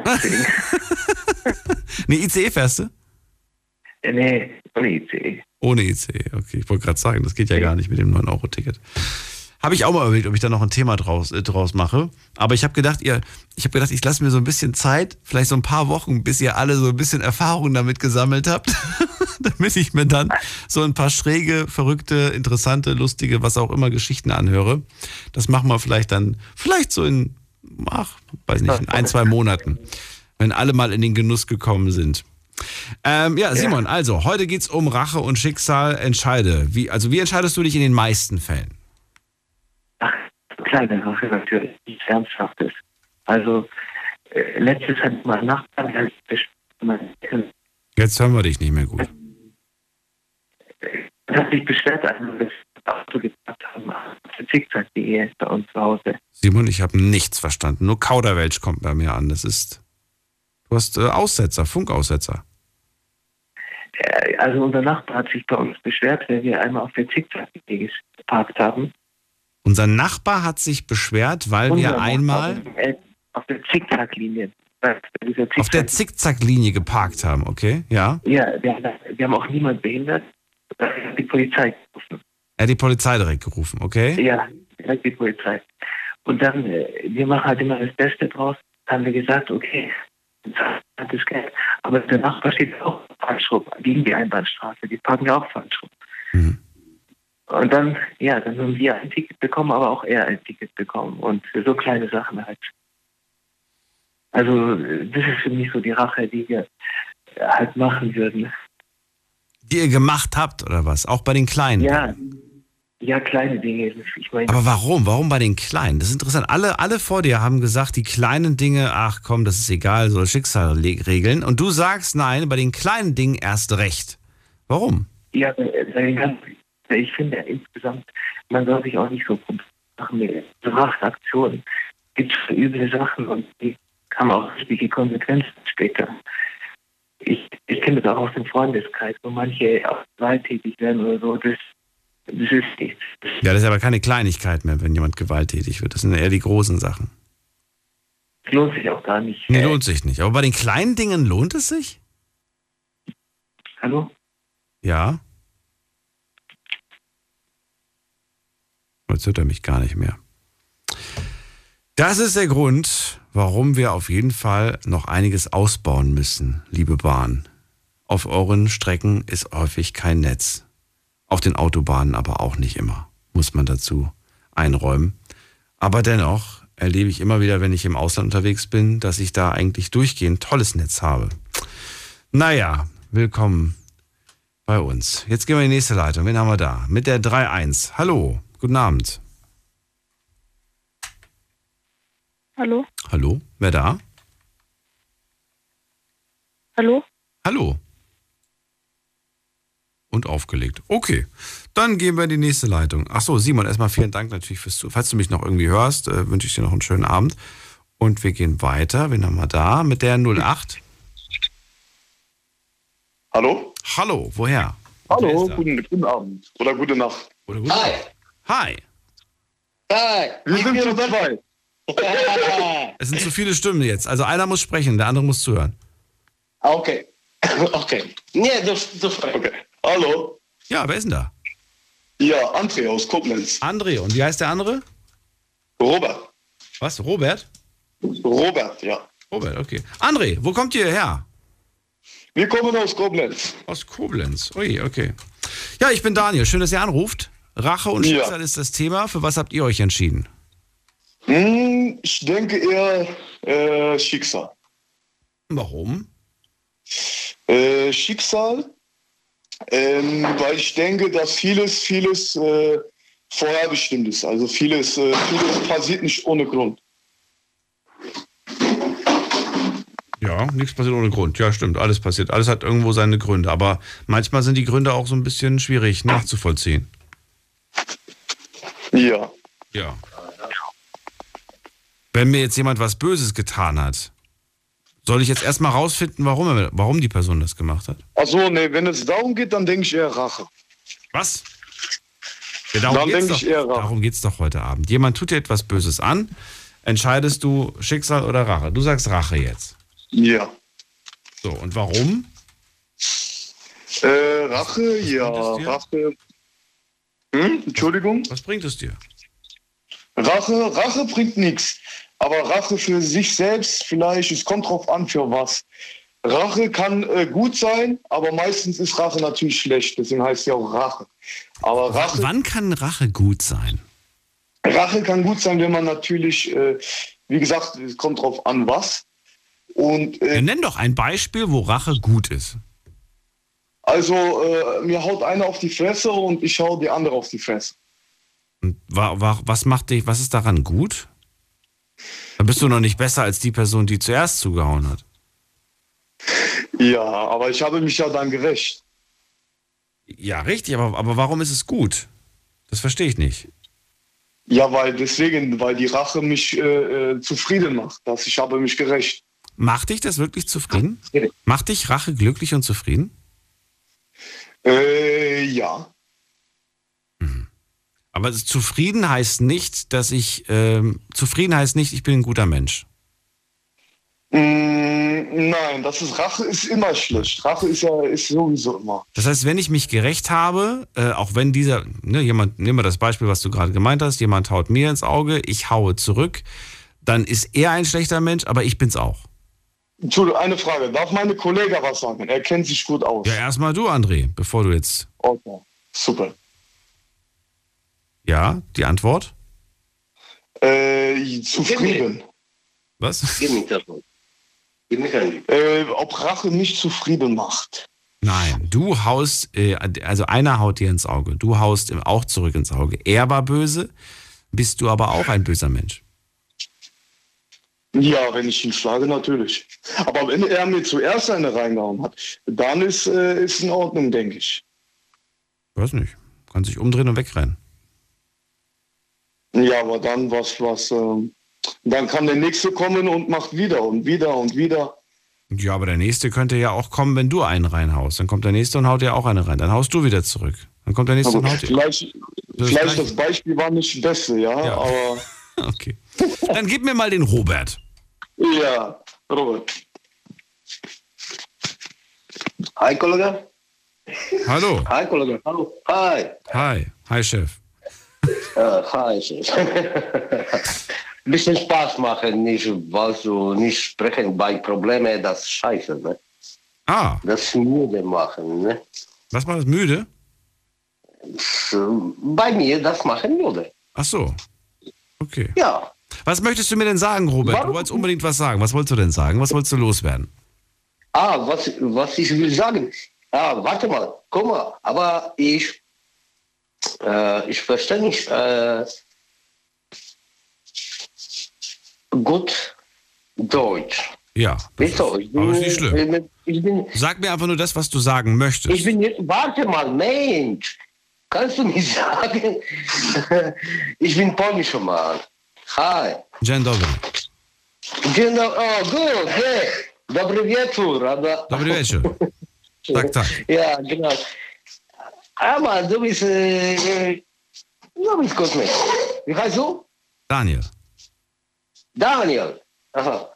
Nee, I C E fährst du? Nee, ohne I C E. Ohne I C E, okay. Ich wollte gerade sagen, das geht ja gar nicht mit dem neun Euro Ticket. Habe ich auch mal überlegt, ob ich da noch ein Thema draus, äh, draus mache. Aber ich habe gedacht, ihr, ich habe gedacht, ich lasse mir so ein bisschen Zeit, vielleicht so ein paar Wochen, bis ihr alle so ein bisschen Erfahrung damit gesammelt habt, damit ich mir dann so ein paar schräge, verrückte, interessante, lustige, was auch immer Geschichten anhöre. Das machen wir vielleicht dann, vielleicht so in, ach, weiß nicht, in ein, zwei Monaten, wenn alle mal in den Genuss gekommen sind. Ähm, ja, Simon, ja. Also, heute geht's um Rache und Schicksal. Entscheide. Wie, also, wie entscheidest du dich in den meisten Fällen? Ach, kleine Rache natürlich, nichts Ernsthaftes. Also äh, letztes hat mein Nachbar, der Jetzt hören wir dich nicht mehr gut. hat sich beschwert, als wir das Auto geparkt haben, für Zickzack punkt de bei uns zu Hause. Simon, ich habe nichts verstanden. Nur Kauderwelsch kommt bei mir an. Das ist. Du hast äh, Aussetzer, Funkaussetzer. Äh, Also unser Nachbar hat sich bei uns beschwert, wenn wir einmal auf der Zickzack punkt de geparkt haben. Unser Nachbar hat sich beschwert, weil Unser wir Nachbar einmal auf der Zickzacklinie. auf der Zickzacklinie geparkt haben, okay? Ja. Ja, wir, wir haben auch niemand behindert. Da hat die Polizei gerufen. Er hat die Polizei direkt gerufen, okay? Ja, direkt die Polizei. Und dann, äh, wir machen halt immer das Beste draus. Dann haben wir gesagt, okay, das ist Geld. Aber der Nachbar steht auch falsch rum, gegen die Einbahnstraße. Die parken ja auch falsch rum. Mhm. Und dann, ja, dann haben wir ein Ticket bekommen, aber auch er ein Ticket bekommen. Und für so kleine Sachen halt. Also, das ist für mich so die Rache, die wir halt machen würden. Die ihr gemacht habt, oder was? Auch bei den Kleinen? Ja, ja, kleine Dinge. Ich meine, Aber warum? Warum bei den Kleinen? Das ist interessant. Alle, alle vor dir haben gesagt, die kleinen Dinge, ach komm, das ist egal, soll Schicksal le- regeln. Und du sagst, nein, bei den kleinen Dingen erst recht. Warum? ja, ich finde insgesamt, man soll sich auch nicht so machen. So Rachaktionen gibt es üble Sachen und die haben auch richtige Konsequenzen später. Ich, ich kenne das auch aus dem Freundeskreis, wo manche auch gewalttätig werden oder so. Das, das ist nichts. Ja, das ist aber keine Kleinigkeit mehr, wenn jemand gewalttätig wird. Das sind eher die großen Sachen. Das lohnt sich auch gar nicht. Nee, lohnt sich nicht. Aber bei den kleinen Dingen lohnt es sich? Hallo? Ja. Jetzt hört er mich gar nicht mehr. Das ist der Grund, warum wir auf jeden Fall noch einiges ausbauen müssen, liebe Bahn. Auf euren Strecken ist häufig kein Netz. Auf den Autobahnen aber auch nicht immer, muss man dazu einräumen. Aber dennoch erlebe ich immer wieder, wenn ich im Ausland unterwegs bin, dass ich da eigentlich durchgehend tolles Netz habe. Naja, willkommen bei uns. Jetzt gehen wir in die nächste Leitung. Wen haben wir da? Mit der drei eins. Hallo, guten Abend. Hallo? Hallo, wer da? Hallo? Hallo. Und aufgelegt. Okay, dann gehen wir in die nächste Leitung. Ach so, Simon, erstmal vielen Dank natürlich fürs Zuhören. Falls du mich noch irgendwie hörst, äh, wünsche ich dir noch einen schönen Abend. Und wir gehen weiter. Wen haben wir da? Mit der null acht. Hallo? Hallo, woher? Hallo, guten, guten Abend oder gute Nacht. Oder gute Hi. Nacht. Hi. Hi. Wir sind zu zweit. Es sind zu viele Stimmen jetzt. Also einer muss sprechen, der andere muss zuhören. Okay. Okay. Nee, das, das okay. Hallo? Ja, wer ist denn da? Ja, André aus Koblenz. André, und wie heißt der andere? Robert. Was, Robert? Robert, ja. Robert, okay. André, wo kommt ihr her? Wir kommen aus Koblenz. Aus Koblenz, ui, okay. Ja, ich bin Daniel, schön, dass ihr anruft. Rache und Ja. Schicksal ist das Thema. Für was habt ihr euch entschieden? Hm, ich denke eher äh, Schicksal. Warum? Äh, Schicksal, ähm, weil ich denke, dass vieles, vieles äh, vorherbestimmt ist. Also vieles, äh, vieles passiert nicht ohne Grund. Ja, nichts passiert ohne Grund. Ja, stimmt, alles passiert. Alles hat irgendwo seine Gründe. Aber manchmal sind die Gründe auch so ein bisschen schwierig nachzuvollziehen. Ja. Ja. Wenn mir jetzt jemand was Böses getan hat, soll ich jetzt erstmal rausfinden, warum, er, warum die Person das gemacht hat? Also, nee, wenn es darum geht, dann denke ich eher Rache. Was? Ja, darum Dann geht's denke doch, ich eher Rache. darum geht's doch heute Abend. Jemand tut dir etwas Böses an, entscheidest du Schicksal oder Rache? Du sagst Rache jetzt. Ja. So, und warum? Äh, Rache, ja, Rache. Hm? Entschuldigung? Was bringt es dir? Rache, Rache bringt nichts. Aber Rache für sich selbst vielleicht, es kommt drauf an, für was. Rache kann äh, gut sein, aber meistens ist Rache natürlich schlecht. Deswegen heißt sie auch Rache. Aber Rache, Wann kann Rache gut sein? Rache kann gut sein, wenn man natürlich, äh, wie gesagt, es kommt drauf an, was. Und, äh, Ja, nenn doch ein Beispiel, wo Rache gut ist. Also, äh, mir haut einer auf die Fresse und ich hau die andere auf die Fresse. Und wa, wa, was macht dich, was ist daran gut? Dann bist du noch nicht besser als die Person, die zuerst zugehauen hat. Ja, aber ich habe mich ja dann gerecht. Ja, richtig, aber, aber warum ist es gut? Das verstehe ich nicht. Ja, weil deswegen, weil die Rache mich äh, äh, zufrieden macht, dass ich habe mich gerecht. Macht dich das wirklich zufrieden? Macht dich Rache glücklich und zufrieden? Äh, ja. Mhm. Aber zufrieden heißt nicht, dass ich, ähm, zufrieden heißt nicht, ich bin ein guter Mensch. Mm, nein, das ist, Rache ist immer schlecht. Rache ist ja ist sowieso immer. Das heißt, wenn ich mich gerecht habe, äh, auch wenn dieser, ne, jemand, nehmen wir das Beispiel, was du gerade gemeint hast, jemand haut mir ins Auge, ich haue zurück, dann ist er ein schlechter Mensch, aber ich bin's auch. Entschuldigung, eine Frage. Darf meine Kollege was sagen? Er kennt sich gut aus. Ja, erstmal du, André, bevor du jetzt... Okay, super. Ja, die Antwort? Äh, zufrieden. Was? Äh, ob Rache mich zufrieden macht. Nein, du haust, äh, also einer haut dir ins Auge, du haust ihm auch zurück ins Auge. Er war böse, bist du aber auch ein böser Mensch. Ja, wenn ich ihn schlage, natürlich. Aber wenn er mir zuerst eine reingehauen hat, dann ist äh, ist in Ordnung, denke ich. Weiß nicht, kann sich umdrehen und wegrennen. Ja, aber dann was, was, äh, dann kann der Nächste kommen und macht wieder und wieder und wieder. Ja, aber der Nächste könnte ja auch kommen, wenn du einen reinhaust. Dann kommt der Nächste und haut dir auch eine rein. Dann haust du wieder zurück. Dann kommt der Nächste Aber und haut dir. vielleicht Das vielleicht Gleiche. das Beispiel war nicht das Beste, ja, Ja. aber... Okay. Dann gib mir mal den Robert. Ja, Robert. Hi, Kollege. Hallo. Hi, Kollege. Hallo. Hi. Hi. Hi, Chef. Äh, hi, Chef. Ein bisschen Spaß machen, nicht, weil du nicht sprechen bei Problemen, das ist scheiße, ne? Ah. Das müde machen, ne? Was war das, müde? Bei mir, das machen müde. Ach so. Okay. Ja. Was möchtest du mir denn sagen, Robert? Du wolltest unbedingt was sagen. Was wolltest du denn sagen? Was wolltest du loswerden? Ah, was, was ich will sagen. Ah, warte mal, guck mal, aber ich, äh, ich verstehe nicht äh, gut Deutsch. Ja. Weißt du, ich bin, Aber ist nicht schlimm. Ich bin, Sag mir einfach nur das, was du sagen möchtest. ich bin, warte mal, Mensch, kannst du nicht sagen? Ich bin polnischer Mann. Hi. Dzień dobry. Dzień dobry, oh, gut, hey. Dobry wieczór, aber... Dobry wieczór. Tak, tak. Ja, genau. Aber du bist, äh, du bist gut mit. Wie heißt du? Daniel. Daniel. Aha.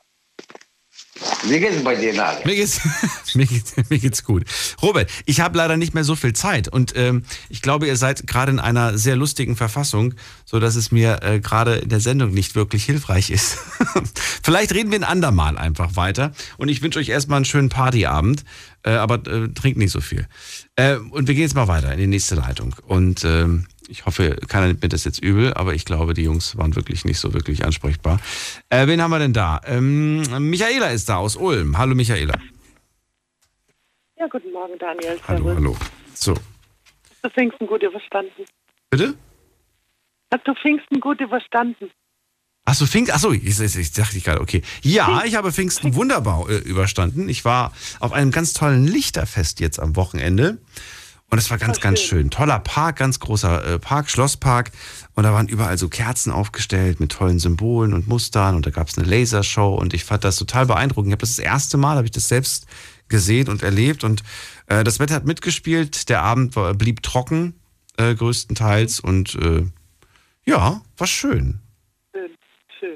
Wie geht's bei dir, Daniel? Mir geht's, mir geht's, mir geht's gut. Robert, ich habe leider nicht mehr so viel Zeit und ähm, ich glaube, ihr seid gerade in einer sehr lustigen Verfassung, so dass es mir äh, gerade in der Sendung nicht wirklich hilfreich ist. Vielleicht reden wir ein andermal einfach weiter und ich wünsche euch erstmal einen schönen Partyabend, äh, aber äh, trinkt nicht so viel. Äh, und wir gehen jetzt mal weiter in die nächste Leitung und ähm, ich hoffe, keiner nimmt mir das jetzt übel, aber ich glaube, die Jungs waren wirklich nicht so wirklich ansprechbar. Äh, wen haben wir denn da? Ähm, Michaela ist da aus Ulm. Hallo Michaela. Ja, guten Morgen, Daniel. Hallo, Servus. hallo. So, Hast du Pfingsten gut überstanden? bitte? Hast du Pfingsten gut überstanden? Achso, Pfingsten, achso, ich, ich, ich dachte ich gerade, okay. Ja, ich habe Pfingsten wunderbar äh, überstanden. Ich war auf einem ganz tollen Lichterfest jetzt am Wochenende. Und es war ganz, ganz schön. Toller Park, ganz großer äh, Park, Schlosspark. Und da waren überall so Kerzen aufgestellt mit tollen Symbolen und Mustern. Und da gab es eine Lasershow. Und ich fand das total beeindruckend. Ich habe das das erste Mal, habe ich das selbst gesehen und erlebt. Und äh, das Wetter hat mitgespielt. Der Abend war, blieb trocken, äh, größtenteils. Und äh, ja, war schön. Schön, schön.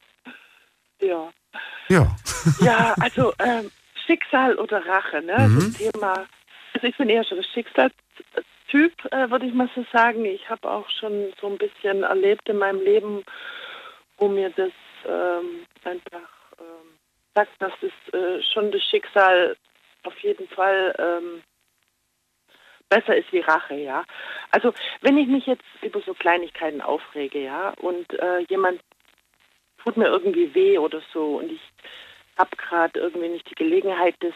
Ja. Ja. Ja, also ähm, Schicksal oder Rache, ne? Mhm. Das Thema. Also ich bin eher schon der Schicksalstyp, äh, würde ich mal so sagen. Ich habe auch schon so ein bisschen erlebt in meinem Leben, wo mir das ähm, einfach ähm, sagt, dass es äh, schon das Schicksal auf jeden Fall ähm, besser ist wie Rache, ja. Also wenn ich mich jetzt über so Kleinigkeiten aufrege, ja, und äh, jemand tut mir irgendwie weh oder so und ich habe gerade irgendwie nicht die Gelegenheit, das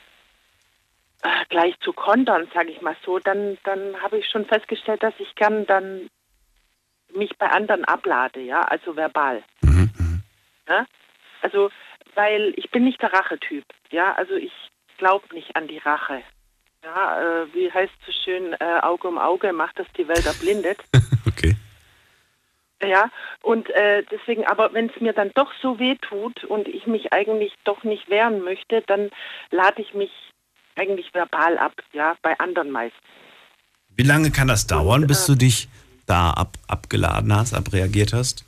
äh, gleich zu kontern, sage ich mal so, dann, dann habe ich schon festgestellt, dass ich gern dann mich bei anderen ablade, ja, also verbal. Mhm. Ja? Also, weil ich bin nicht der Rachetyp, ja, also ich glaube nicht an die Rache. Ja, äh, wie heißt es so schön, äh, Auge um Auge macht, das die Welt erblindet. Okay. Ja, und äh, deswegen, aber wenn es mir dann doch so weh tut und ich mich eigentlich doch nicht wehren möchte, dann lade ich mich eigentlich verbal ab, ja, bei anderen meistens. Wie lange kann das dauern, und, bis äh, du dich da ab, abgeladen hast, abreagiert hast?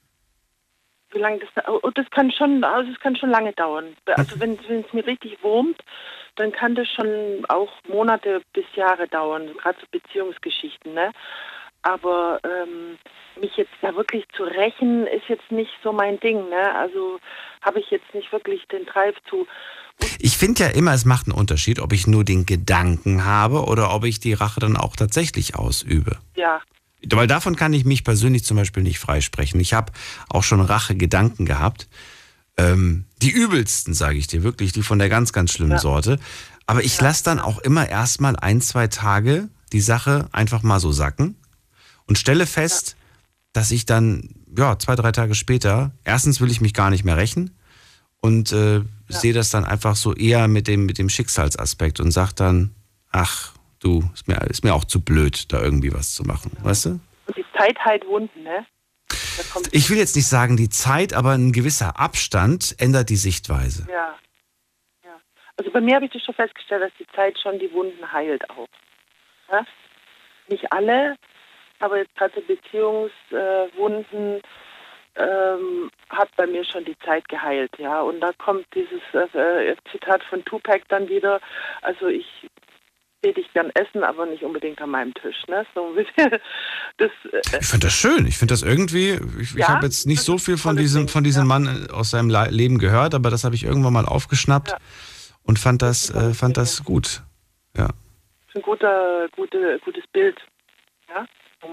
Wie lange das, oh, das kann schon, also das kann schon lange dauern. Also wenn es mir richtig wurmt, dann kann das schon auch Monate bis Jahre dauern, gerade so Beziehungsgeschichten, ne? Aber ähm, mich jetzt da wirklich zu rächen, ist jetzt nicht so mein Ding, ne? Also habe ich jetzt nicht wirklich den Drive zu. Ich finde ja immer, es macht einen Unterschied, ob ich nur den Gedanken habe oder ob ich die Rache dann auch tatsächlich ausübe. Ja. Weil davon kann ich mich persönlich zum Beispiel nicht freisprechen. Ich habe auch schon Rache-Gedanken gehabt. Ähm, die übelsten, sage ich dir, wirklich, die von der ganz, ganz schlimmen ja. Sorte. Aber ich ja. lasse dann auch immer erstmal ein, zwei Tage die Sache einfach mal so sacken und stelle fest, ja. dass ich dann, ja, zwei, drei Tage später, erstens will ich mich gar nicht mehr rächen und äh, ja. sehe das dann einfach so eher mit dem, mit dem Schicksalsaspekt und sage dann, ach, du, ist mir, ist mir auch zu blöd, da irgendwie was zu machen, ja. weißt du? Und die Zeit heilt Wunden, ne? Ich will jetzt nicht sagen die Zeit, aber ein gewisser Abstand ändert die Sichtweise. Ja. ja. Also bei mir habe ich das schon festgestellt, dass die Zeit schon die Wunden heilt auch. Ja? Nicht alle, aber jetzt gerade so Beziehungswunden äh, ähm, hat bei mir schon die Zeit geheilt, ja. Und da kommt dieses äh, Zitat von Tupac dann wieder, also ich sehe dich gern essen, aber nicht unbedingt an meinem Tisch. Ne? So, das, äh, ich finde das schön. Ich finde das irgendwie, ich, ja? ich habe jetzt nicht so viel von diesem, von diesem ja. Mann aus seinem Leben gehört, aber das habe ich irgendwann mal aufgeschnappt ja. und fand das, äh, fand das gut. Ja. Das ist ein guter, gute, gutes Bild. Ja,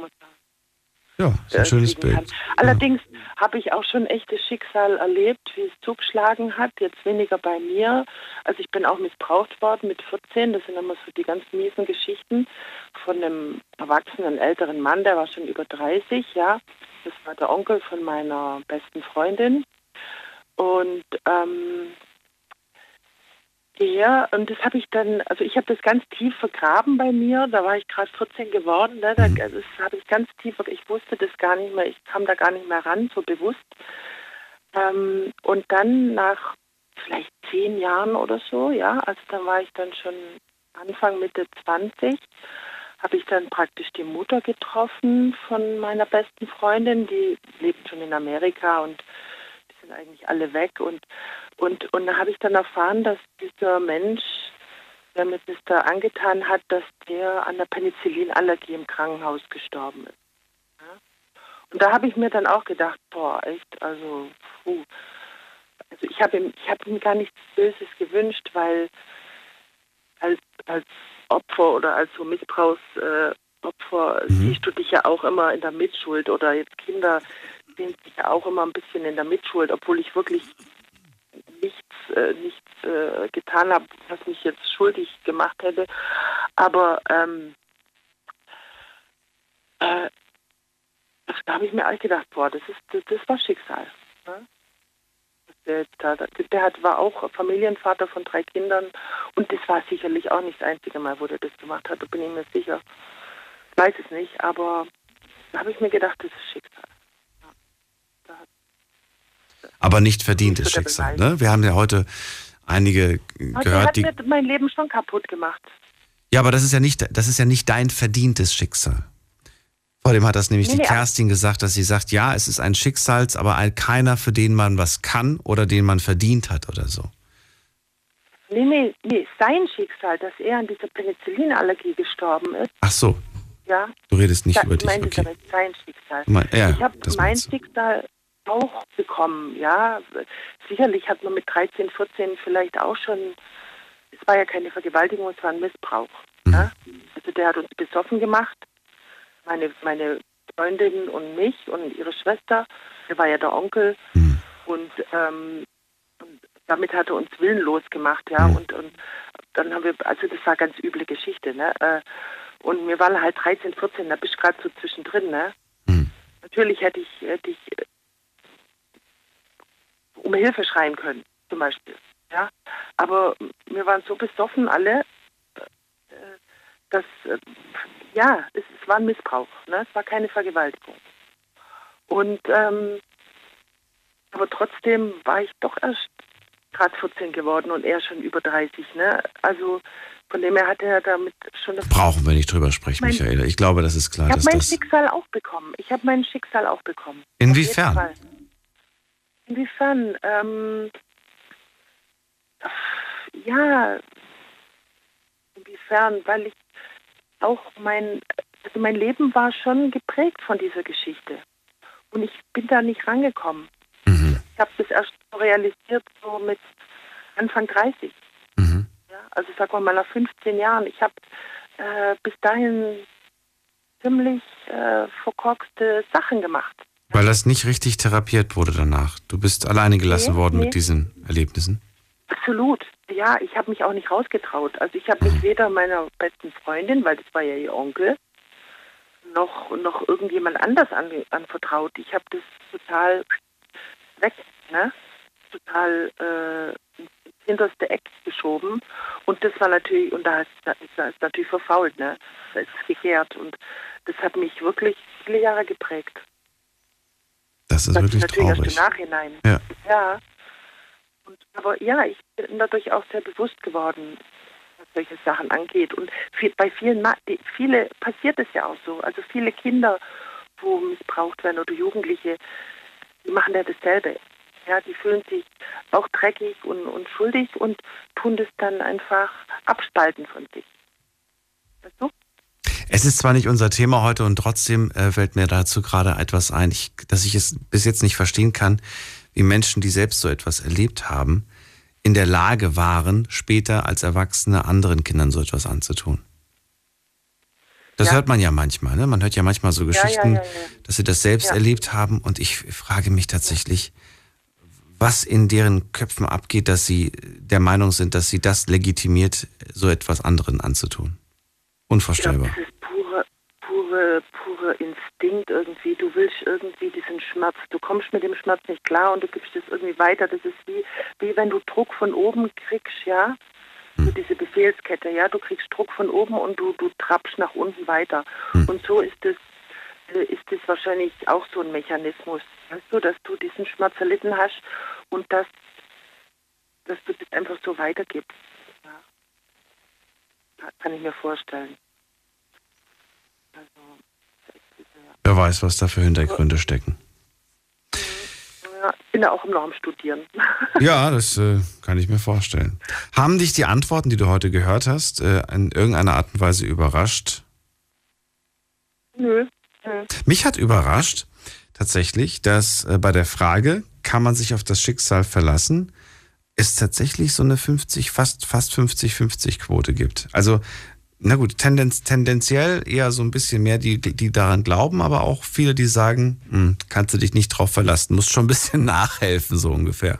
ja, ist ein schönes Bild. Kann. Allerdings ja. habe ich auch schon echtes Schicksal erlebt, wie es zugeschlagen hat, jetzt weniger bei mir. Also ich bin auch missbraucht worden mit vierzehn, das sind immer so die ganz miesen Geschichten von einem erwachsenen älteren Mann, der war schon über dreißig, ja. Das war der Onkel von meiner besten Freundin. Und ähm, ja, und das habe ich dann, also ich habe das ganz tief vergraben bei mir, da war ich gerade vierzehn geworden, ne? Da, das habe ich ganz tief, ich wusste das gar nicht mehr, ich kam da gar nicht mehr ran, so bewusst. Ähm, und dann nach vielleicht zehn Jahren oder so, ja, also dann war ich dann schon Anfang, Mitte zwanzig, habe ich dann praktisch die Mutter getroffen von meiner besten Freundin, die lebt schon in Amerika und die sind eigentlich alle weg und Und, und da habe ich dann erfahren, dass dieser Mensch, der mir das da angetan hat, dass der an der Penicillinallergie im Krankenhaus gestorben ist. Ja? Und da habe ich mir dann auch gedacht, boah, echt, also, puh. Also ich habe ihm, ich habe ihm gar nichts Böses gewünscht, weil als, als Opfer oder als so Missbrauchsopfer äh, mhm. siehst du dich ja auch immer in der Mitschuld oder jetzt Kinder sehen sich ja auch immer ein bisschen in der Mitschuld, obwohl ich wirklich nichts, äh, nichts äh, getan habe, was mich jetzt schuldig gemacht hätte. Aber ähm, äh, da habe ich mir eigentlich gedacht, boah, das ist das, das war Schicksal. Ne? Der, der, der hat, war auch Familienvater von drei Kindern und das war sicherlich auch nicht das einzige Mal, wo der das gemacht hat, da bin ich mir sicher. Ich weiß es nicht, aber da habe ich mir gedacht, das ist Schicksal. Ja. Da hat Aber nicht verdientes Schicksal, ne? Wir haben ja heute einige aber gehört, der hat mir mein Leben schon kaputt gemacht. Ja, aber das ist ja nicht, das ist ja nicht dein verdientes Schicksal. Vor dem hat das nämlich Nee, die nee, Kerstin gesagt, dass sie sagt, ja, es ist ein Schicksals, aber ein keiner, für den man was kann oder den man verdient hat oder so. Nee, nee, nee, sein Schicksal, dass er an dieser Penicillinallergie gestorben ist. Ach so, Ja. du redest nicht Ja, über ich dich, meine, okay. das ist sein Schicksal. Du mein- ja, ich habe das mein meinst du. Schicksal auch bekommen, ja. Sicherlich hat man mit dreizehn, vierzehn vielleicht auch schon, es war ja keine Vergewaltigung, es war ein Missbrauch. Mhm. Ja? Also der hat uns besoffen gemacht, meine, meine Freundin und mich und ihre Schwester, der war ja der Onkel Mhm. und, ähm, und damit hat er uns willenlos gemacht, ja. Mhm. Und, und dann haben wir, also das war eine ganz üble Geschichte, ne. Äh, Und wir waren halt dreizehn, vierzehn, da bist du gerade so zwischendrin, ne? Mhm. Natürlich hätte ich, hätte ich äh, um Hilfe schreien können, zum Beispiel. Ja? Aber wir waren so besoffen alle, äh, dass, äh, ja, es, es war ein Missbrauch. Ne? Es war keine Vergewaltigung. Und, ähm, aber trotzdem war ich doch erst gerade vierzehn geworden und er schon über dreißig. Ne? Also von dem her hat er damit schon... Das Brauchen wir nicht drüber sprechen, mein, Michaela. Ich glaube, das ist klar. Ich habe dass mein das Schicksal auch bekommen. Ich habe mein Schicksal auch bekommen. Inwiefern? Auf jeden Fall. Inwiefern? Ähm, ja, inwiefern? Weil ich auch mein... Also mein Leben war schon geprägt von dieser Geschichte. Und ich bin da nicht rangekommen. Mhm. Ich habe das erst realisiert so mit Anfang dreißig. Mhm. Ja, also sagen wir mal nach fünfzehn Jahren. Ich habe äh, bis dahin ziemlich äh, verkorkste Sachen gemacht. Weil das nicht richtig therapiert wurde danach. Du bist alleine gelassen Nee, worden nee. mit diesen Erlebnissen. Absolut. Ja, ich habe mich auch nicht rausgetraut. Also ich habe mich weder meiner besten Freundin, weil das war ja ihr Onkel, noch, noch irgendjemand anders an, anvertraut. Ich habe das total weg, ne? Total äh, ins hinterste Eck geschoben. Und das war natürlich, und da ist, da ist, da ist natürlich verfault, ne? Da ist es gekehrt. Und das hat mich wirklich viele Jahre geprägt. Das ist das wirklich ist natürlich traurig. erst im Nachhinein. Ja. Ja. Und, aber ja, ich bin dadurch auch sehr bewusst geworden, was solche Sachen angeht. Und viel, bei vielen, Ma- die, viele passiert es ja auch so. Also viele Kinder, wo missbraucht werden oder Jugendliche, die machen ja dasselbe. Ja, die fühlen sich auch dreckig und, und schuldig und tun das dann einfach abspalten von sich. Weißt du? Es ist zwar nicht unser Thema heute und trotzdem äh, fällt mir dazu gerade etwas ein, ich, dass ich es bis jetzt nicht verstehen kann, wie Menschen, die selbst so etwas erlebt haben, in der Lage waren, später als Erwachsene anderen Kindern so etwas anzutun. Das Ja. hört man ja manchmal, ne? Man hört ja manchmal so Ja, ja, Geschichten, ja, ja. dass sie das selbst Ja. erlebt haben und ich frage mich tatsächlich, was in deren Köpfen abgeht, dass sie der Meinung sind, dass sie das legitimiert, so etwas anderen anzutun. Unvorstellbar. Ich glaub, das ist pure, pure, pure Instinkt irgendwie. Du willst irgendwie diesen Schmerz. Du kommst mit dem Schmerz nicht klar und du gibst es irgendwie weiter. Das ist wie, wie wenn du Druck von oben kriegst, ja. So diese Befehlskette, ja. Du kriegst Druck von oben und du, du trappst nach unten weiter. Und so ist es, äh, ist es wahrscheinlich auch so ein Mechanismus, weißt du, dass du diesen Schmerz erlitten hast und dass, dass du das einfach so weitergibst. Ja. Kann ich mir vorstellen. Wer weiß, was da für Hintergründe stecken. Ja, ich bin da auch noch am Studieren. Ja, das äh, kann ich mir vorstellen. Haben dich die Antworten, die du heute gehört hast, äh, in irgendeiner Art und Weise überrascht? Nö. Nö. Mich hat überrascht, tatsächlich, dass äh, bei der Frage, kann man sich auf das Schicksal verlassen, es tatsächlich so eine fünfzig, fast, fast fünfzig fünfzig Quote gibt. Also, na gut, tendenz, tendenziell eher so ein bisschen mehr, die, die daran glauben, aber auch viele, die sagen, hm, kannst du dich nicht drauf verlassen, musst schon ein bisschen nachhelfen, so ungefähr.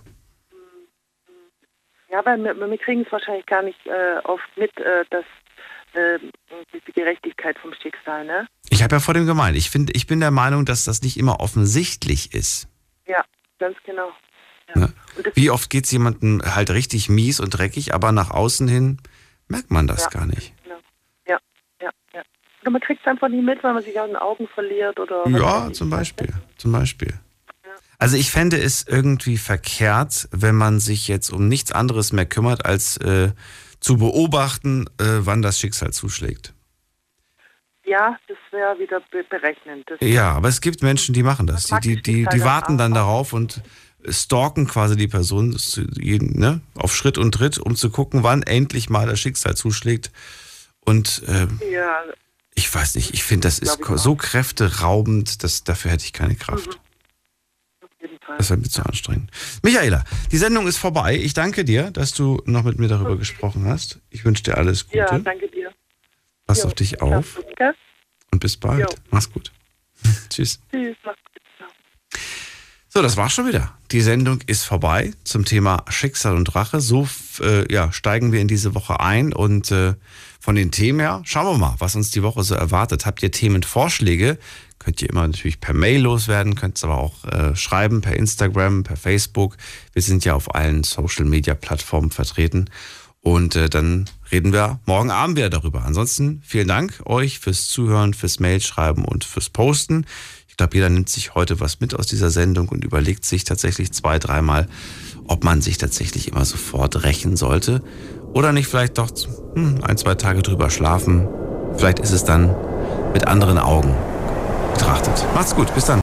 Ja, weil wir, wir kriegen es wahrscheinlich gar nicht äh, oft mit, äh, dass äh, die Gerechtigkeit vom Schicksal, ne? Ich habe ja vor dem gemeint, ich, find, ich bin der Meinung, dass das nicht immer offensichtlich ist. Ja, ganz genau. Ne? Wie oft geht es jemandem halt richtig mies und dreckig, aber nach außen hin merkt man das Ja. gar nicht. Genau. Ja, ja, ja. Oder man kriegt es einfach nicht mit, weil man sich aus den Augen verliert oder. was Ja, weiß ich. zum Beispiel, zum Beispiel. Also ich fände es irgendwie verkehrt, wenn man sich jetzt um nichts anderes mehr kümmert, als äh, zu beobachten, äh, wann das Schicksal zuschlägt. Ja, das wäre wieder be berechnend. Das Ja, aber es gibt Menschen, die machen das. Die, die, die, die warten dann darauf und stalken quasi die Person zu jeden, ne, auf Schritt und Tritt, um zu gucken, wann endlich mal das Schicksal zuschlägt. Und ähm, ja, ich weiß nicht, ich finde, das ist so kräfteraubend, dass, dafür hätte ich keine Kraft. Das wäre mir zu anstrengend. Michaela, die Sendung ist vorbei. Ich danke dir, dass du noch mit mir darüber gesprochen hast. Ich wünsche dir alles Gute. ja, danke dir. Pass Jo, auf dich mach's auf gut, gell? und bis bald. Jo. Mach's gut. Tschüss. Tschüss, mach's gut. So, das war's schon wieder. Die Sendung ist vorbei zum Thema Schicksal und Rache. So äh, ja, steigen wir in diese Woche ein und äh, von den Themen her, schauen wir mal, was uns die Woche so erwartet. Habt ihr Themenvorschläge? könnt ihr immer natürlich per Mail loswerden, könnt es aber auch äh, schreiben per Instagram, per Facebook. Wir sind ja auf allen Social-Media-Plattformen vertreten. Und äh, dann reden wir morgen Abend wieder darüber. Ansonsten vielen Dank euch fürs Zuhören, fürs Mailschreiben und fürs Posten. Ich glaube, jeder nimmt sich heute was mit aus dieser Sendung und überlegt sich tatsächlich zwei, dreimal, ob man sich tatsächlich immer sofort rächen sollte oder nicht vielleicht doch hm, ein, zwei Tage drüber schlafen. Vielleicht ist es dann mit anderen Augen betrachtet. Macht's gut, bis dann.